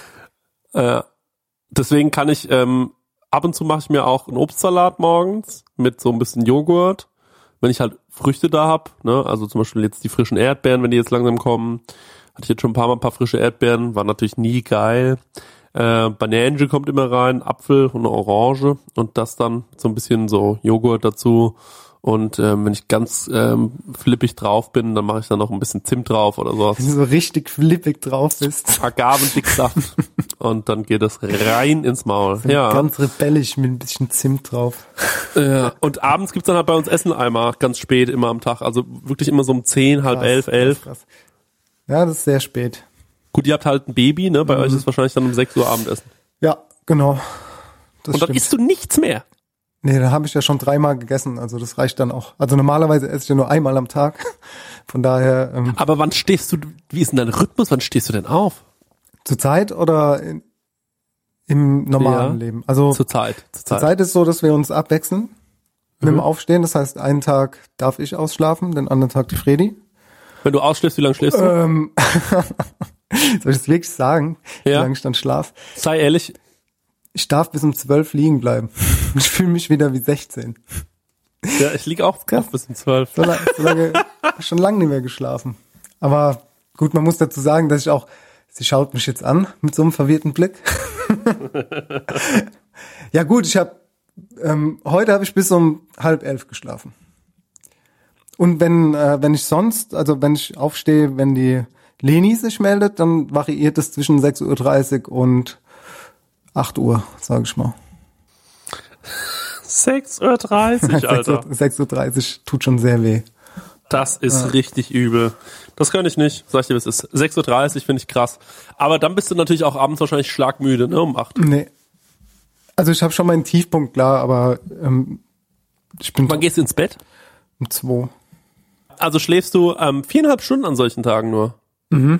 äh, deswegen kann ich, ähm, ab und zu mache ich mir auch einen Obstsalat morgens mit so ein bisschen Joghurt. Wenn ich halt Früchte da hab, ne, also zum Beispiel jetzt die frischen Erdbeeren, wenn die jetzt langsam kommen. Hatte ich jetzt schon ein paar Mal ein paar frische Erdbeeren, war natürlich nie geil. Äh, Banane kommt immer rein, Apfel und eine Orange und das dann so ein bisschen so Joghurt dazu. Und ähm, wenn ich ganz ähm, flippig drauf bin, dann mache ich dann noch ein bisschen Zimt drauf oder sowas. Wenn du so richtig flippig drauf bist. Agavendicksaft. Und dann geht das rein ins Maul. So ja. Ganz rebellisch mit ein bisschen Zimt drauf. Ja. Und abends gibt's dann halt bei uns Essen-Eimer, ganz spät immer am Tag. Also wirklich immer so um zehn, halb Krass, elf, elf. krass. Ja, das ist sehr spät. Gut, ihr habt halt ein Baby, ne? Bei mhm. euch ist wahrscheinlich dann um sechs Uhr Abendessen. Ja, genau. Das Und dann stimmt. isst du nichts mehr. Nee, da habe ich ja schon dreimal gegessen, also das reicht dann auch. Also normalerweise esse ich ja nur einmal am Tag, von daher... Ähm, Aber wann stehst du, wie ist denn dein Rhythmus, wann stehst du denn auf? Zur Zeit oder in, im normalen ja, Leben? Also zur Zeit. Zur Zur Zeit. Zeit ist so, dass wir uns abwechseln mit dem Aufstehen. Das heißt, einen Tag darf ich ausschlafen, den anderen Tag die Fredi. Wenn du ausschläfst, wie lange schläfst du? Ähm, soll ich das wirklich sagen, Ja. wie lange ich dann schlaf? Sei ehrlich. Ich darf bis um zwölf liegen bleiben. Ich fühle mich wieder wie sechzehn. Ja, ich lieg auch krass bis um zwölf. So lange, so lange schon lange nicht mehr geschlafen. Aber gut, man muss dazu sagen, dass ich auch, sie schaut mich jetzt an mit so einem verwirrten Blick. Ja gut, ich habe ähm, heute habe ich bis um halb elf geschlafen. Und wenn äh, wenn ich sonst, also wenn ich aufstehe, wenn die Leni sich meldet, dann variiert es zwischen sechs Uhr dreißig und acht Uhr, sage ich mal. sechs Uhr dreißig, Alter. sechs Uhr dreißig tut schon sehr weh. Das ist Ja. richtig übel. Das kann ich nicht, sag ich dir, was ist. sechs Uhr dreißig finde ich krass. Aber dann bist du natürlich auch abends wahrscheinlich schlagmüde, ne, um acht. Nee. Also ich habe schon meinen Tiefpunkt, klar, aber ähm, ich bin Wann gehst du ins Bett? um zwei. Also schläfst du ähm, viereinhalb Stunden an solchen Tagen nur? Mhm.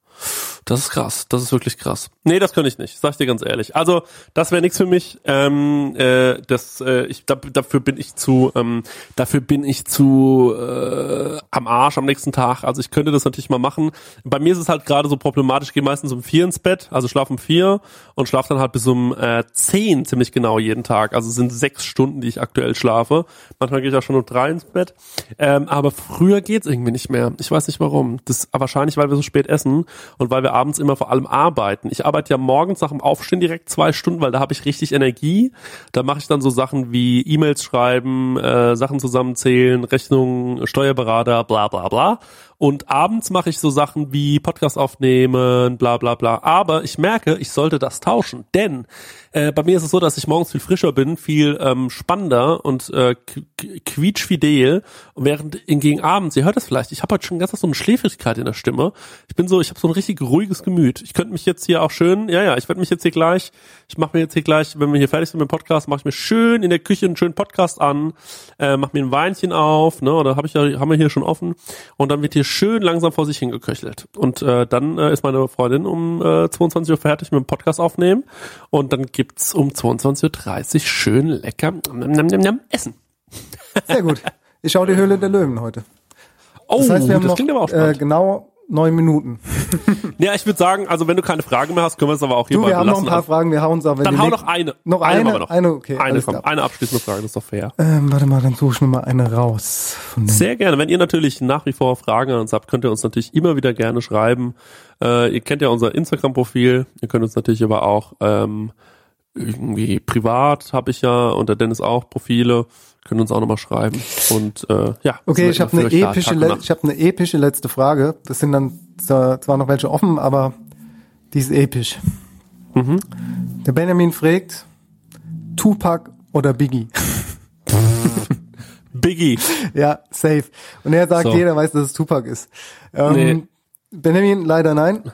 Das ist krass, das ist wirklich krass. Nee, das könnte ich nicht, sag ich dir ganz ehrlich. Also, das wäre nichts für mich. Ähm, äh, das, äh, ich, da, dafür bin ich zu, ähm, dafür bin ich zu äh, am Arsch am nächsten Tag. Also ich könnte das natürlich mal machen. Bei mir ist es halt gerade so problematisch, ich gehe meistens um vier ins Bett, also schlafe um vier und schlafe dann halt bis um äh, zehn ziemlich genau jeden Tag. Also es sind sechs Stunden, die ich aktuell schlafe. Manchmal gehe ich auch schon um drei ins Bett. Ähm, aber früher geht's irgendwie nicht mehr. Ich weiß nicht warum. Das aber wahrscheinlich, weil wir so spät essen und weil wir abends immer vor allem arbeiten. Ich arbeite ja morgens nach dem Aufstehen direkt zwei Stunden, weil da habe ich richtig Energie. Da mache ich dann so Sachen wie E-Mails schreiben, äh, Sachen zusammenzählen, Rechnungen, Steuerberater, bla bla bla. Und abends mache ich so Sachen wie Podcast aufnehmen, bla bla bla. Aber ich merke, ich sollte das tauschen. Denn äh, bei mir ist es so, dass ich morgens viel frischer bin, viel ähm, spannender und äh, quietschfidel. Während hingegen abends, ihr hört das vielleicht, ich habe heute schon ganz so eine Schläfrigkeit in der Stimme. Ich bin so, ich habe so ein richtig ruhiges Gemüt. Ich könnte mich jetzt hier auch schön, ja ja, ich werde mich jetzt hier gleich, ich mache mir jetzt hier gleich, wenn wir hier fertig sind mit dem Podcast, mache ich mir schön in der Küche einen schönen Podcast an, äh, mache mir ein Weinchen auf, ne, oder habe ich ja, haben wir hier schon offen und dann wird hier schön langsam vor sich hingeköchelt. Und äh, dann äh, ist meine Freundin um äh, zweiundzwanzig Uhr fertig mit dem Podcast aufnehmen und dann gibt's um zweiundzwanzig Uhr dreißig schön lecker nam, nam, nam, nam, Essen. Sehr gut. Ich schaue die Höhle der Löwen heute. Oh, Das heißt, wir haben das noch klingt aber auch äh, spannend. genau neun Minuten. Ja, ich würde sagen, also wenn du keine Fragen mehr hast, können wir es aber auch hier Du, mal wir haben noch belassen. ein paar Fragen, wir hauen uns aber Dann die hau nächsten- noch eine. Noch eine, eine? machen wir noch. Eine, okay, Eine, alles komm, klar. eine abschließende Frage, das ist doch fair. Ähm, warte mal, dann suche ich mir mal eine raus. Von den Sehr gerne. Wenn ihr natürlich nach wie vor Fragen an uns habt, könnt ihr uns natürlich immer wieder gerne schreiben. Äh, ihr kennt ja unser Instagram-Profil. Ihr könnt uns natürlich aber auch ähm, irgendwie privat, habe ich ja, und der Dennis auch Profile. Könnt uns auch nochmal schreiben. Und äh, ja. Okay, ich habe eine für euch da, epische, Tag und le- Nacht. ich habe eine epische letzte Frage. Das sind dann zwar zwar noch welche offen, aber die ist episch. Mhm. Der Benjamin fragt, Tupac oder Biggie? Biggie. Ja, safe. Und er sagt, So. jeder weiß, dass es Tupac ist. Ähm, Nee. Benjamin, leider nein.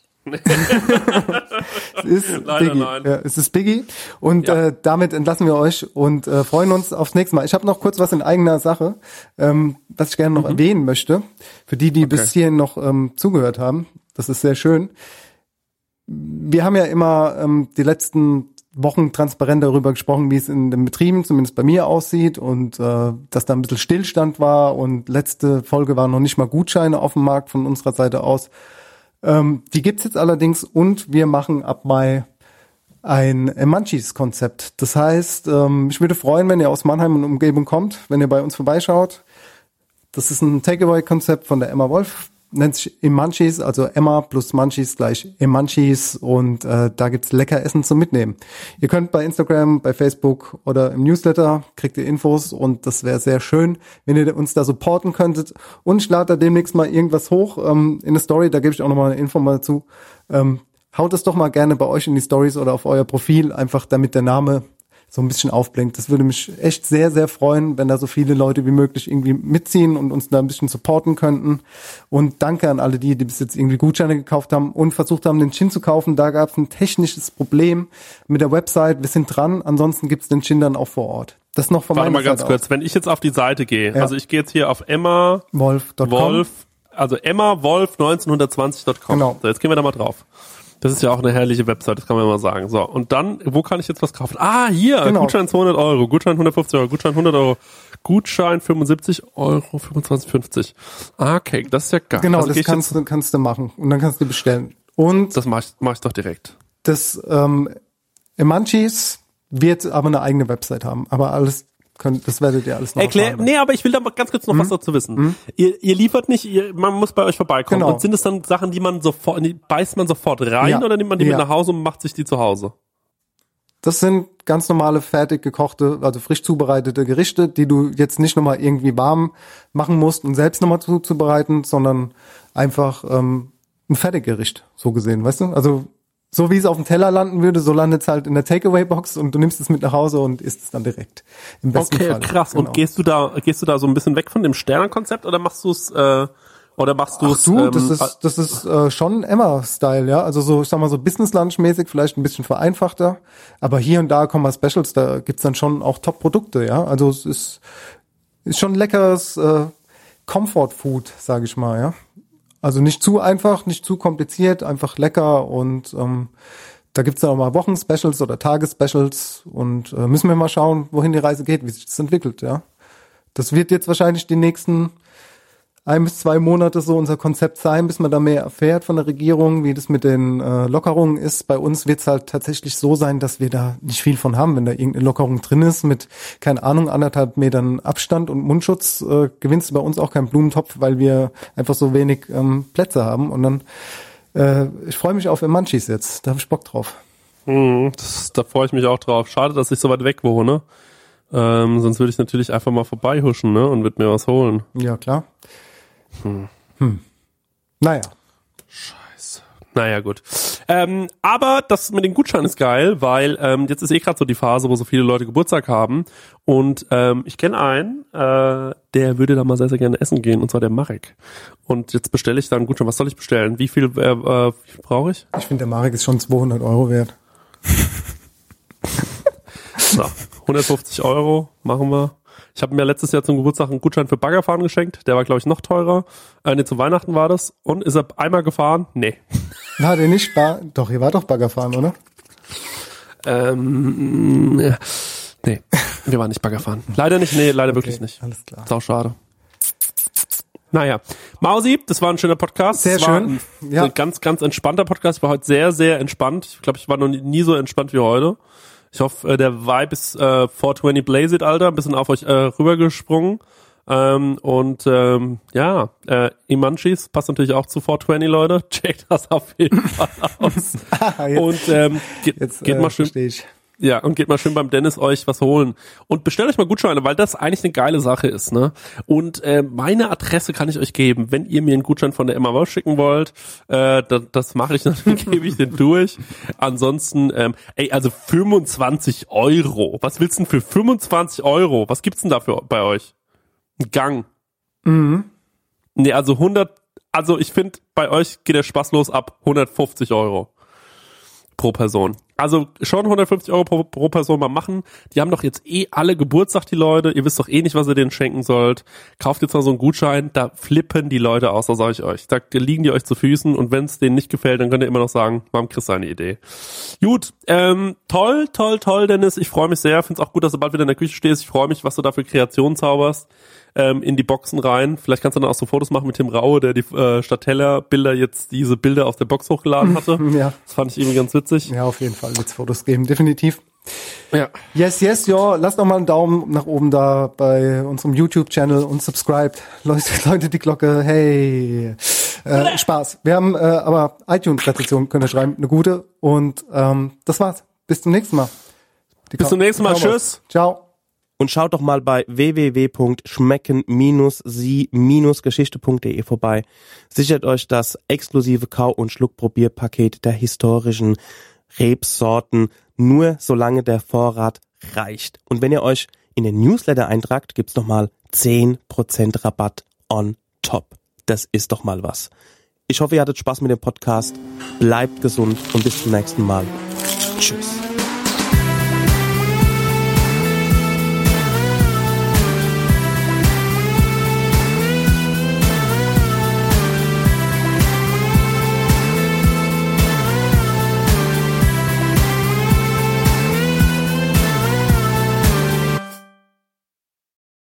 Es ist Leider Biggie. nein. Ja, es ist Biggie. Und Ja. äh, damit entlassen wir euch und äh, freuen uns aufs nächste Mal. Ich habe noch kurz was in eigener Sache, ähm, was ich gerne noch erwähnen möchte. Für die, die Okay. bis hierhin noch ähm, zugehört haben. Das ist sehr schön. Wir haben ja immer ähm, die letzten Wochen transparent darüber gesprochen, wie es in den Betrieben, zumindest bei mir, aussieht und äh, dass da ein bisschen Stillstand war und letzte Folge waren noch nicht mal Gutscheine auf dem Markt von unserer Seite aus. Ähm, die gibt's jetzt allerdings und wir machen ab Mai ein Munchies-Konzept. Das heißt, ähm, ich würde freuen, wenn ihr aus Mannheim und Umgebung kommt, wenn ihr bei uns vorbeischaut. Das ist ein Takeaway-Konzept von der Emma Wolf nennt sich Emunchies, also Emma plus Munchies gleich Emunchies und äh, da gibt's lecker Essen zum Mitnehmen. Ihr könnt bei Instagram, bei Facebook oder im Newsletter kriegt ihr Infos und das wäre sehr schön, wenn ihr uns da supporten könntet. Und ich lade da demnächst mal irgendwas hoch ähm, in der Story, da gebe ich auch nochmal eine Info mal dazu. Ähm, haut es doch mal gerne bei euch in die Stories oder auf euer Profil, einfach damit der Name so ein bisschen aufblinkt. Das würde mich echt sehr, sehr freuen, wenn da so viele Leute wie möglich irgendwie mitziehen und uns da ein bisschen supporten könnten. Und danke an alle die, die bis jetzt irgendwie Gutscheine gekauft haben und versucht haben, den Gin zu kaufen. Da gab es ein technisches Problem mit der Website. Wir sind dran. Ansonsten gibt es den Gin dann auch vor Ort. Das noch von meiner Seite aus. Warte mal ganz kurz. Wenn ich jetzt auf die Seite gehe, Ja. also ich gehe jetzt hier auf Emma Wolf Punkt com. Wolf, also Emma Wolf neunzehnhundertzwanzig Punkt com. Genau. So, jetzt gehen wir da mal drauf. Das ist ja auch eine herrliche Website, das kann man mal sagen. So, und dann, wo kann ich jetzt was kaufen? Ah, hier, Genau. Gutschein zweihundert Euro, Gutschein hundertfünfzig Euro, Gutschein hundert Euro, Gutschein fünfundsiebzig Euro, fünfundzwanzig fünfzig. Ah, okay, das ist ja geil. Genau, also das geh ich kannst jetzt, du, kannst du machen. Und dann kannst du bestellen. Und das mach ich, mach ich doch direkt. das ähm, Emunchies wird aber eine eigene Website haben. Aber alles könnt, das werdet ihr alles noch Erklär, erfahren. nee, aber ich will da mal ganz kurz noch was dazu wissen. Ihr, ihr liefert nicht, ihr, man muss bei euch vorbeikommen. Genau. Und sind es dann Sachen, die man sofort, die beißt man sofort rein Ja. oder nimmt man die Ja. mit nach Hause und macht sich die zu Hause? Das sind ganz normale, fertig gekochte, also frisch zubereitete Gerichte, die du jetzt nicht nochmal irgendwie warm machen musst und selbst nochmal zuzubereiten, sondern einfach ähm, ein Fertiggericht, so gesehen, weißt du? Also so wie es auf dem Teller landen würde, so landet es halt in der Takeaway-Box und du nimmst es mit nach Hause und isst es dann direkt. Im besten Okay, Fall. krass. Genau. Und gehst du da, gehst du da so ein bisschen weg von dem Sternenkonzept oder machst du es, äh, oder machst du Ach es? du, ähm, das ist, das ist äh, schon Emma-Style, ja. Also so, ich sag mal so Business-Lunch-mäßig, vielleicht ein bisschen vereinfachter. Aber hier und da kommen mal Specials, da gibt's dann schon auch Top-Produkte, ja. Also es ist, ist schon leckeres äh, Comfort-Food, sage ich mal, ja. Also nicht zu einfach, nicht zu kompliziert, einfach lecker und ähm, da gibt's dann auch mal Wochen-Specials oder Tages-Specials und äh, müssen wir mal schauen, wohin die Reise geht, wie sich das entwickelt, ja. Das wird jetzt wahrscheinlich die nächsten ein bis zwei Monate so unser Konzept sein, bis man da mehr erfährt von der Regierung, wie das mit den äh, Lockerungen ist. Bei uns wird es halt tatsächlich so sein, dass wir da nicht viel von haben. Wenn da irgendeine Lockerung drin ist mit, keine Ahnung, anderthalb Metern Abstand und Mundschutz, äh, gewinnst du bei uns auch keinen Blumentopf, weil wir einfach so wenig ähm, Plätze haben. Und dann, äh, ich freue mich auf Emunchies jetzt, da habe ich Bock drauf. Mhm, das, da freue ich mich auch drauf. Schade, dass ich so weit weg wohne. Ähm, sonst würde ich natürlich einfach mal vorbeihuschen, ne, und würde mir was holen. Ja, klar. Hm. Hm. Naja. Scheiße. Naja, gut. Ähm, aber das mit den Gutscheinen ist geil, weil ähm, jetzt ist eh gerade so die Phase, wo so viele Leute Geburtstag haben. Und ähm, ich kenne einen, äh, der würde da mal sehr, sehr gerne essen gehen, und zwar der Marek. Und jetzt bestelle ich da einen Gutschein. Was soll ich bestellen? Wie viel, äh, äh, wie viel brauche ich? Ich finde, der Marek ist schon zweihundert Euro wert. So, hundertfünfzig Euro machen wir. Ich habe mir letztes Jahr zum Geburtstag einen Gutschein für Baggerfahren geschenkt. Der war, glaube ich, noch teurer. Äh, nee, zu Weihnachten war das. Und ist er einmal gefahren? Nee. War der nicht? War, doch, ihr war doch Bagger fahren, oder? Ähm, ja. Nee, wir waren nicht Bagger fahren. Leider nicht, nee, leider Okay, wirklich nicht. alles klar. Sau schade. Naja, Mausi, das war ein schöner Podcast. Sehr das war schön. Ein, Ja. ein ganz, ganz entspannter Podcast. Ich war heute sehr, sehr entspannt. Ich glaube, ich war noch nie, nie so entspannt wie heute. Ich hoffe, der Vibe ist äh, four twenty Blaze It, Alter. Ein bisschen auf euch äh, rübergesprungen. Ähm, und ähm, ja, äh, Emunchies passt natürlich auch zu four twenty, Leute. Checkt das auf jeden Fall aus. Ah, jetzt, und ähm, geht, jetzt geht äh, mal schön. verstehe ich. Ja, und geht mal schön beim Dennis euch was holen. Und bestellt euch mal Gutscheine, weil das eigentlich eine geile Sache ist, ne? Und äh, meine Adresse kann ich euch geben, wenn ihr mir einen Gutschein von der Emma Wolf schicken wollt. Äh, das, das mache ich, dann gebe ich den durch. Ansonsten, ähm, ey, also fünfundzwanzig Euro. Was willst du denn für fünfundzwanzig Euro? Was gibt's denn dafür bei euch? Ein Gang. Mhm. Nee, also hundert, also ich finde, bei euch geht der Spaß los ab hundertfünfzig Euro pro Person. Also schon hundertfünfzig Euro pro, pro Person mal machen. Die haben doch jetzt eh alle Geburtstag, die Leute. Ihr wisst doch eh nicht, was ihr denen schenken sollt. Kauft jetzt mal so einen Gutschein. Da flippen die Leute aus, da sage ich euch. Da liegen die euch zu Füßen. Und wenn es denen nicht gefällt, dann könnt ihr immer noch sagen, Mom, Chris, seine Idee. Gut, ähm, toll, toll, toll, Dennis. Ich freue mich sehr. Finde es auch gut, dass du bald wieder in der Küche stehst. Ich freue mich, was du da für Kreationen zauberst. Ähm, in die Boxen rein. Vielleicht kannst du dann auch so Fotos machen mit Tim Raue, der die äh, Stadtteller-Bilder jetzt diese Bilder aus der Box hochgeladen hatte. Ja. Das fand ich irgendwie ganz witzig. Ja, auf jeden Fall wird's Fotos geben, definitiv. Ja. Yes, yes, ja, lasst doch mal einen Daumen nach oben da bei unserem YouTube-Channel und subscribed. Leute, Leute, die Glocke, hey. Äh, Spaß. Wir haben äh, aber iTunes-Rezension, könnt ihr schreiben, eine gute. Und ähm, das war's. Bis zum nächsten Mal. Die Bis zum nächsten Mal. Tschüss. Ciao. Und schaut doch mal bei w w w punkt schmecken sie geschichte punkt de vorbei. Sichert euch das exklusive Kau- und Schluckprobierpaket der historischen Rebsorten, nur solange der Vorrat reicht. Und wenn ihr euch in den Newsletter eintragt, gibt's nochmal zehn Prozent Rabatt on top. Das ist doch mal was. Ich hoffe, ihr hattet Spaß mit dem Podcast. Bleibt gesund und bis zum nächsten Mal. Tschüss.